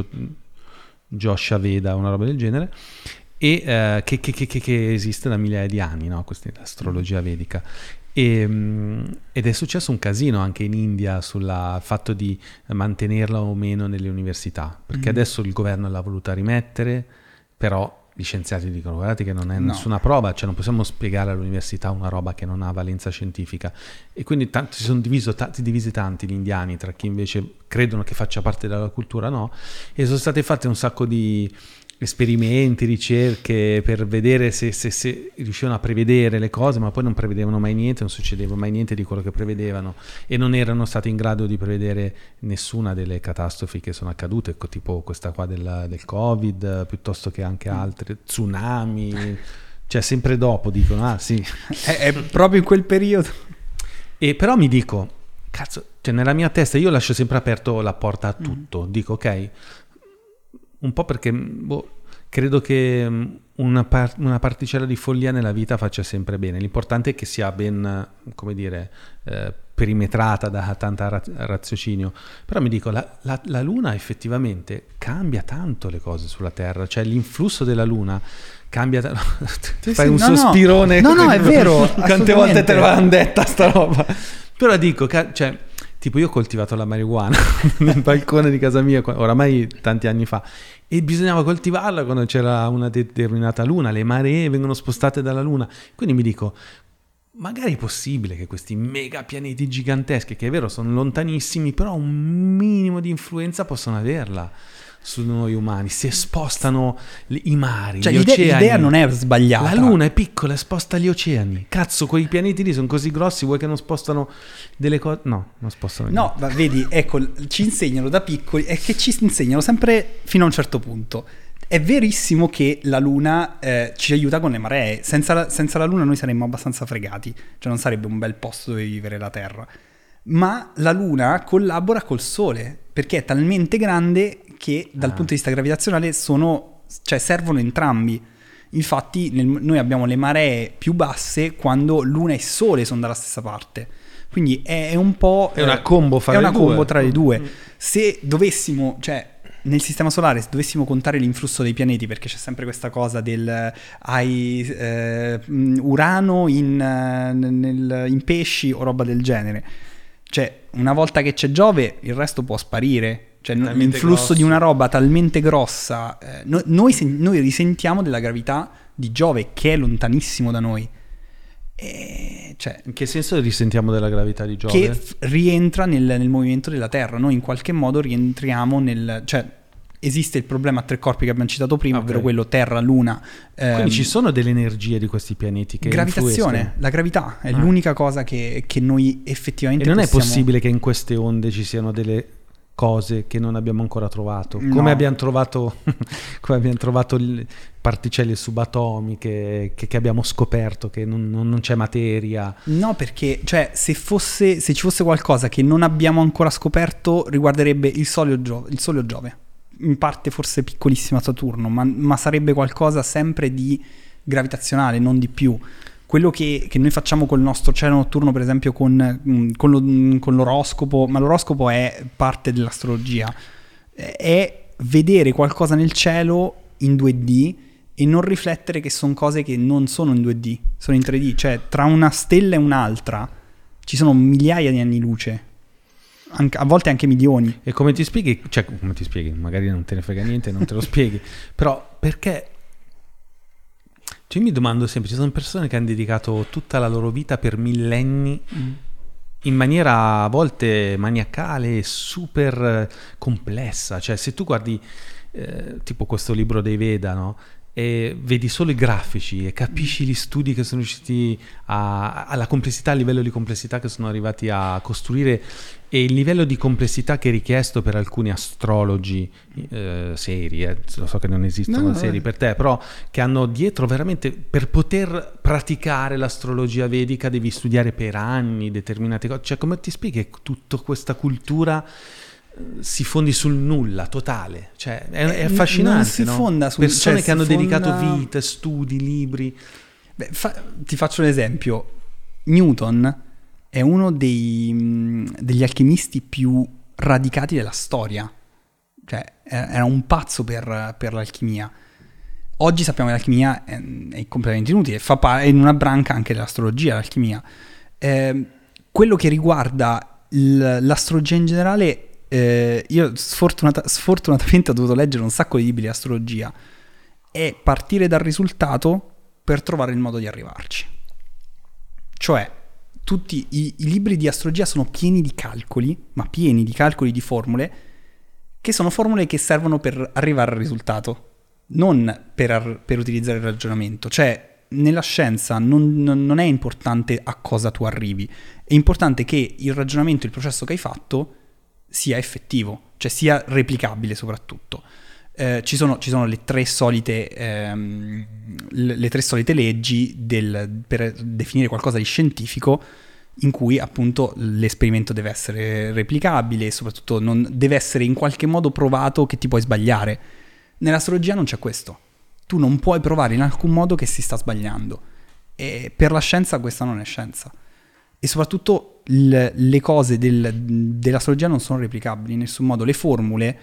Speaker 1: Josha Veda, una roba del genere, e eh, che, che, che, che esiste da migliaia di anni, no? Questa è l'astrologia vedica. E, ed è successo un casino anche in India sul fatto di mantenerla o meno nelle università, perché mm-hmm. adesso il governo l'ha voluta rimettere, però gli scienziati dicono guardate che non è
Speaker 2: No.
Speaker 1: nessuna prova, cioè non possiamo spiegare all'università una roba che non ha valenza scientifica, e quindi tanti, si sono diviso, tanti, divisi tanti gli indiani tra chi invece credono che faccia parte della cultura, no, e sono state fatte un sacco di esperimenti, ricerche per vedere se, se, se riuscivano a prevedere le cose, ma poi non prevedevano mai niente, non succedeva mai niente di quello che prevedevano, e non erano stati in grado di prevedere nessuna delle catastrofi che sono accadute, tipo questa qua del, del Covid, piuttosto che anche altre, tsunami, cioè sempre dopo dicono ah sì,
Speaker 2: È, è proprio in quel periodo.
Speaker 1: e però mi dico cazzo, cioè nella mia testa io lascio sempre aperto la porta a tutto, mm. dico ok, un po' perché boh, credo che una, par- una particella di follia nella vita faccia sempre bene. L'importante è che sia ben, come dire, eh, perimetrata da tanta ra- raziocinio. Però mi dico, la, la, la Luna effettivamente cambia tanto le cose sulla Terra, cioè l'influsso della Luna cambia t-
Speaker 2: Sì,
Speaker 1: fai
Speaker 2: sì,
Speaker 1: un
Speaker 2: no, no.
Speaker 1: sospirone.
Speaker 2: No, no, è vero,
Speaker 1: Quante volte te
Speaker 2: assolutamente.
Speaker 1: l'hanno detta sta roba? Però dico, ca- cioè tipo io ho coltivato la marijuana nel balcone di casa mia oramai tanti anni fa, e bisognava coltivarla quando c'era una determinata luna, le maree vengono spostate dalla luna, quindi mi dico magari è possibile che questi mega pianeti giganteschi, che è vero sono lontanissimi, però un minimo di influenza possono averla su noi umani, si spostano i mari,
Speaker 2: Cioè
Speaker 1: gli
Speaker 2: l'idea,
Speaker 1: oceani.
Speaker 2: l'idea non è sbagliata.
Speaker 1: La Luna è piccola e sposta gli oceani. Cazzo, quei pianeti lì sono così grossi, vuoi che non spostano delle cose? No, non spostano
Speaker 2: No, ma vedi, ecco, ci insegnano da piccoli, è che ci insegnano sempre fino a un certo punto. È verissimo che la Luna eh, ci aiuta con le maree. Senza la, senza la Luna noi saremmo abbastanza fregati, cioè non sarebbe un bel posto dove vivere la Terra. Ma la Luna collabora col Sole, perché è talmente grande che dal
Speaker 1: Ah.
Speaker 2: punto di vista gravitazionale sono, cioè servono entrambi. Infatti nel- noi abbiamo le maree più basse quando Luna e Sole sono dalla stessa parte. Quindi è, è un po'...
Speaker 1: È una
Speaker 2: eh,
Speaker 1: combo fra
Speaker 2: è
Speaker 1: le
Speaker 2: una combo
Speaker 1: due.
Speaker 2: tra le due. Se dovessimo, cioè nel sistema solare, se dovessimo contare l'influsso dei pianeti, perché c'è sempre questa cosa del hai eh, mh, Urano in, eh, nel- in pesci o roba del genere, cioè una volta che c'è Giove il resto può sparire. Cioè n-
Speaker 1: Talmente
Speaker 2: l'influsso
Speaker 1: grosso.
Speaker 2: di una roba talmente grossa, eh, no- noi, sen- noi risentiamo della gravità di Giove che è lontanissimo da noi. E, cioè,
Speaker 1: In che senso risentiamo della gravità di Giove?
Speaker 2: che f- rientra nel, nel movimento della Terra. Noi in qualche modo rientriamo nel... Cioè, esiste il problema a tre corpi che abbiamo citato prima,
Speaker 1: Ok.
Speaker 2: ovvero quello Terra, Luna...
Speaker 1: Quindi
Speaker 2: ehm,
Speaker 1: ci sono delle energie di questi pianeti che
Speaker 2: gravitazione,
Speaker 1: influiscono.
Speaker 2: la gravità è
Speaker 1: Ah.
Speaker 2: l'unica cosa che, che noi
Speaker 1: E
Speaker 2: effettivamente
Speaker 1: non è
Speaker 2: possiamo...
Speaker 1: possibile che in queste onde ci siano delle cose che non abbiamo ancora trovato,
Speaker 2: No.
Speaker 1: come abbiamo trovato come abbiamo trovato il particelle subatomiche che, che abbiamo scoperto che non, non, non c'è materia.
Speaker 2: No, perché cioè se fosse se ci fosse qualcosa che non abbiamo ancora scoperto riguarderebbe il Sole o Giove, il Sole o Giove. In parte forse piccolissima Saturno, ma, ma sarebbe qualcosa sempre di gravitazionale, non di più. Quello che, che noi facciamo col nostro cielo notturno, per esempio con, con, lo, con l'oroscopo, ma l'oroscopo è parte dell'astrologia, è vedere qualcosa nel cielo in due D e non riflettere che sono cose che non sono in due D, sono in tre D. Cioè tra una stella e un'altra ci sono migliaia di anni luce, anche, a volte anche milioni.
Speaker 1: E come ti spieghi, cioè come ti spieghi, magari non te ne frega niente, non te lo spieghi, però perché, cioè io mi domando sempre, ci sono persone che hanno dedicato tutta la loro vita per millenni mm. in maniera a volte maniacale e super complessa, cioè se tu guardi eh, tipo questo libro dei Veda, no? E vedi solo i grafici e capisci gli studi che sono riusciti a, alla complessità, al livello di complessità che sono arrivati a costruire e il livello di complessità che è richiesto per alcuni astrologi eh, seri, eh, lo so che non esistono
Speaker 2: no,
Speaker 1: seri
Speaker 2: no.
Speaker 1: per te, però che hanno dietro veramente, per poter praticare l'astrologia vedica devi studiare per anni determinate cose, cioè come ti spieghi che tutta questa cultura si fondi sul nulla totale, cioè è, è affascinante,
Speaker 2: non si
Speaker 1: no?
Speaker 2: fonda sul,
Speaker 1: persone
Speaker 2: cioè,
Speaker 1: che hanno
Speaker 2: fonda...
Speaker 1: dedicato vite, studi, libri.
Speaker 2: Beh, fa... ti faccio un esempio. Newton è uno dei, degli alchimisti più radicati della storia, cioè era un pazzo per, per l'alchimia. Oggi sappiamo che l'alchimia è, è completamente inutile, fa pa- è in una branca anche dell'astrologia l'alchimia. Eh, quello che riguarda l- l'astrologia in generale, Eh, io sfortunata, sfortunatamente ho dovuto leggere un sacco di libri di astrologia, è partire dal risultato per trovare il modo di arrivarci. Cioè tutti i, i libri di astrologia sono pieni di calcoli, ma pieni di calcoli, di formule che sono formule che servono per arrivare al risultato, non per, per utilizzare il ragionamento. Cioè nella scienza non, non è importante a cosa tu arrivi, è importante che il ragionamento, il processo che hai fatto sia effettivo, cioè sia replicabile soprattutto. Eh, ci sono, ci sono le tre solite ehm, le, le tre solite leggi del, per definire qualcosa di scientifico, in cui appunto l'esperimento deve essere replicabile e soprattutto non deve essere in qualche modo provato che ti puoi sbagliare. Nell'astrologia non c'è questo, tu non puoi provare in alcun modo che si sta sbagliando, e per la scienza questa non è scienza. E soprattutto l- le cose del, dell'astrologia non sono replicabili in nessun modo. Le formule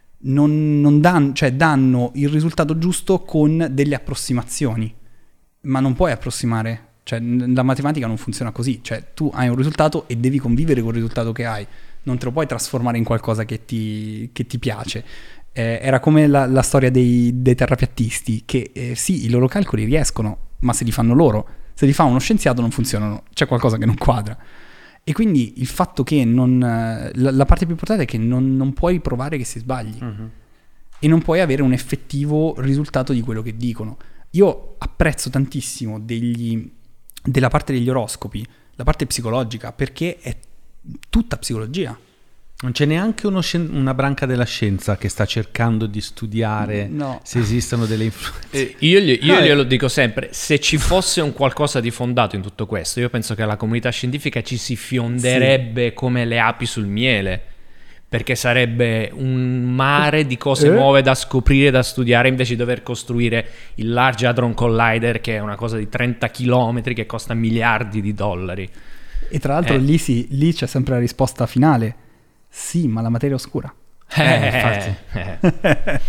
Speaker 2: non, non danno, cioè danno il risultato giusto con delle approssimazioni, ma non puoi approssimare. Cioè la matematica non funziona così. Cioè tu hai un risultato e devi convivere col risultato che hai, non te lo puoi trasformare in qualcosa che ti, che ti piace. Eh, era come la, la storia dei, dei terrapiattisti, che eh, sì, i loro calcoli riescono, ma se li fanno loro. Se li fa uno scienziato non funzionano, c'è qualcosa che non quadra. E quindi il fatto che non... La, la parte più importante è che non, non puoi provare che si sbagli. Uh-huh. E non puoi avere un effettivo risultato di quello che dicono. Io apprezzo tantissimo degli, della parte degli oroscopi, la parte psicologica, perché è tutta psicologia.
Speaker 1: Non c'è neanche uno scien- una branca della scienza che sta cercando di studiare
Speaker 2: no.
Speaker 1: se esistono delle influenze.
Speaker 4: Eh, io gli, io
Speaker 1: no,
Speaker 4: glielo
Speaker 1: è...
Speaker 4: dico sempre, se ci fosse un qualcosa di fondato in tutto questo, io penso che la comunità scientifica ci si fionderebbe sì. come le api sul miele, perché sarebbe un mare di cose eh? nuove da scoprire, da studiare, invece di dover costruire il Large Hadron Collider, che è una cosa di trenta chilometri che costa miliardi di dollari.
Speaker 2: E tra l'altro eh. lì, sì, lì c'è sempre la risposta finale. Sì, ma la materia è oscura.
Speaker 1: Eh, infatti.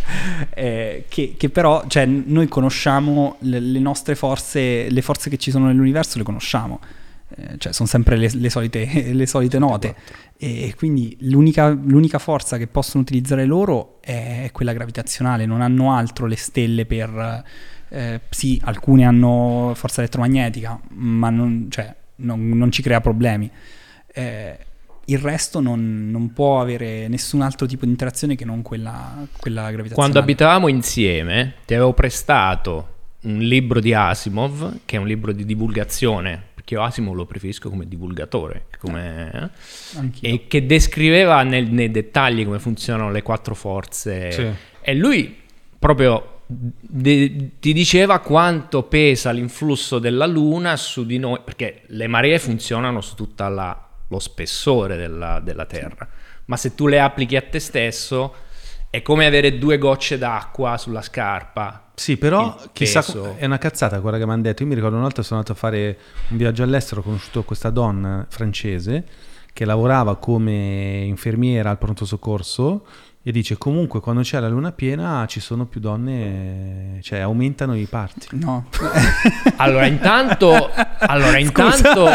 Speaker 2: eh, che, che però, cioè, noi conosciamo le, le nostre forze, le forze che ci sono nell'universo le conosciamo. Eh, cioè, sono sempre le, le, solite, le solite note. E quindi l'unica, l'unica forza che possono utilizzare loro è quella gravitazionale. Non hanno altro le stelle per... Eh, sì, alcune hanno forza elettromagnetica, ma non, cioè, non, non ci crea problemi. Eh, il resto non, non può avere nessun altro tipo di interazione che non quella, quella gravitazionale.
Speaker 4: Quando abitavamo insieme ti avevo prestato un libro di Asimov, che è un libro di divulgazione, perché io Asimov lo preferisco come divulgatore, come, eh? e che descriveva nel, nei dettagli come funzionano le quattro forze. Sì. E lui proprio de- ti diceva quanto pesa l'influsso della Luna su di noi, perché le maree funzionano su tutto lo spessore della, della Terra, ma se tu le applichi a te stesso è come avere due gocce d'acqua sulla scarpa.
Speaker 1: Sì, però
Speaker 4: Il
Speaker 1: chissà,
Speaker 4: peso.
Speaker 1: è una cazzata quella che mi hanno detto. Io mi ricordo una volta sono andato a fare un viaggio all'estero, ho conosciuto questa donna francese che lavorava come infermiera al pronto soccorso e dice comunque quando c'è la luna piena ci sono più donne, cioè aumentano i parti.
Speaker 2: No.
Speaker 4: Allora intanto allora intanto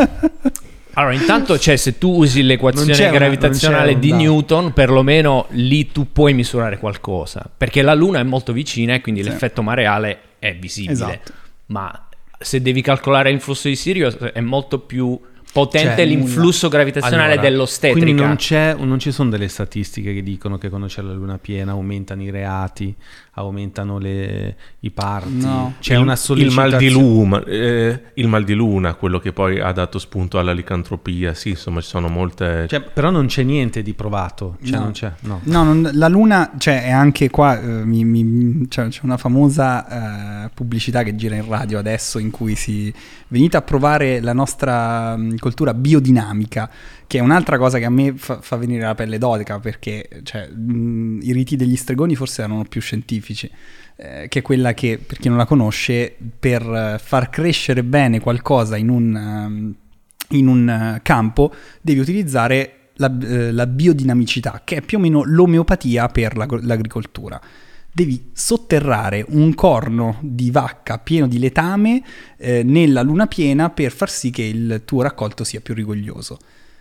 Speaker 4: allora intanto cioè, se tu usi
Speaker 1: Non
Speaker 4: l'equazione
Speaker 1: c'è una-
Speaker 4: gravitazionale
Speaker 1: non c'è un
Speaker 4: di
Speaker 1: dato.
Speaker 4: Newton, perlomeno lì tu puoi misurare qualcosa, perché la Luna è molto vicina e quindi
Speaker 2: Sì.
Speaker 4: l'effetto mareale è visibile.
Speaker 2: Esatto.
Speaker 4: Ma se devi calcolare l'influsso di Sirius è molto più potente
Speaker 1: Cioè,
Speaker 4: l'influsso gravitazionale
Speaker 1: Allora,
Speaker 4: dell'ostetrica.
Speaker 1: quindi non, c'è, non ci sono delle statistiche che dicono che quando c'è la luna piena aumentano i reati, aumentano le, i parti.
Speaker 2: No.
Speaker 1: C'è
Speaker 3: il,
Speaker 1: una
Speaker 3: il
Speaker 1: sollecitazione.
Speaker 3: mal di luna, eh, il mal di luna, quello che poi ha dato spunto alla licantropia. Sì, insomma, ci sono molte.
Speaker 1: Cioè, però non c'è niente di provato. Cioè,
Speaker 2: No.
Speaker 1: non c'è. No.
Speaker 2: No, non- la Luna, cioè è anche qua, eh, mi- mi- cioè, c'è una famosa eh, pubblicità che gira in radio adesso in cui si venite a provare la nostra mh, cultura biodinamica, che è un'altra cosa che a me fa, fa venire la pelle d'oca, perché cioè, mh, i riti degli stregoni forse erano più scientifici, eh, che è quella che, per chi non la conosce, per eh, far crescere bene qualcosa in un, ehm, in un eh, campo devi utilizzare la, eh, la biodinamicità, che è più o meno l'omeopatia per la- l'agricoltura. Devi sotterrare un corno di vacca pieno di letame eh, nella luna piena per far sì che il tuo raccolto sia più rigoglioso.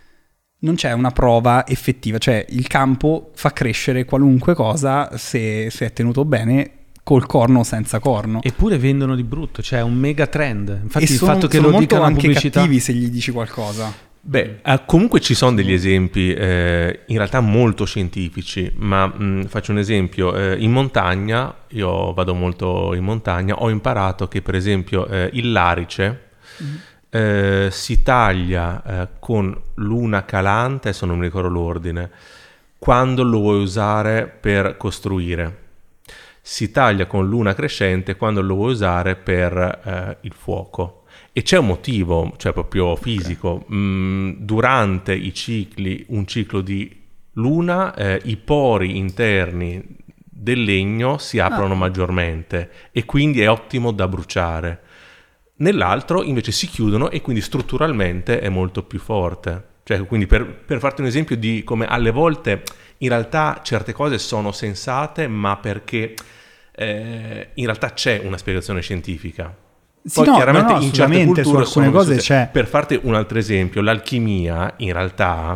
Speaker 2: Non c'è una prova effettiva, cioè il campo fa crescere qualunque cosa se, se è tenuto bene, col corno o senza corno.
Speaker 1: Eppure vendono di brutto, cioè è un mega trend. Infatti
Speaker 2: e
Speaker 1: il
Speaker 2: sono,
Speaker 1: fatto che
Speaker 2: sono
Speaker 1: lo
Speaker 2: molto
Speaker 1: dica una
Speaker 2: anche
Speaker 1: pubblicità.
Speaker 2: cattivi se gli dici qualcosa.
Speaker 3: Beh, eh, comunque ci sono degli esempi eh, in realtà molto scientifici, ma mh, faccio un esempio. Eh, in montagna, io vado molto in montagna, ho imparato che per esempio eh, il larice
Speaker 2: Mm.
Speaker 3: eh, si taglia eh, con luna calante, adesso non mi ricordo l'ordine, quando lo vuoi usare per costruire. Si taglia con luna crescente quando lo vuoi usare per eh, il fuoco. E c'è un motivo, cioè proprio fisico. Mm, durante i cicli, un ciclo di luna, eh, i pori interni del legno si aprono
Speaker 2: Ah.
Speaker 3: maggiormente e quindi è ottimo da bruciare. Nell'altro invece si chiudono e quindi strutturalmente è molto più forte. Cioè, quindi per, per farti un esempio di come alle volte in realtà certe cose sono sensate, ma perché eh, in realtà c'è una spiegazione scientifica.
Speaker 2: Sì,
Speaker 3: Poi
Speaker 2: no,
Speaker 3: chiaramente
Speaker 2: no, no,
Speaker 3: in certe
Speaker 2: assolutamente,
Speaker 3: culture
Speaker 2: su alcune
Speaker 3: sono
Speaker 2: cose
Speaker 3: vissute-
Speaker 2: c'è.
Speaker 3: Per farti un altro esempio, l'alchimia in realtà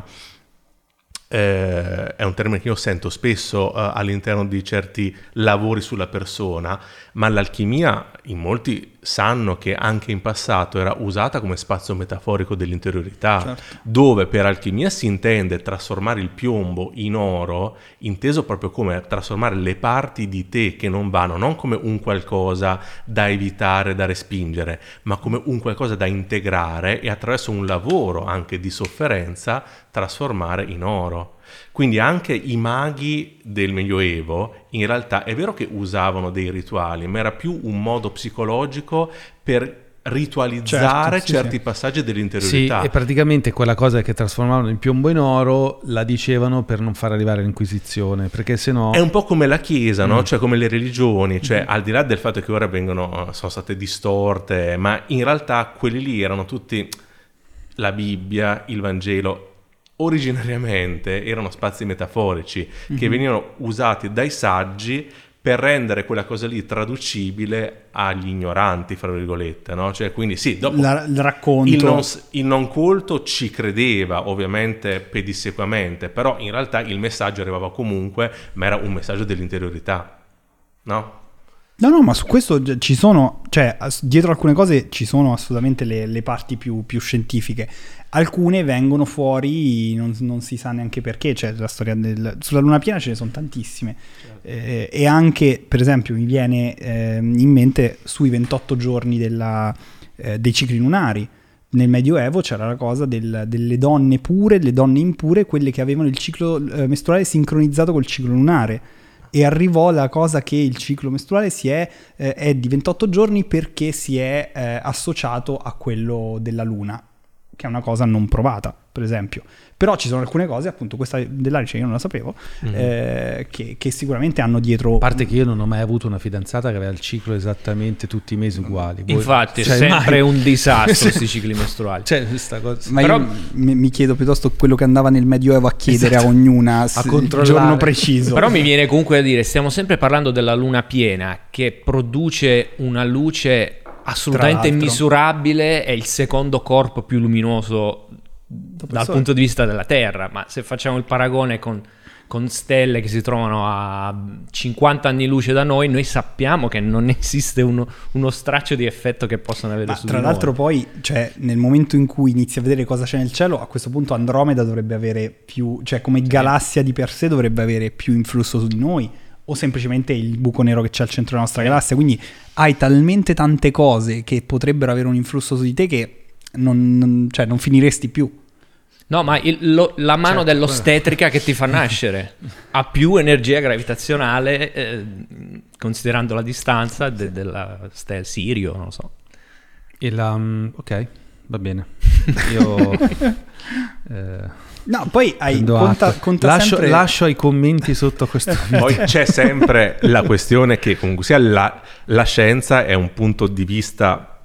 Speaker 3: eh, è un termine che io sento spesso eh, all'interno di certi lavori sulla persona, ma l'alchimia in molti sanno che anche in passato era usata come spazio metaforico dell'interiorità,
Speaker 2: Certo.
Speaker 3: dove per alchimia si intende trasformare il piombo in oro, inteso proprio come trasformare le parti di te che non vanno, non come un qualcosa da evitare, da respingere, ma come un qualcosa da integrare e attraverso un lavoro anche di sofferenza trasformare in oro. Quindi anche i maghi del Medioevo in realtà è vero che usavano dei rituali, ma era più un modo psicologico per ritualizzare
Speaker 2: Certo, sì,
Speaker 3: certi
Speaker 2: sì.
Speaker 3: passaggi
Speaker 1: Sì,
Speaker 3: dell'interiorità.
Speaker 1: e praticamente quella cosa che trasformavano il piombo in oro la dicevano per non far arrivare l'Inquisizione, perché sennò
Speaker 3: È un po' come la Chiesa, no?
Speaker 1: Mm.
Speaker 3: Cioè come le religioni, cioè
Speaker 2: Mm-hmm.
Speaker 3: al di là del fatto che ora vengono, sono state distorte, ma in realtà quelli lì erano tutti la Bibbia, il Vangelo. Originariamente erano spazi metaforici
Speaker 2: Mm-hmm.
Speaker 3: che venivano usati dai saggi per rendere quella cosa lì traducibile agli ignoranti, fra virgolette, no? Cioè quindi sì, dopo
Speaker 2: La- il racconto.
Speaker 3: il non, il non colto ci credeva, ovviamente pedissequamente, però in realtà il messaggio arrivava comunque, ma era un messaggio dell'interiorità, no?
Speaker 2: No, no, ma su questo gi- ci sono, cioè ass- dietro alcune cose ci sono assolutamente le, le parti più, più scientifiche. Alcune vengono fuori, non, non si sa neanche perché, cioè la storia del... Sulla luna piena ce ne sono tantissime. Eh, e anche, per esempio, mi viene eh, in mente sui ventotto giorni della, eh, dei cicli lunari. Nel Medioevo c'era la cosa del- delle donne pure, le donne impure, quelle che avevano il ciclo eh, mestruale sincronizzato col ciclo lunare. e arrivò la cosa che il ciclo mestruale si è, eh, è di ventotto giorni perché si è eh, associato a quello della luna, che è una cosa non provata, per esempio. Però ci sono alcune cose, appunto questa dell'Arice io non la sapevo, mm-hmm. eh, che, che sicuramente hanno dietro...
Speaker 1: A parte che io non ho mai avuto una fidanzata che aveva il ciclo esattamente tutti i mesi uguali. Voi...
Speaker 4: Infatti
Speaker 1: cioè,
Speaker 4: è sempre
Speaker 1: mai...
Speaker 4: un disastro questi cicli mestruali.
Speaker 1: Cioè, questa cosa...
Speaker 2: Ma
Speaker 4: Però...
Speaker 2: io mi, mi chiedo piuttosto quello che andava nel Medioevo a chiedere esatto. a ognuna a il giorno preciso.
Speaker 4: Però mi viene comunque da dire, stiamo sempre parlando della luna piena che produce una luce assolutamente immisurabile, è il secondo corpo più luminoso dal punto di vista della Terra, ma se facciamo il paragone con, con stelle che si trovano a cinquanta anni luce da noi, noi sappiamo che non esiste uno, uno straccio di effetto che possano avere
Speaker 2: ma
Speaker 4: su
Speaker 2: tra
Speaker 4: di
Speaker 2: l'altro
Speaker 4: noi.
Speaker 2: Poi, cioè, nel momento in cui inizi a vedere cosa c'è nel cielo, a questo punto Andromeda dovrebbe avere più, cioè come sì. galassia di per sé dovrebbe avere più influsso su di noi, o semplicemente il buco nero che c'è al centro della nostra galassia. Quindi hai talmente tante cose che potrebbero avere un influsso su di te che non, non, cioè, non finiresti più.
Speaker 4: No, ma il, lo, la mano
Speaker 1: certo,
Speaker 4: dell'ostetrica che ti fa nascere ha più energia gravitazionale, eh, considerando la distanza de, della stella Sirio, non lo so.
Speaker 1: Il, um, ok, va bene. Io... eh...
Speaker 2: No, poi hai conta, conta
Speaker 1: lascio,
Speaker 2: sempre...
Speaker 1: lascio ai commenti sotto questo video.
Speaker 3: Poi c'è sempre la questione che comunque sia la, la scienza è un punto di vista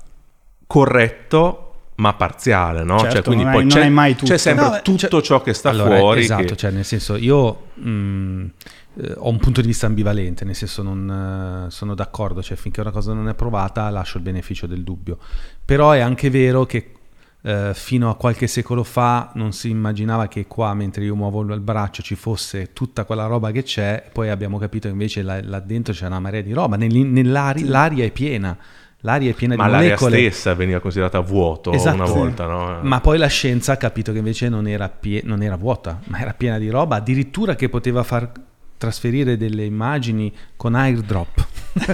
Speaker 3: corretto ma parziale, no?
Speaker 2: Certo,
Speaker 3: cioè, quindi
Speaker 2: non
Speaker 3: poi
Speaker 2: hai,
Speaker 3: c'è,
Speaker 2: non hai mai tutto.
Speaker 3: c'è sempre
Speaker 2: no,
Speaker 3: tutto
Speaker 2: cioè...
Speaker 3: ciò che sta
Speaker 1: allora,
Speaker 3: fuori.
Speaker 1: Esatto,
Speaker 3: che...
Speaker 1: cioè nel senso io mh, eh, ho un punto di vista ambivalente, nel senso non eh, sono d'accordo, cioè finché una cosa non è provata lascio il beneficio del dubbio. Però è anche vero che Uh, fino a qualche secolo fa non si immaginava che qua mentre io muovo il braccio ci fosse tutta quella roba che c'è, poi abbiamo capito che invece là, là dentro c'è una marea di roba, Nell, nell'aria, l'aria è piena, l'aria è piena
Speaker 3: ma
Speaker 1: di molecole.
Speaker 3: Ma l'aria stessa veniva considerata vuoto
Speaker 1: esatto.
Speaker 3: una volta, no?
Speaker 1: Ma poi la scienza ha capito che invece non era, pie- non era vuota, ma era piena di roba, addirittura che poteva far trasferire delle immagini con airdrop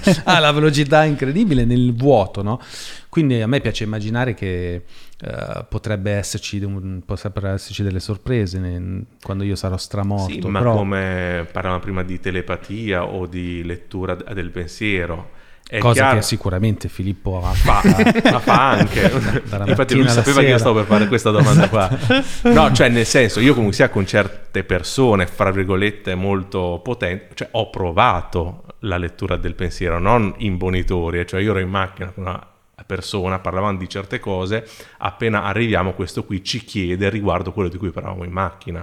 Speaker 1: a la velocità incredibile nel vuoto, no? Quindi a me piace immaginare che uh, potrebbe esserci un, potrebbero esserci delle sorprese ne, quando io sarò stramorto.
Speaker 3: Sì, ma
Speaker 1: però...
Speaker 3: come parlavamo prima di telepatia o di lettura del pensiero, è
Speaker 1: cosa
Speaker 3: chiaro...
Speaker 1: che sicuramente Filippo ha
Speaker 3: fa, ma fa anche infatti lui sapeva che io stavo per fare questa domanda esatto. qua no, cioè nel senso io comunque sia con certe persone fra virgolette molto potenti, cioè ho provato la lettura del pensiero, non imbonitori, cioè io ero in macchina con una persona, parlavamo di certe cose, appena arriviamo questo qui ci chiede riguardo quello di cui parlavamo in macchina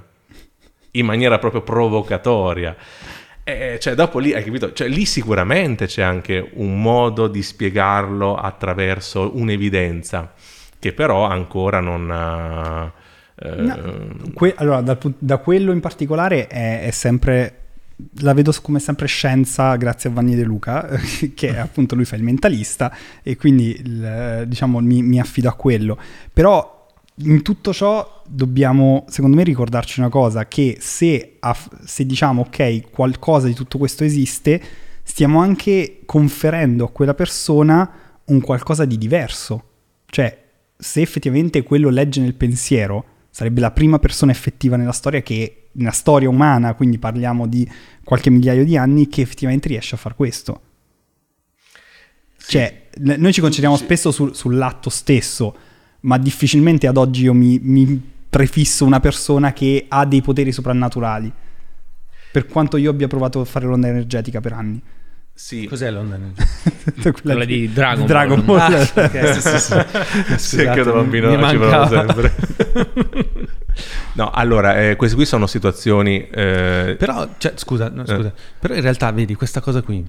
Speaker 3: in maniera proprio provocatoria. Eh, cioè dopo lì hai capito, cioè lì sicuramente c'è anche un modo di spiegarlo attraverso un'evidenza che però ancora non ha, eh...
Speaker 2: no, que- allora da, da quello in particolare è, è sempre, la vedo come sempre scienza grazie a Vanni De Luca che appunto lui fa il mentalista e quindi il, diciamo mi, mi affido a quello. Però in tutto ciò dobbiamo, secondo me, ricordarci una cosa, che se, se diciamo ok, qualcosa di tutto questo esiste, stiamo anche conferendo a quella persona un qualcosa di diverso. Cioè, se effettivamente quello legge nel pensiero, sarebbe la prima persona effettiva nella storia che, nella storia umana, quindi parliamo di qualche migliaio di anni, che effettivamente riesce a far questo. Sì. Cioè, noi ci concentriamo sì. spesso sul, sull'atto stesso, ma difficilmente ad oggi io mi, mi prefisso una persona che ha dei poteri soprannaturali, per quanto io abbia provato a fare l'onda energetica per anni.
Speaker 1: Sì. Cos'è l'onda energetica?
Speaker 4: quella, quella di Dragon,
Speaker 2: Dragon
Speaker 4: Ball.
Speaker 2: Ball.
Speaker 1: Ah, okay, sì, sì, sì.
Speaker 3: Sì, anche da bambino ci provo sempre. No, allora, eh, queste qui sono situazioni... Eh...
Speaker 1: Però, cioè, scusa, no, scusa. Eh. Però in realtà, vedi, questa cosa qui...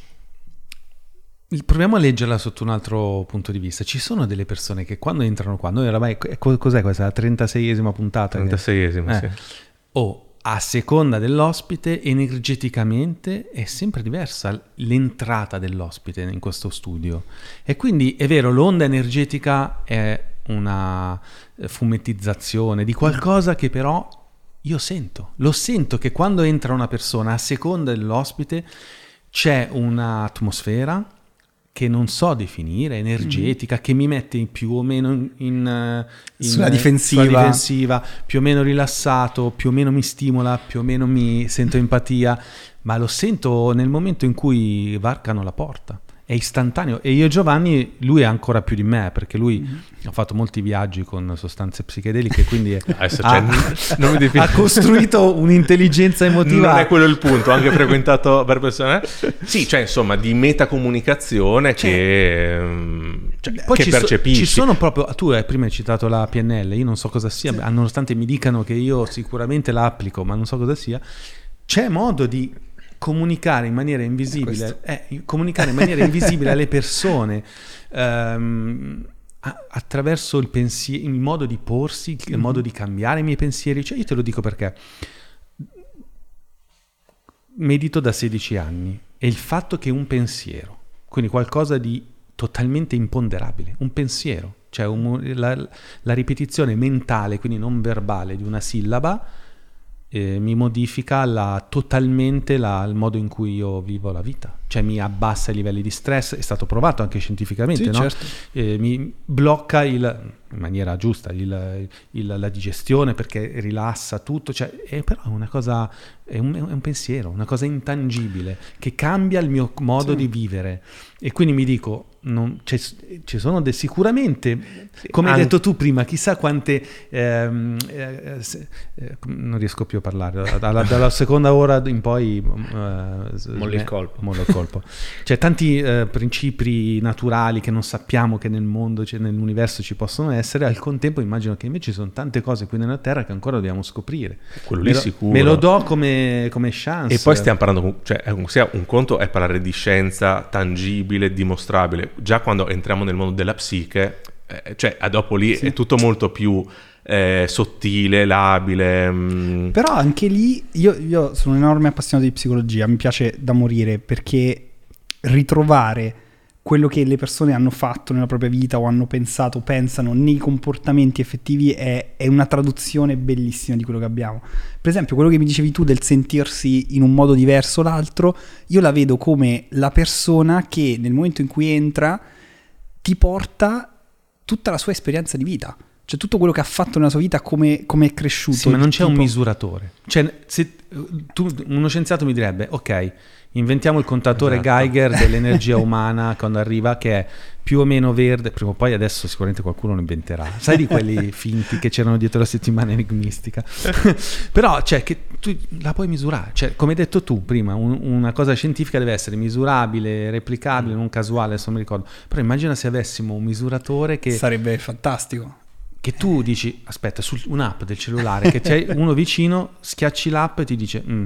Speaker 1: Proviamo a leggerla sotto un altro punto di vista. Ci sono delle persone che quando entrano qua, noi oramai, cos'è questa? La trentaseiesima puntata?
Speaker 3: trentaseiesima,
Speaker 1: eh.
Speaker 3: sì.
Speaker 1: O a seconda dell'ospite, energeticamente è sempre diversa l'entrata dell'ospite in questo studio. E quindi è vero, l'onda energetica è una fumettizzazione di qualcosa che però io sento. Lo sento che quando entra una persona, a seconda dell'ospite, c'è un'atmosfera che non so definire, energetica, mm. che mi mette in più o meno in, in, in
Speaker 2: sulla, difensiva.
Speaker 1: sulla difensiva, più o meno rilassato, più o meno mi stimola, più o meno mi sento empatia. ma lo sento nel momento in cui varcano la porta. È istantaneo. E io e Giovanni, lui è ancora più di me, perché lui mm-hmm. ha fatto molti viaggi con sostanze psichedeliche, quindi è,
Speaker 3: Adesso,
Speaker 1: ha,
Speaker 3: cioè, non mi devi...
Speaker 1: ha costruito un'intelligenza emotiva.
Speaker 3: Non è quello il punto, ho anche frequentato per persone. Sì, cioè insomma di metacomunicazione cioè, che, cioè,
Speaker 1: poi
Speaker 3: che
Speaker 1: ci
Speaker 3: percepisci.
Speaker 1: So, ci sono proprio, tu hai prima hai citato la P N L, io non so cosa sia, sì. nonostante mi dicano che io sicuramente la applico, ma non so cosa sia. C'è modo di comunicare in maniera invisibile, eh, comunicare in maniera invisibile alle persone ehm, a, attraverso il pensiero, il modo di porsi, il mm-hmm. modo di cambiare i miei pensieri. Cioè io te lo dico perché medito da sedici anni e il fatto che un pensiero, quindi qualcosa di totalmente imponderabile, un pensiero, cioè un, la, la ripetizione mentale, quindi non verbale, di una sillaba, Eh, mi modifica la, totalmente la, il modo in cui io vivo la vita, cioè mi abbassa i livelli di stress, è stato provato anche scientificamente,
Speaker 2: sì,
Speaker 1: no?
Speaker 2: certo.
Speaker 1: eh, mi blocca il, in maniera giusta il, il, la digestione perché rilassa tutto, cioè, è, però è una cosa, è un, è un pensiero, una cosa intangibile che cambia il mio modo sì. di vivere, e quindi mi dico non, ci sono de, sicuramente sì, come hai detto tu prima, chissà quante ehm, eh, se, eh, non riesco più a parlare dalla, dalla seconda ora in poi eh,
Speaker 4: mollo il colpo
Speaker 1: mollo il colpo cioè tanti eh, principi naturali che non sappiamo che nel mondo, cioè nell'universo ci possono essere, al contempo immagino che invece ci sono tante cose qui nella Terra che ancora dobbiamo scoprire.
Speaker 3: Quello lì
Speaker 1: me lo,
Speaker 3: sicuro.
Speaker 1: Me lo do come, come chance.
Speaker 3: E poi stiamo parlando, cioè sia un conto è parlare di scienza tangibile, dimostrabile. Già quando entriamo nel mondo della psiche, eh, cioè dopo lì sì. è tutto molto più eh, sottile, labile. Mh.
Speaker 2: Però anche lì io, io sono un enorme appassionato di psicologia, mi piace da morire, perché ritrovare quello che le persone hanno fatto nella propria vita o hanno pensato, pensano nei comportamenti effettivi è, è una traduzione bellissima di quello che abbiamo. Per esempio quello che mi dicevi tu del sentirsi in un modo diverso o l'altro, io la vedo come la persona che nel momento in cui entra ti porta tutta la sua esperienza di vita, cioè tutto quello che ha fatto nella sua vita, come, come è cresciuto.
Speaker 1: Sì, ma non c'è
Speaker 2: tipo...
Speaker 1: un misuratore, cioè se tu, uno scienziato mi direbbe ok, inventiamo il contatore esatto. Geiger dell'energia umana quando arriva, che è più o meno verde, prima o poi adesso sicuramente qualcuno lo inventerà, sai di quelli finti che c'erano dietro la settimana enigmistica. Però cioè che tu la puoi misurare, cioè come hai detto tu prima, un, una cosa scientifica deve essere misurabile, replicabile, non casuale, adesso non mi ricordo, però immagina se avessimo un misuratore che
Speaker 2: sarebbe fantastico,
Speaker 1: che tu dici aspetta, su un'app del cellulare che c'è uno vicino, schiacci l'app e ti dice mm,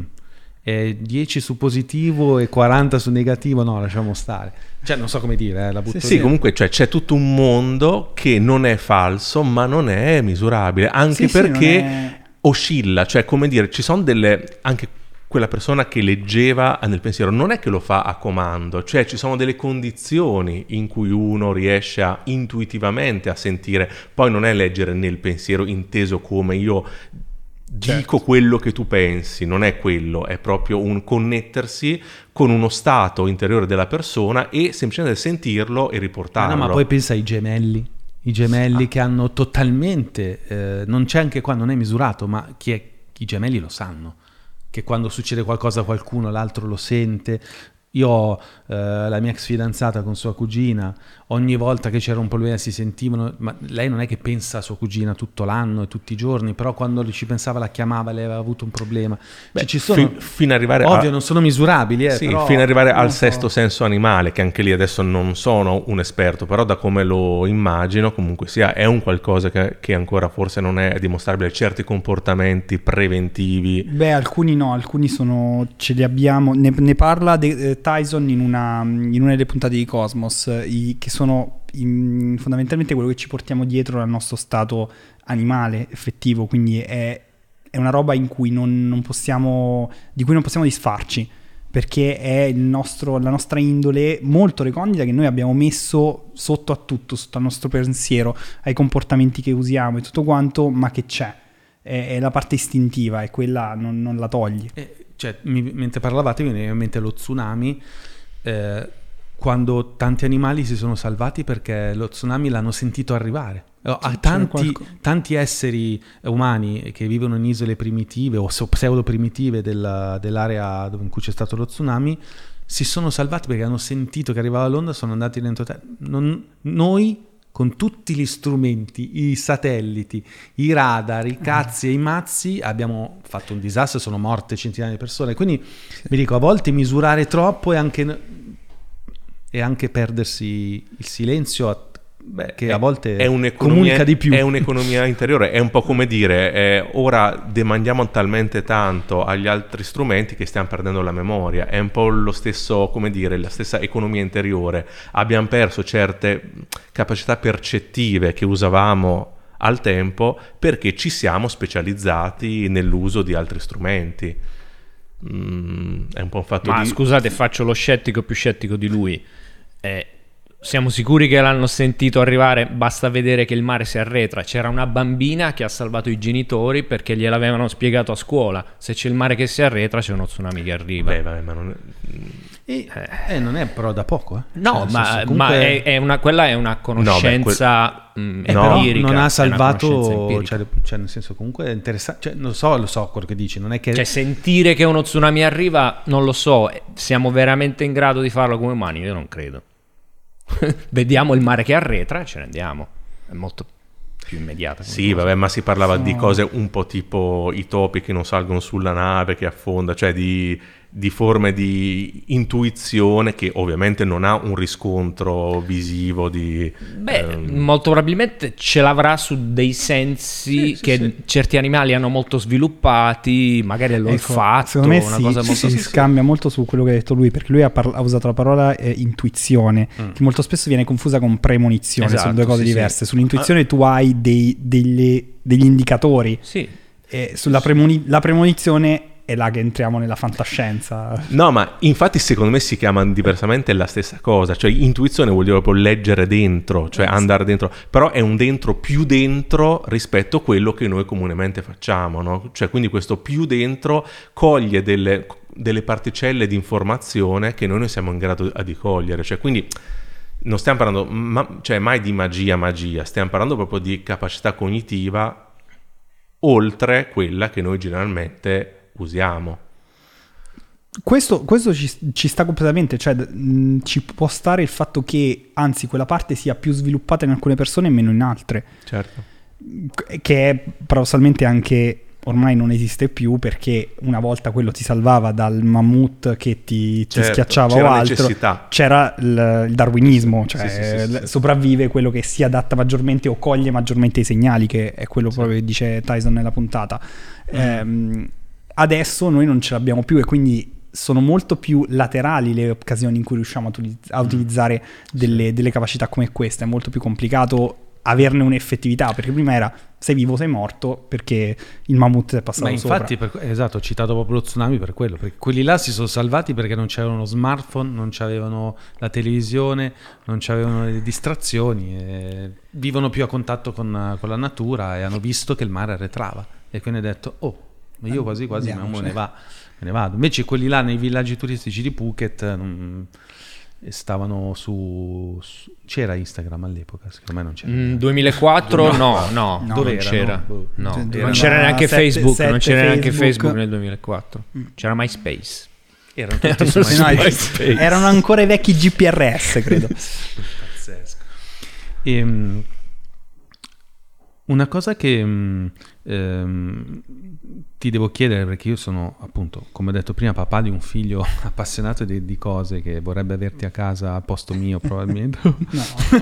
Speaker 1: dieci su positivo e quaranta su negativo, no, lasciamo stare, cioè non so come dire, eh, la butto
Speaker 3: sì, sì, comunque cioè, c'è tutto un mondo che non è falso ma non è misurabile, anche sì, perché sì, è... oscilla, cioè come dire, ci sono delle, anche quella persona che leggeva nel pensiero non è che lo fa a comando, cioè ci sono delle condizioni in cui uno riesce a intuitivamente a sentire, poi non è leggere nel pensiero inteso come io dico certo. quello che tu pensi, non è quello, è proprio un connettersi con uno stato interiore della persona e semplicemente sentirlo e riportarlo.
Speaker 1: No, ma poi pensa ai gemelli, i gemelli ah. che hanno totalmente, eh, non c'è anche qua, non è misurato, ma chi è, i gemelli lo sanno, che quando succede qualcosa a qualcuno l'altro lo sente. Io ho eh, la mia ex fidanzata con sua cugina, ogni volta che c'era un problema si sentivano, ma lei non è che pensa a sua cugina tutto l'anno e tutti i giorni, però quando ci pensava la chiamava, lei aveva avuto un problema. Beh, cioè, ci sono,
Speaker 3: fi, fino ad arrivare
Speaker 1: ovvio
Speaker 3: a,
Speaker 1: non sono misurabili, eh,
Speaker 3: sì,
Speaker 1: però,
Speaker 3: fino ad arrivare al
Speaker 1: so.
Speaker 3: sesto senso animale, che anche lì adesso non sono un esperto, però da come lo immagino comunque sia è un qualcosa che, che ancora forse non è dimostrabile, certi comportamenti preventivi.
Speaker 2: Beh, alcuni no, alcuni sono, ce li abbiamo, ne, ne parla de, eh, Tyson in una in una delle puntate di Cosmos, i, che sono in, fondamentalmente quello che ci portiamo dietro dal nostro stato animale effettivo, quindi è, è una roba in cui non, non possiamo, di cui non possiamo disfarci, perché è il nostro, la nostra indole molto recondita che noi abbiamo messo sotto a tutto, sotto al nostro pensiero, ai comportamenti che usiamo e tutto quanto, ma che c'è, è, è la parte istintiva e quella non, non la togli.
Speaker 1: Eh, cioè, mi, mentre parlavate mi viene in mente lo tsunami. Eh, quando tanti animali si sono salvati perché lo tsunami l'hanno sentito arrivare. A tanti, tanti esseri umani che vivono in isole primitive o pseudo primitive della, dell'area in cui c'è stato lo tsunami si sono salvati perché hanno sentito che arrivava l'onda, sono andati dentro terra. Non, noi con tutti gli strumenti, i satelliti, i radar, i cazzi e i mazzi abbiamo fatto un disastro, sono morte centinaia di persone. Quindi vi dico, a volte misurare troppo e anche, e anche perdersi il silenzio. Beh, che a volte
Speaker 3: è
Speaker 1: comunica di più.
Speaker 3: È un'economia interiore, è un po' come dire eh, ora demandiamo talmente tanto agli altri strumenti che stiamo perdendo la memoria. È un po' lo stesso, come dire, la stessa economia interiore. Abbiamo perso certe capacità percettive che usavamo al tempo perché ci siamo specializzati nell'uso di altri strumenti. Mm, è un po' un fatto
Speaker 4: Ma
Speaker 3: di...
Speaker 4: scusate, faccio lo scettico più scettico di lui. Eh, Siamo sicuri che l'hanno sentito arrivare? Basta vedere che il mare si arretra. C'era una bambina che ha salvato i genitori perché gliel'avevano spiegato a scuola. Se c'è il mare che si arretra, c'è uno tsunami che arriva.
Speaker 3: Beh, vabbè, ma non è...
Speaker 1: E, eh, non è però da poco. Eh.
Speaker 4: No,
Speaker 1: cioè,
Speaker 4: ma,
Speaker 1: senso, comunque...
Speaker 4: ma è, è una, quella è una conoscenza
Speaker 3: no, beh,
Speaker 4: mh,
Speaker 1: Eh, però
Speaker 4: empirica.
Speaker 1: non ha salvato,
Speaker 4: cioè,
Speaker 1: cioè, cioè nel senso comunque è interessante, cioè, lo so, lo so quello che dici, non è che...
Speaker 4: Cioè sentire che uno tsunami arriva, non lo so, siamo veramente in grado di farlo come umani? Io non credo. Vediamo il mare che arretra e ce ne andiamo, è molto più immediata.
Speaker 3: Sì, vabbè, ma si parlava no. di cose un po' tipo i topi che non salgono sulla nave, che affonda, cioè di, di forme di intuizione che ovviamente non ha un riscontro visivo di...
Speaker 4: Beh,
Speaker 3: ehm...
Speaker 4: molto probabilmente ce l'avrà su dei sensi
Speaker 1: sì,
Speaker 4: che
Speaker 1: sì, sì.
Speaker 4: certi animali hanno molto sviluppati, magari l'olfatto,
Speaker 2: ecco, secondo me
Speaker 4: una
Speaker 2: si,
Speaker 4: cosa
Speaker 2: si,
Speaker 4: molto...
Speaker 2: si scambia molto su quello che ha detto lui, perché lui ha, parla- ha usato la parola eh, intuizione, mm. che molto spesso viene confusa con premonizione,
Speaker 4: esatto,
Speaker 2: sono due cose
Speaker 4: sì,
Speaker 2: diverse.
Speaker 4: sì.
Speaker 2: Sull'intuizione ah. tu hai dei, degli, degli indicatori,
Speaker 4: sì.
Speaker 2: e sulla premoni- la premonizione è là che entriamo nella fantascienza.
Speaker 3: No, ma infatti secondo me si chiama diversamente la stessa cosa, cioè intuizione vuol dire proprio leggere dentro, cioè andare dentro, però è un dentro più dentro rispetto a quello che noi comunemente facciamo, no? Cioè quindi questo più dentro coglie delle, delle particelle di informazione che noi non siamo in grado di cogliere, cioè quindi non stiamo parlando ma, cioè mai di magia magia, stiamo parlando proprio di capacità cognitiva oltre quella che noi generalmente usiamo.
Speaker 2: Questo, questo ci, ci sta completamente, cioè mh, ci può stare il fatto che anzi quella parte sia più sviluppata in alcune persone e meno in altre,
Speaker 3: certo,
Speaker 2: che è paradossalmente anche ormai non esiste più, perché una volta quello ti salvava dal mammut che ti, ti
Speaker 3: certo,
Speaker 2: schiacciava
Speaker 3: c'era
Speaker 2: o altro,
Speaker 3: necessità.
Speaker 2: C'era il, il darwinismo, cioè
Speaker 3: sì, sì, sì, sì,
Speaker 2: sopravvive quello che si adatta maggiormente o coglie maggiormente i segnali, che è quello sì. proprio che dice Tyson nella puntata. Mm. Ehm, adesso noi non ce l'abbiamo più e quindi sono molto più laterali le occasioni in cui riusciamo a, utilizz- a utilizzare delle, sì. delle capacità come queste. È molto più complicato averne un'effettività, perché prima era sei vivo, sei morto, perché il mammut è passato
Speaker 1: Ma infatti,
Speaker 2: sopra.
Speaker 1: Per, esatto, ho citato proprio lo tsunami per quello, perché quelli là si sono salvati perché non c'avevano smartphone, non c'avevano la televisione, non c'avevano le distrazioni, e vivono più a contatto con, con la natura e hanno visto che il mare arretrava e quindi hanno detto oh, io quasi quasi me ne, va, me ne vado. Invece quelli là nei villaggi turistici di Phuket non, stavano su, su c'era Instagram all'epoca, secondo me non c'era.
Speaker 4: Mm, duemilaquattro no, no,
Speaker 1: no,
Speaker 4: dove
Speaker 1: non
Speaker 4: c'era?
Speaker 1: No,
Speaker 4: no,
Speaker 1: no,
Speaker 4: non c'era neanche
Speaker 2: sette,
Speaker 4: Facebook,
Speaker 2: sette
Speaker 4: non c'era neanche
Speaker 2: Facebook.
Speaker 4: Facebook nel duemilaquattro. C'era MySpace.
Speaker 1: Erano tutti su
Speaker 2: no,
Speaker 1: MySpace.
Speaker 2: Erano ancora i vecchi G P R S, credo.
Speaker 1: Pazzesco. E, una cosa che ehm, ti devo chiedere, perché io sono appunto, come ho detto prima, papà di un figlio appassionato di, di cose che vorrebbe averti a casa a posto mio probabilmente.
Speaker 2: No.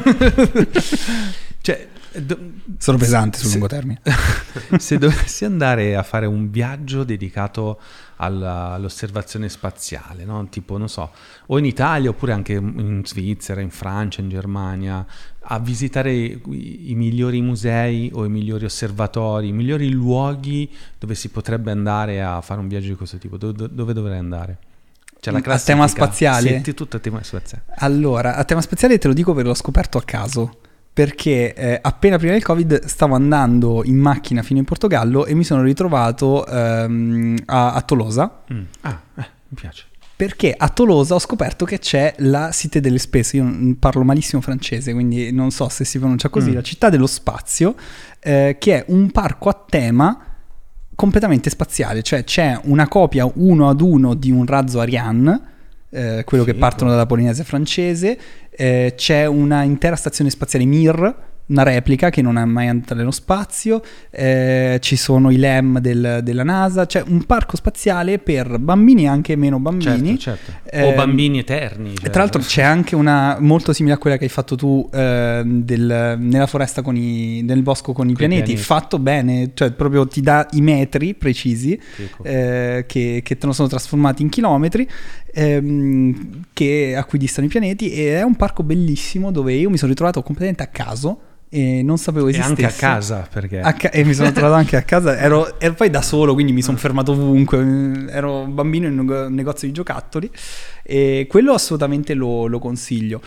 Speaker 1: Cioè, do,
Speaker 2: sono pesanti sul
Speaker 1: se,
Speaker 2: lungo termine.
Speaker 1: Se dovessi andare a fare un viaggio dedicato alla, all'osservazione spaziale, no? Tipo, non so, o in Italia oppure anche in Svizzera, in Francia, in Germania, a visitare i, i migliori musei o i migliori osservatori, i migliori luoghi dove si potrebbe andare a fare un viaggio di questo tipo, dove, dove dovrei andare? Cioè la
Speaker 2: a tema spaziale?
Speaker 1: Sì, tutto a tema spaziale.
Speaker 2: Allora, a tema spaziale te lo dico perché l'ho scoperto a caso, perché eh, appena prima del Covid stavo andando in macchina fino in Portogallo e mi sono ritrovato ehm, a, a Tolosa.
Speaker 1: Mm. Ah, eh, mi piace.
Speaker 2: Perché a Tolosa ho scoperto che c'è la Cité de l'Espace, io non- parlo malissimo francese, quindi non so se si pronuncia così,
Speaker 1: Mm.
Speaker 2: la città dello spazio, eh, che è un parco a tema completamente spaziale, cioè c'è una copia uno ad uno di un razzo Ariane, eh, quello che
Speaker 1: Figo.
Speaker 2: partono dalla Polinesia francese, eh, c'è una intera stazione spaziale Mir, una replica che non è mai andata nello spazio, eh, ci sono i L E M del- della NASA, c'è un parco spaziale per bambini e anche meno bambini.
Speaker 1: Certo, certo.
Speaker 2: Ehm,
Speaker 1: O bambini eterni.
Speaker 2: E
Speaker 1: cioè.
Speaker 2: tra l'altro c'è anche una molto simile a quella che hai fatto tu eh, del- nella foresta con i, nel bosco con i
Speaker 1: Con i
Speaker 2: pianeti,
Speaker 1: pianeti.
Speaker 2: fatto bene, cioè proprio ti dà i metri precisi
Speaker 1: Fico.
Speaker 2: eh, che, che te lo sono trasformati in chilometri ehm, che, a cui distano i pianeti, e è un parco bellissimo dove io mi sono ritrovato completamente a caso e non sapevo
Speaker 1: E
Speaker 2: esistesse.
Speaker 1: anche a casa, perché...
Speaker 2: A ca- e mi sono trovato anche a casa, ero, ero poi da solo, quindi mi sono fermato ovunque, ero un bambino in un nego- negozio di giocattoli e quello assolutamente lo, lo consiglio.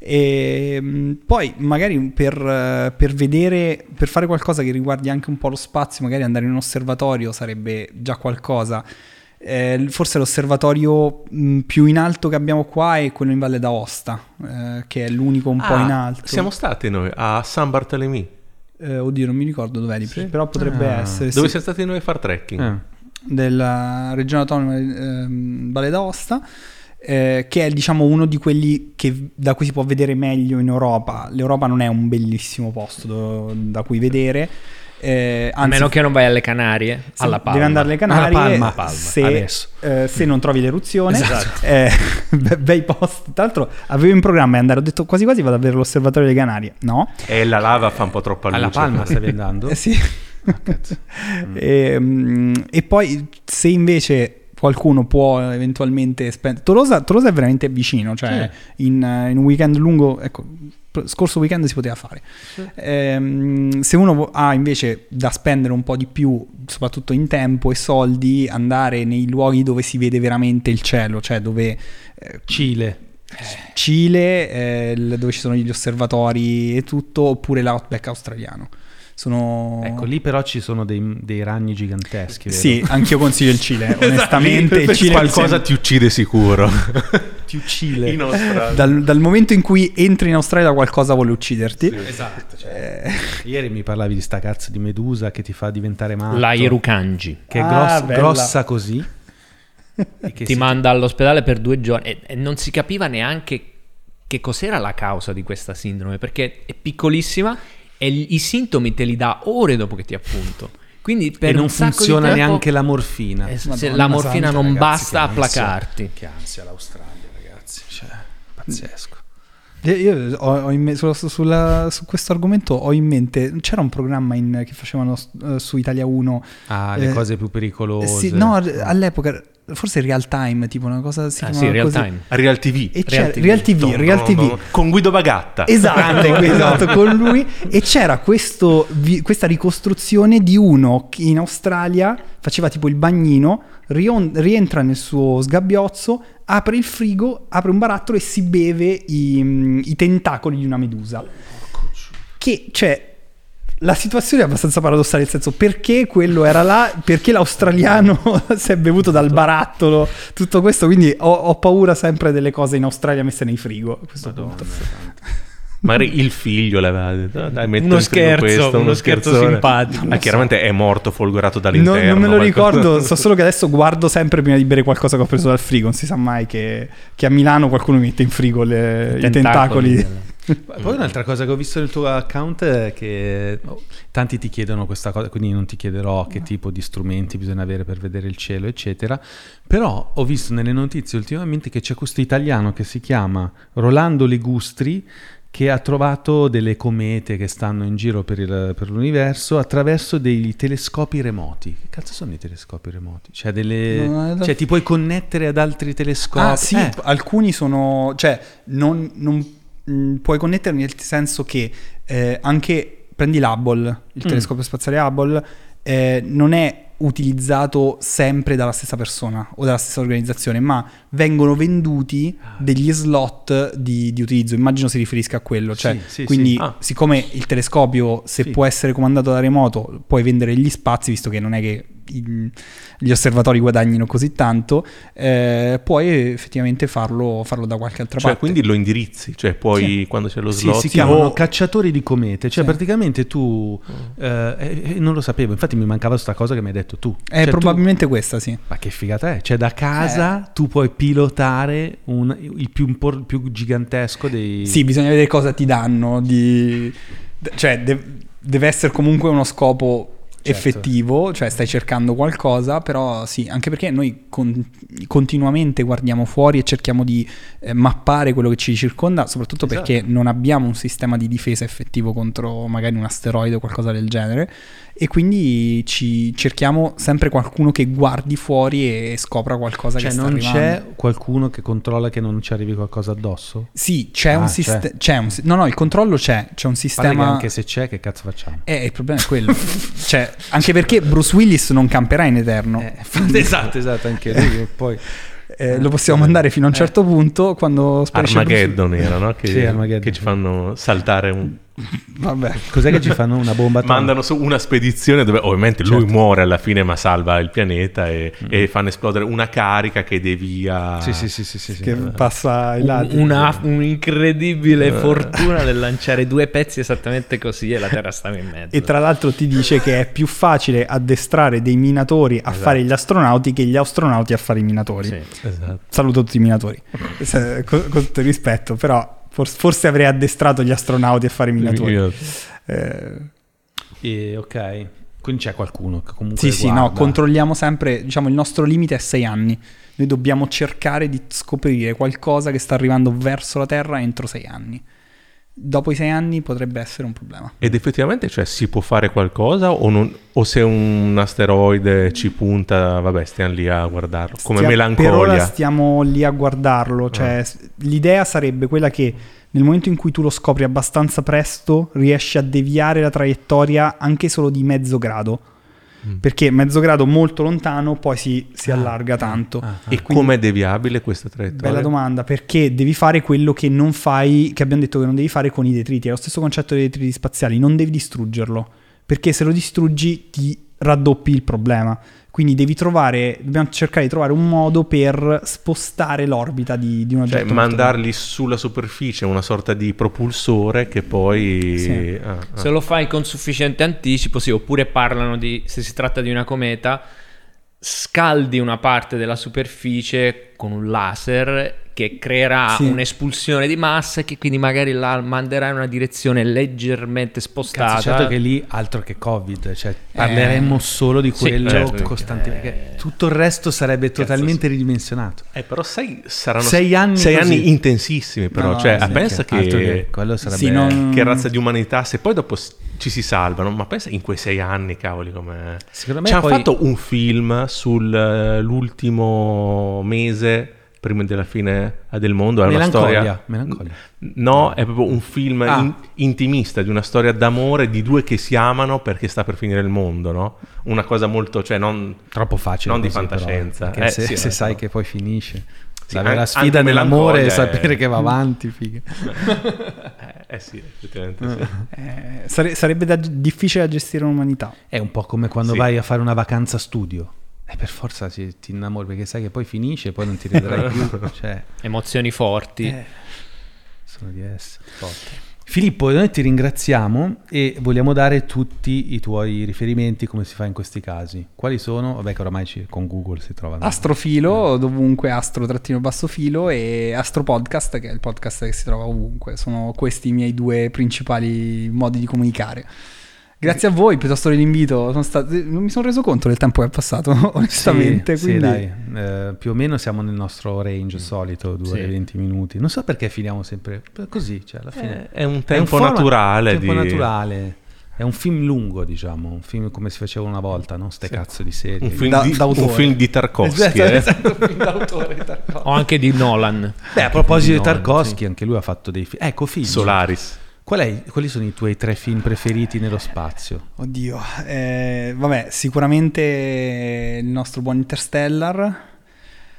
Speaker 2: E mh, poi magari per, eh, per vedere, per fare qualcosa che riguardi anche un po' lo spazio, magari andare in un osservatorio sarebbe già qualcosa. Eh, forse l'osservatorio mh, più in alto che abbiamo qua è quello in Valle d'Aosta, eh, che è l'unico un po'
Speaker 3: Ah,
Speaker 2: in alto.
Speaker 3: Siamo stati noi a San Bartolomé,
Speaker 2: Eh, oddio, non mi ricordo dov'è, di
Speaker 3: Sì.
Speaker 2: però potrebbe
Speaker 1: Ah.
Speaker 2: essere
Speaker 3: dove
Speaker 2: sì,
Speaker 3: siamo stati noi a far trekking.
Speaker 1: Eh.
Speaker 2: della regione autonoma ehm, Valle d'Aosta, eh, che è diciamo uno di quelli che, da cui si può vedere meglio in Europa. L'Europa non è un bellissimo posto do- da cui vedere, eh,
Speaker 4: A
Speaker 2: anzi,
Speaker 4: meno che non vai alle Canarie,
Speaker 2: se-
Speaker 4: alla Palma.
Speaker 2: devi andare alle Canarie,
Speaker 1: Alla Palma, Palma,
Speaker 2: se,
Speaker 1: adesso.
Speaker 2: eh, se non trovi l'eruzione.
Speaker 4: Esatto.
Speaker 2: Eh, be- bei posti. Tra l'altro avevo in programma andare, ho detto quasi quasi vado a vedere l'osservatorio delle Canarie, no?
Speaker 3: E la lava fa un po' troppa luce.
Speaker 1: Alla Palma stavi andando?
Speaker 2: Eh sì.
Speaker 1: Cazzo.
Speaker 2: e, mm, e poi se invece qualcuno può eventualmente spendere, Tolosa, Tolosa è veramente vicino, cioè in, eh, in un weekend lungo, ecco, pr- scorso weekend si poteva fare. Ehm, se uno vo- ha invece da spendere un po' di più, soprattutto in tempo e soldi, andare nei luoghi dove si vede veramente il cielo, cioè dove eh,
Speaker 1: Cile.
Speaker 2: Cile, eh, il- dove ci sono gli osservatori e tutto, oppure l'outback australiano. Sono...
Speaker 1: Ecco, lì però ci sono dei, dei ragni giganteschi, vero?
Speaker 2: Sì, anch'io consiglio il Cile, onestamente. il Cile mi
Speaker 3: qualcosa
Speaker 2: sembra-
Speaker 3: ti uccide sicuro.
Speaker 1: Più Cile.
Speaker 3: In Australia.
Speaker 2: dal, dal momento in cui entri in Australia qualcosa vuole ucciderti.
Speaker 1: Esatto. Cioè,
Speaker 2: Eh,
Speaker 1: ieri mi parlavi di sta cazzo di medusa che ti fa diventare matto.
Speaker 4: La Irukanji.
Speaker 1: Che è
Speaker 2: Ah,
Speaker 1: grossa,
Speaker 2: bella.
Speaker 1: grossa così. E che
Speaker 4: Ti
Speaker 1: si-
Speaker 4: manda all'ospedale per due giorni e, e non si capiva neanche che cos'era la causa di questa sindrome, perché è piccolissima e gli- i sintomi te li dà ore dopo che ti appunto. Quindi per
Speaker 1: e non
Speaker 4: un sacco
Speaker 1: funziona
Speaker 4: di tempo,
Speaker 1: neanche la morfina.
Speaker 4: eh, se
Speaker 2: Madonna
Speaker 4: la morfina
Speaker 2: santa,
Speaker 4: non
Speaker 1: Ragazzi,
Speaker 4: basta a
Speaker 1: che ansia.
Speaker 4: placarti.
Speaker 1: Che ansia l'Australia, ragazzi. Cioè, pazzesco.
Speaker 2: io io ho, ho in me- su, su- sulla- su questo argomento ho in mente, c'era un programma in- che facevano eh, su Italia uno.
Speaker 1: Ah, le
Speaker 2: Eh,
Speaker 1: cose più pericolose.
Speaker 2: Sì, no, all'epoca forse Real Time, tipo una cosa si
Speaker 4: Ah,
Speaker 2: chiamava
Speaker 4: sì, real
Speaker 2: così.
Speaker 4: time.
Speaker 3: Real T V.
Speaker 2: E c'era
Speaker 1: Real T V.
Speaker 2: Real T V, Real T V.
Speaker 3: Con Guido Bagatta.
Speaker 2: Esatto, esatto, con lui. E c'era questo, vi- questa ricostruzione di uno che in Australia faceva tipo il bagnino, rion- rientra nel suo sgabbiozzo, apre il frigo, apre un barattolo e si beve i, i tentacoli di una medusa. Che, cioè, la situazione è abbastanza paradossale, nel senso, perché quello era là, perché l'australiano si è bevuto dal barattolo, tutto questo, quindi ho, ho paura sempre delle cose in Australia messe nei frigo a questo punto.
Speaker 3: Magari il figlio l'aveva detto. "Ah, dai, metto
Speaker 4: Uno
Speaker 3: in frigo
Speaker 4: scherzo,
Speaker 3: questo,
Speaker 4: uno scherzo
Speaker 3: scherzone."
Speaker 4: simpatico.
Speaker 3: Ah, chiaramente è morto folgorato
Speaker 2: Non,
Speaker 3: dall'interno.
Speaker 2: non me lo
Speaker 3: qualcosa-
Speaker 2: ricordo, so solo che adesso guardo sempre prima di bere qualcosa che ho preso dal frigo. Non si sa mai che, che a Milano qualcuno mette in frigo le- i tentacoli.
Speaker 1: Poi un'altra cosa che ho visto nel tuo account è che oh, tanti ti chiedono questa cosa, quindi non ti chiederò che tipo di strumenti bisogna avere per vedere il cielo, eccetera. Però ho visto nelle notizie ultimamente che c'è questo italiano che si chiama Rolando Legustri, che ha trovato delle comete che stanno in giro per, il- per l'universo attraverso dei telescopi remoti. Che cazzo sono i telescopi remoti? Cioè, delle,
Speaker 2: No, è da-
Speaker 1: cioè ti puoi connettere ad altri telescopi?
Speaker 2: Ah sì,
Speaker 1: Eh,
Speaker 2: alcuni sono, cioè non, non mh, puoi connetterli nel senso che eh, anche prendi l'Hubble, il
Speaker 1: Mm.
Speaker 2: telescopio spaziale Hubble, eh, non è utilizzato sempre dalla stessa persona o dalla stessa organizzazione, ma vengono venduti degli slot di, di utilizzo. Immagino si riferisca a quello, cioè,
Speaker 1: Sì, sì,
Speaker 2: quindi
Speaker 1: sì.
Speaker 3: Ah.
Speaker 2: siccome il telescopio, se
Speaker 1: Sì.
Speaker 2: può essere comandato da remoto, puoi vendere gli spazi, visto che non è che i, gli osservatori guadagnino così tanto, eh, puoi effettivamente farlo, farlo da qualche altra
Speaker 3: cioè,
Speaker 2: parte.
Speaker 3: quindi lo indirizzi, cioè puoi
Speaker 2: Sì.
Speaker 3: quando c'è lo
Speaker 1: Sì,
Speaker 3: slot
Speaker 1: si chiamano
Speaker 2: o-
Speaker 1: cacciatori di comete, cioè
Speaker 2: Sì.
Speaker 1: praticamente tu eh, eh, non lo sapevo, infatti mi mancava questa cosa che mi hai detto tu.
Speaker 2: È
Speaker 1: Cioè,
Speaker 2: probabilmente questa, sì.
Speaker 1: tu- ma che figata è? Cioè da casa tu puoi pilotare un- il più, impor- più gigantesco dei...
Speaker 2: Sì, bisogna vedere cosa ti danno. Di... Cioè, de- deve essere comunque uno scopo
Speaker 1: Certo.
Speaker 2: effettivo, cioè stai cercando qualcosa, però sì, anche perché noi con- continuamente guardiamo fuori e cerchiamo di eh, mappare quello che ci circonda, soprattutto
Speaker 1: Esatto.
Speaker 2: perché non abbiamo un sistema di difesa effettivo contro magari un asteroide o qualcosa del genere, e quindi ci cerchiamo sempre qualcuno che guardi fuori e scopra qualcosa
Speaker 1: Cioè
Speaker 2: che sta
Speaker 1: non
Speaker 2: arrivando.
Speaker 1: c'è qualcuno che controlla che non ci arrivi qualcosa addosso?
Speaker 2: Sì, c'è
Speaker 1: Ah,
Speaker 2: un
Speaker 1: c'è.
Speaker 2: sistema. C'è un si- no, no, il controllo c'è. C'è un
Speaker 1: Pare che
Speaker 2: sistema.
Speaker 1: anche se c'è, che cazzo facciamo?
Speaker 2: Eh, il problema è quello. Cioè, anche perché Bruce Willis non camperà in eterno.
Speaker 1: Eh, esatto, esatto, anche lui. Poi
Speaker 2: Eh, lo possiamo mandare fino a un certo punto quando sparisce
Speaker 3: Armageddon era, no? Che,
Speaker 1: Sì, Armageddon.
Speaker 3: che ci fanno saltare un...
Speaker 2: Bruce- Vabbè.
Speaker 1: cos'è che ci fanno una bomba atomica?
Speaker 3: Mandano su una spedizione dove ovviamente lui
Speaker 1: Certo.
Speaker 3: muore alla fine ma salva il pianeta e, e fanno esplodere una carica che devia...
Speaker 1: Sì, sì, sì, sì, sì, sì.
Speaker 2: Che passa ai
Speaker 4: Un-
Speaker 2: lati.
Speaker 4: una un'incredibile
Speaker 3: Eh.
Speaker 4: fortuna nel lanciare due pezzi esattamente così e la Terra stava in mezzo.
Speaker 2: E tra l'altro ti dice che è più facile addestrare dei minatori a fare gli astronauti che gli astronauti a fare i minatori.
Speaker 4: Sì.
Speaker 3: Esatto.
Speaker 2: Saluto tutti i minatori. Se- Con, con tutto il rispetto, però forse, forse avrei addestrato gli astronauti a fare i minatori.
Speaker 3: Io-
Speaker 2: Eh,
Speaker 1: E, ok, quindi c'è qualcuno che comunque
Speaker 2: Sì, sì, no,
Speaker 1: guarda.
Speaker 2: controlliamo sempre, diciamo il nostro limite è sei anni. Noi dobbiamo cercare di scoprire qualcosa che sta arrivando verso la Terra entro sei anni. Dopo i sei anni potrebbe essere un problema.
Speaker 3: Ed effettivamente, cioè, si può fare qualcosa o, non- o se un asteroide ci punta, vabbè, stiamo lì a guardarlo, come
Speaker 2: Stia-
Speaker 3: melancolia.
Speaker 2: Per ora stiamo lì a guardarlo, cioè s- l'idea sarebbe quella che nel momento in cui tu lo scopri abbastanza presto riesci a deviare la traiettoria anche solo di mezzo grado. Perché mezzo grado molto lontano poi si, si
Speaker 1: Ah,
Speaker 2: allarga
Speaker 1: ah,
Speaker 2: tanto.
Speaker 1: ah, ah.
Speaker 3: E come è deviabile questa traiettoria?
Speaker 2: Bella domanda, perché devi fare quello che non fai, che abbiamo detto che non devi fare con i detriti, è lo stesso concetto dei detriti spaziali, non devi distruggerlo, perché se lo distruggi ti raddoppi il problema. Quindi devi trovare, dobbiamo cercare di trovare un modo per spostare l'orbita di, di un
Speaker 3: Cioè,
Speaker 2: oggetto. molto
Speaker 3: mandarli sulla superficie una sorta di propulsore che poi...
Speaker 2: Sì.
Speaker 3: ah, ah.
Speaker 4: Se lo fai con sufficiente anticipo, sì, oppure parlano di, se si tratta di una cometa, scaldi una parte della superficie con un laser che creerà
Speaker 2: Sì.
Speaker 4: un'espulsione di massa che quindi magari la manderà in una direzione leggermente spostata.
Speaker 1: Cazzo, certo che lì altro che Covid, cioè parleremmo solo di
Speaker 4: Sì,
Speaker 1: quello
Speaker 3: certo.
Speaker 1: costantemente.
Speaker 4: Eh.
Speaker 1: Tutto il resto sarebbe totalmente ridimensionato.
Speaker 3: Eh, però sai, saranno
Speaker 1: Sei anni
Speaker 3: sei
Speaker 1: così.
Speaker 3: anni intensissimi, però.
Speaker 2: No,
Speaker 3: cioè,
Speaker 2: sì,
Speaker 3: pensa che,
Speaker 1: Altro che quello sarebbe
Speaker 2: Sì, non-
Speaker 3: che razza di umanità, se poi dopo s- ci si salvano, ma pensa in quei sei anni, cavoli, come...
Speaker 1: Secondo me
Speaker 3: Ci hanno
Speaker 1: poi-
Speaker 3: fatto un film sull'ultimo mese prima della fine del mondo, è una
Speaker 1: Melancolia,
Speaker 3: storia...
Speaker 1: Melancolia.
Speaker 3: No, è proprio un film
Speaker 1: Ah.
Speaker 3: in- intimista di una storia d'amore di due che si amano perché sta per finire il mondo, no? Una cosa molto, cioè non...
Speaker 1: Troppo facile.
Speaker 3: Non di
Speaker 1: così, però,
Speaker 3: fantascienza.
Speaker 1: perché
Speaker 3: Eh,
Speaker 1: se,
Speaker 3: sì,
Speaker 1: se
Speaker 3: eh,
Speaker 1: sai
Speaker 3: però.
Speaker 1: che poi finisce.
Speaker 3: Sì,
Speaker 1: La vera
Speaker 3: an-
Speaker 1: sfida
Speaker 3: anche
Speaker 1: nell'amore è
Speaker 3: melancolia è-
Speaker 1: sapere che va avanti, figa.
Speaker 3: Eh, eh sì, effettivamente sì.
Speaker 2: Eh, sare- sarebbe da- difficile da gestire l'umanità.
Speaker 1: È un po' come quando
Speaker 3: Sì.
Speaker 1: vai a fare una vacanza studio. E per forza ci- ti innamori perché sai che poi finisce e poi non ti rivedrai più. Cioè,
Speaker 4: Emozioni forti.
Speaker 1: eh, sono di esse. Filippo, noi ti ringraziamo e vogliamo dare tutti i tuoi riferimenti come si fa in questi casi. Quali sono? Vabbè che oramai ci- con Google si trovano.
Speaker 2: Astrofilo, dovunque astro-basso-filo, e Astropodcast, che è il podcast che si trova ovunque. Sono questi i miei due principali modi di comunicare. Grazie a voi piuttosto dell'invito. Sono stato, non mi sono reso conto del tempo che è passato, onestamente.
Speaker 1: Sì,
Speaker 2: quindi...
Speaker 1: sì, dai, eh, più o meno siamo nel nostro range solito, due ore e venti minuti. Non so perché finiamo sempre così, cioè alla fine
Speaker 3: È un tempo
Speaker 1: format-
Speaker 3: naturale.
Speaker 1: tempo
Speaker 3: di...
Speaker 1: naturale. È un film lungo, diciamo, un film come si faceva una volta, no? Ste cazzo di serie.
Speaker 3: Un film,
Speaker 2: Da-
Speaker 3: di,
Speaker 2: d'autore.
Speaker 3: un film di Tarkovsky.
Speaker 1: Esatto,
Speaker 3: eh.
Speaker 1: esatto, un film d'autore, Tarkovsky.
Speaker 4: O anche di Nolan.
Speaker 1: Beh, a proposito di
Speaker 4: Nolan,
Speaker 1: Tarkovsky, anche lui ha fatto dei film. Ecco, film.
Speaker 3: Solaris.
Speaker 1: Qual è, quali sono i tuoi tre film preferiti nello spazio?
Speaker 2: Oddio, eh, vabbè, sicuramente il nostro buon Interstellar.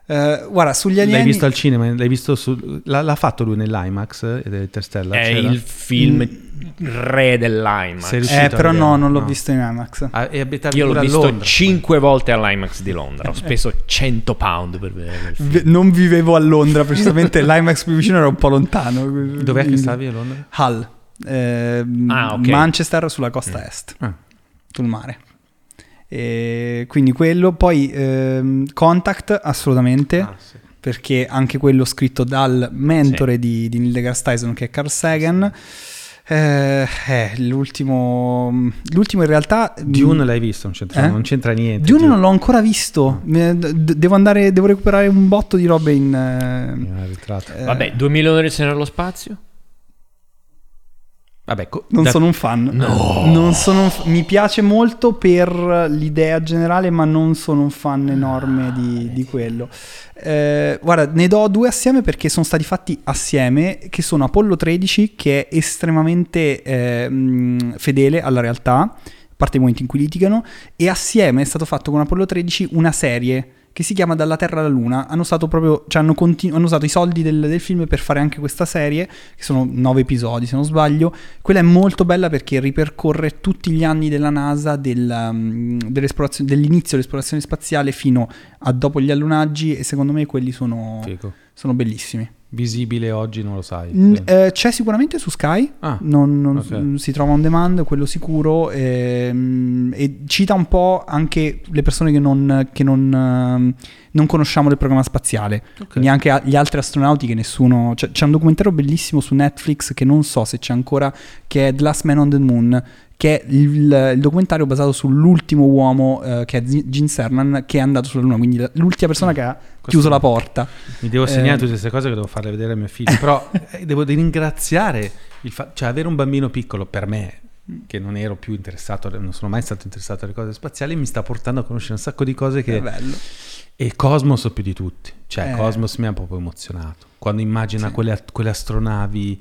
Speaker 2: Uh, guarda, sugli alieni...
Speaker 1: L'hai visto al cinema? L'hai visto su... l'ha, l'ha fatto lui nell'IMAX Interstellar?
Speaker 4: È
Speaker 1: c'era?
Speaker 4: il film mm. re dell'IMAX.
Speaker 1: Sei riuscito
Speaker 2: Eh,
Speaker 1: a
Speaker 2: però
Speaker 1: vederlo?
Speaker 2: no, non l'ho
Speaker 1: No.
Speaker 2: visto in IMAX.
Speaker 1: Ah, e abitavi
Speaker 4: Io l'ho
Speaker 1: pure a
Speaker 4: visto
Speaker 1: Londra,
Speaker 4: cinque volte all'IMAX di Londra. Ho speso cento pound per vedere quel film.
Speaker 2: V- non vivevo a Londra, precisamente l'IMAX più vicino era un po' lontano.
Speaker 1: poi. Dov'è che stavi a Londra?
Speaker 2: Hull, eh,
Speaker 4: Ah, ok.
Speaker 2: Manchester sulla costa
Speaker 4: Mm.
Speaker 2: est,
Speaker 1: Ah.
Speaker 2: sul mare. E quindi quello, poi ehm, Contact assolutamente,
Speaker 1: Ah, sì.
Speaker 2: perché anche quello scritto dal mentore
Speaker 4: Sì.
Speaker 2: di, di Neil deGrasse Tyson, che è Carl Sagan. Eh, eh, l'ultimo, l'ultimo in realtà
Speaker 1: Dune l'hai visto? Non c'entra,
Speaker 2: Eh?
Speaker 1: non c'entra niente.
Speaker 2: Dune non l'ho ancora visto. Me- d- devo andare, devo recuperare un botto di robe in eh,
Speaker 1: Mi ha ritratto.
Speaker 2: eh,
Speaker 4: Vabbè, duemila odissee nello spazio?
Speaker 1: Vabbè, co-
Speaker 2: non
Speaker 1: da-
Speaker 2: sono un fan.
Speaker 4: No.
Speaker 2: Non sono un f- mi piace molto per l'idea generale, ma non sono un fan enorme di, di quello. Eh, guarda, ne do due assieme perché sono stati fatti assieme, che sono Apollo tredici, che è estremamente eh, mh, fedele alla realtà, a parte i momenti in cui litigano, e assieme è stato fatto con Apollo tredici una serie che si chiama Dalla Terra alla Luna. Hanno usato proprio, cioè hanno, continu- hanno usato i soldi del, del film per fare anche questa serie, che sono nove episodi se non sbaglio. Quella è molto bella perché ripercorre tutti gli anni della NASA, del, um, dell'esplorazione, dell'inizio dell'esplorazione spaziale fino a dopo gli allunaggi, e secondo me quelli sono,
Speaker 1: Figo.
Speaker 2: sono bellissimi.
Speaker 1: Visibile oggi non lo sai.
Speaker 2: Mm, eh, c'è sicuramente su Sky,
Speaker 1: Ah,
Speaker 2: non, non-
Speaker 1: ok.
Speaker 2: si trova on demand, quello sicuro, ehm, e cita un po' anche le persone che non, che non, ehm, non conosciamo del programma spaziale,
Speaker 1: Ok.
Speaker 2: quindi anche a- gli altri astronauti che nessuno... C'è, c'è un documentario bellissimo su Netflix che non so se c'è ancora, che è The Last Man on the Moon, che è il, il documentario basato sull'ultimo uomo, eh, che è Gene Cernan, che è andato sulla Luna, quindi l'ultima persona che ha chiuso la porta.
Speaker 1: Mi devo segnare
Speaker 2: Eh,
Speaker 1: tutte queste cose che devo farle vedere a mio figlio, però eh, devo ringraziare il fa- cioè avere un bambino piccolo per me, che non ero più interessato, non sono mai stato interessato alle cose spaziali, mi sta portando a conoscere un sacco di cose che...
Speaker 2: È bello.
Speaker 1: E Cosmos più di tutti, cioè
Speaker 2: Eh.
Speaker 1: Cosmos mi ha proprio emozionato, quando immagina
Speaker 2: Sì.
Speaker 1: quelle, quelle astronavi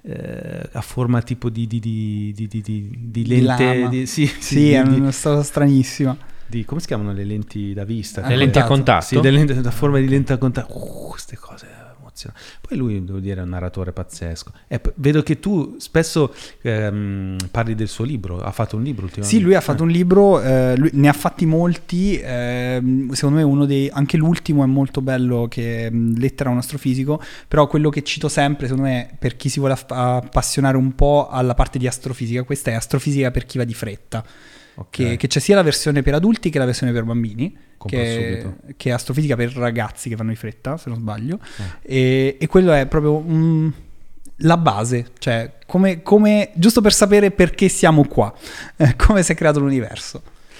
Speaker 1: eh, a forma tipo di, di, di, di, di, di, di
Speaker 2: Di
Speaker 1: lente,
Speaker 2: lama.
Speaker 1: di, sì,
Speaker 2: Sì,
Speaker 1: di-
Speaker 2: è
Speaker 1: di-
Speaker 2: una storia stranissima.
Speaker 1: di- come si chiamano le lenti da vista?
Speaker 2: Le
Speaker 4: Le lenti a contatto?
Speaker 1: Sì, delle lenti da forma di lente a contatto. Uh, queste cose emozionanti. Poi lui, devo dire, è un narratore pazzesco. E p- vedo che tu spesso ehm, parli del suo libro. Ha fatto un libro ultimamente.
Speaker 2: Sì, lui ha fatto un libro, eh, lui- ne ha fatti molti, ehm, secondo me uno dei, anche l'ultimo è molto bello, che è mh, Lettera a un astrofisico, però quello che cito sempre, secondo me, per chi si vuole aff- appassionare un po' alla parte di astrofisica, questa è Astrofisica per chi va di fretta,
Speaker 1: Ok.
Speaker 2: che, che c'è sia la versione per adulti che la versione per bambini,
Speaker 1: Compro
Speaker 2: che,
Speaker 1: subito.
Speaker 2: che è Astrofisica per ragazzi che vanno di fretta, se non sbaglio,
Speaker 1: Eh.
Speaker 2: e, e quello è proprio mm, la base, cioè come, come giusto per sapere perché siamo qua, eh, come si è creato l'universo.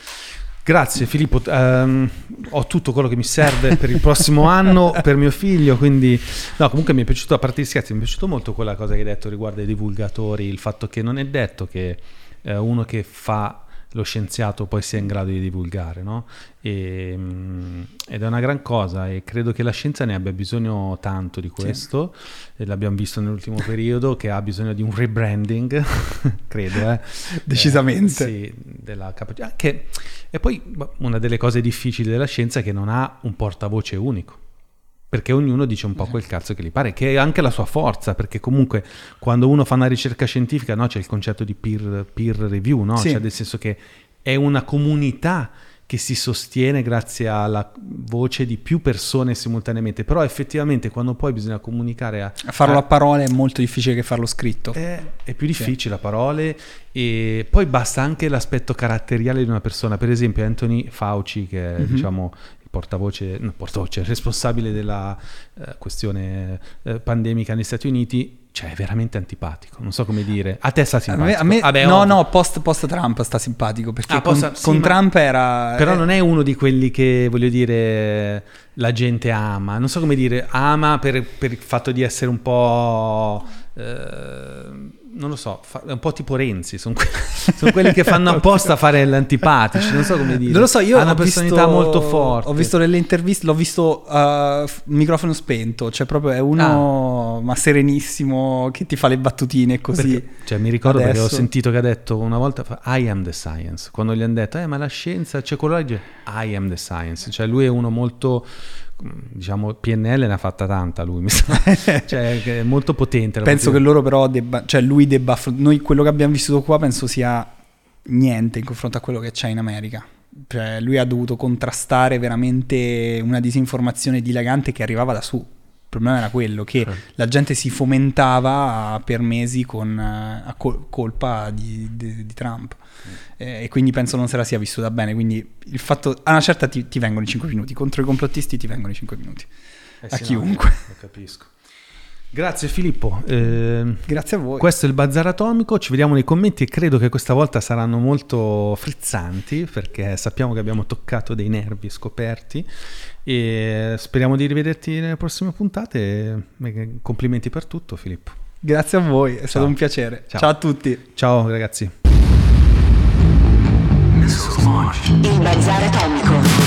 Speaker 1: Grazie Filippo. Ehm, ho tutto quello che mi serve per il prossimo anno per mio figlio, quindi no, comunque mi è piaciuto, a parte gli scherzi, mi è piaciuto molto quella cosa che hai detto riguardo ai divulgatori, il fatto che non è detto che eh, uno che fa lo scienziato poi sia in grado di divulgare, no? E, mm, ed è una gran cosa, e credo che la scienza ne abbia bisogno tanto di questo, e l'abbiamo visto nell'ultimo periodo, che ha bisogno di un rebranding credo, eh.
Speaker 2: Decisamente.
Speaker 1: Eh, sì, della capacità che, e poi bah, una delle cose difficili della scienza è che non ha un portavoce unico, perché ognuno dice un po' quel cazzo che gli pare, che è anche la sua forza, perché comunque quando uno fa una ricerca scientifica, no, c'è il concetto di peer, peer review, no?
Speaker 2: Sì.
Speaker 1: Cioè nel senso che è una comunità che si sostiene grazie alla voce di più persone simultaneamente, però effettivamente quando poi bisogna comunicare a,
Speaker 2: Farlo
Speaker 1: a-
Speaker 2: a parole è molto difficile che farlo scritto.
Speaker 1: è, è più difficile a parole, e poi basta anche l'aspetto caratteriale di una persona. Per esempio Anthony Fauci, che è
Speaker 2: Mhm.
Speaker 1: diciamo il portavoce, no, portavoce, responsabile della eh, questione eh, pandemica negli Stati Uniti, cioè è veramente antipatico, non so come dire. A te sta
Speaker 2: A
Speaker 1: simpatico?
Speaker 2: me, a me-
Speaker 1: Vabbè,
Speaker 2: no,
Speaker 1: ovvio.
Speaker 2: no, post, post Trump sta simpatico, perché
Speaker 1: Ah,
Speaker 2: con,
Speaker 1: post- sì,
Speaker 2: con
Speaker 1: ma-
Speaker 2: Trump era...
Speaker 1: Però
Speaker 2: eh,
Speaker 1: non è uno di quelli che, voglio dire, la gente ama. Non so come dire, ama per, per il fatto di essere un po'... eh, non lo so, fa- è un po' tipo Renzi, sono, que- sono quelli che fanno apposta a fare l'antipatici, non so come dire.
Speaker 2: Non lo so, io
Speaker 1: ha una
Speaker 2: ho
Speaker 1: personalità
Speaker 2: visto,
Speaker 1: molto forte.
Speaker 2: Ho visto delle interviste, l'ho visto a microfono spento, cioè proprio è uno ma serenissimo che ti fa le battutine così.
Speaker 1: Perché- cioè, mi ricordo perché ho
Speaker 2: Adesso-
Speaker 1: sentito che ha detto una volta fa, I am the science, quando gli hanno detto eh ma la scienza c'è quello là, dice, I am the science, cioè lui è uno molto diciamo P N L ne ha fatta tanta lui, mi sa. Cioè è molto potente.
Speaker 2: Penso che loro però debba, cioè lui debba affront- noi quello che abbiamo vissuto qua penso sia niente in confronto a quello che c'è in America. Cioè lui ha dovuto contrastare veramente una disinformazione dilagante che arrivava da su. Il problema era quello che sì. la gente si fomentava per mesi con a col- colpa di, di, di Trump mm. eh, e quindi penso non se la sia vissuta bene. Quindi il fatto a una certa ti, ti vengono i cinque minuti, contro i complottisti ti vengono i cinque minuti eh a sì, chiunque.
Speaker 1: No, lo capisco. Grazie Filippo, eh,
Speaker 2: grazie a voi.
Speaker 1: Questo è il Bazar Atomico, ci vediamo nei commenti e credo che questa volta saranno molto frizzanti perché sappiamo che abbiamo toccato dei nervi scoperti e speriamo di rivederti nelle prossime puntate. Complimenti per tutto Filippo.
Speaker 2: Grazie a voi, è Ciao. stato un piacere. Ciao. Ciao a tutti.
Speaker 1: Ciao ragazzi.
Speaker 5: Il Bazar Atomico.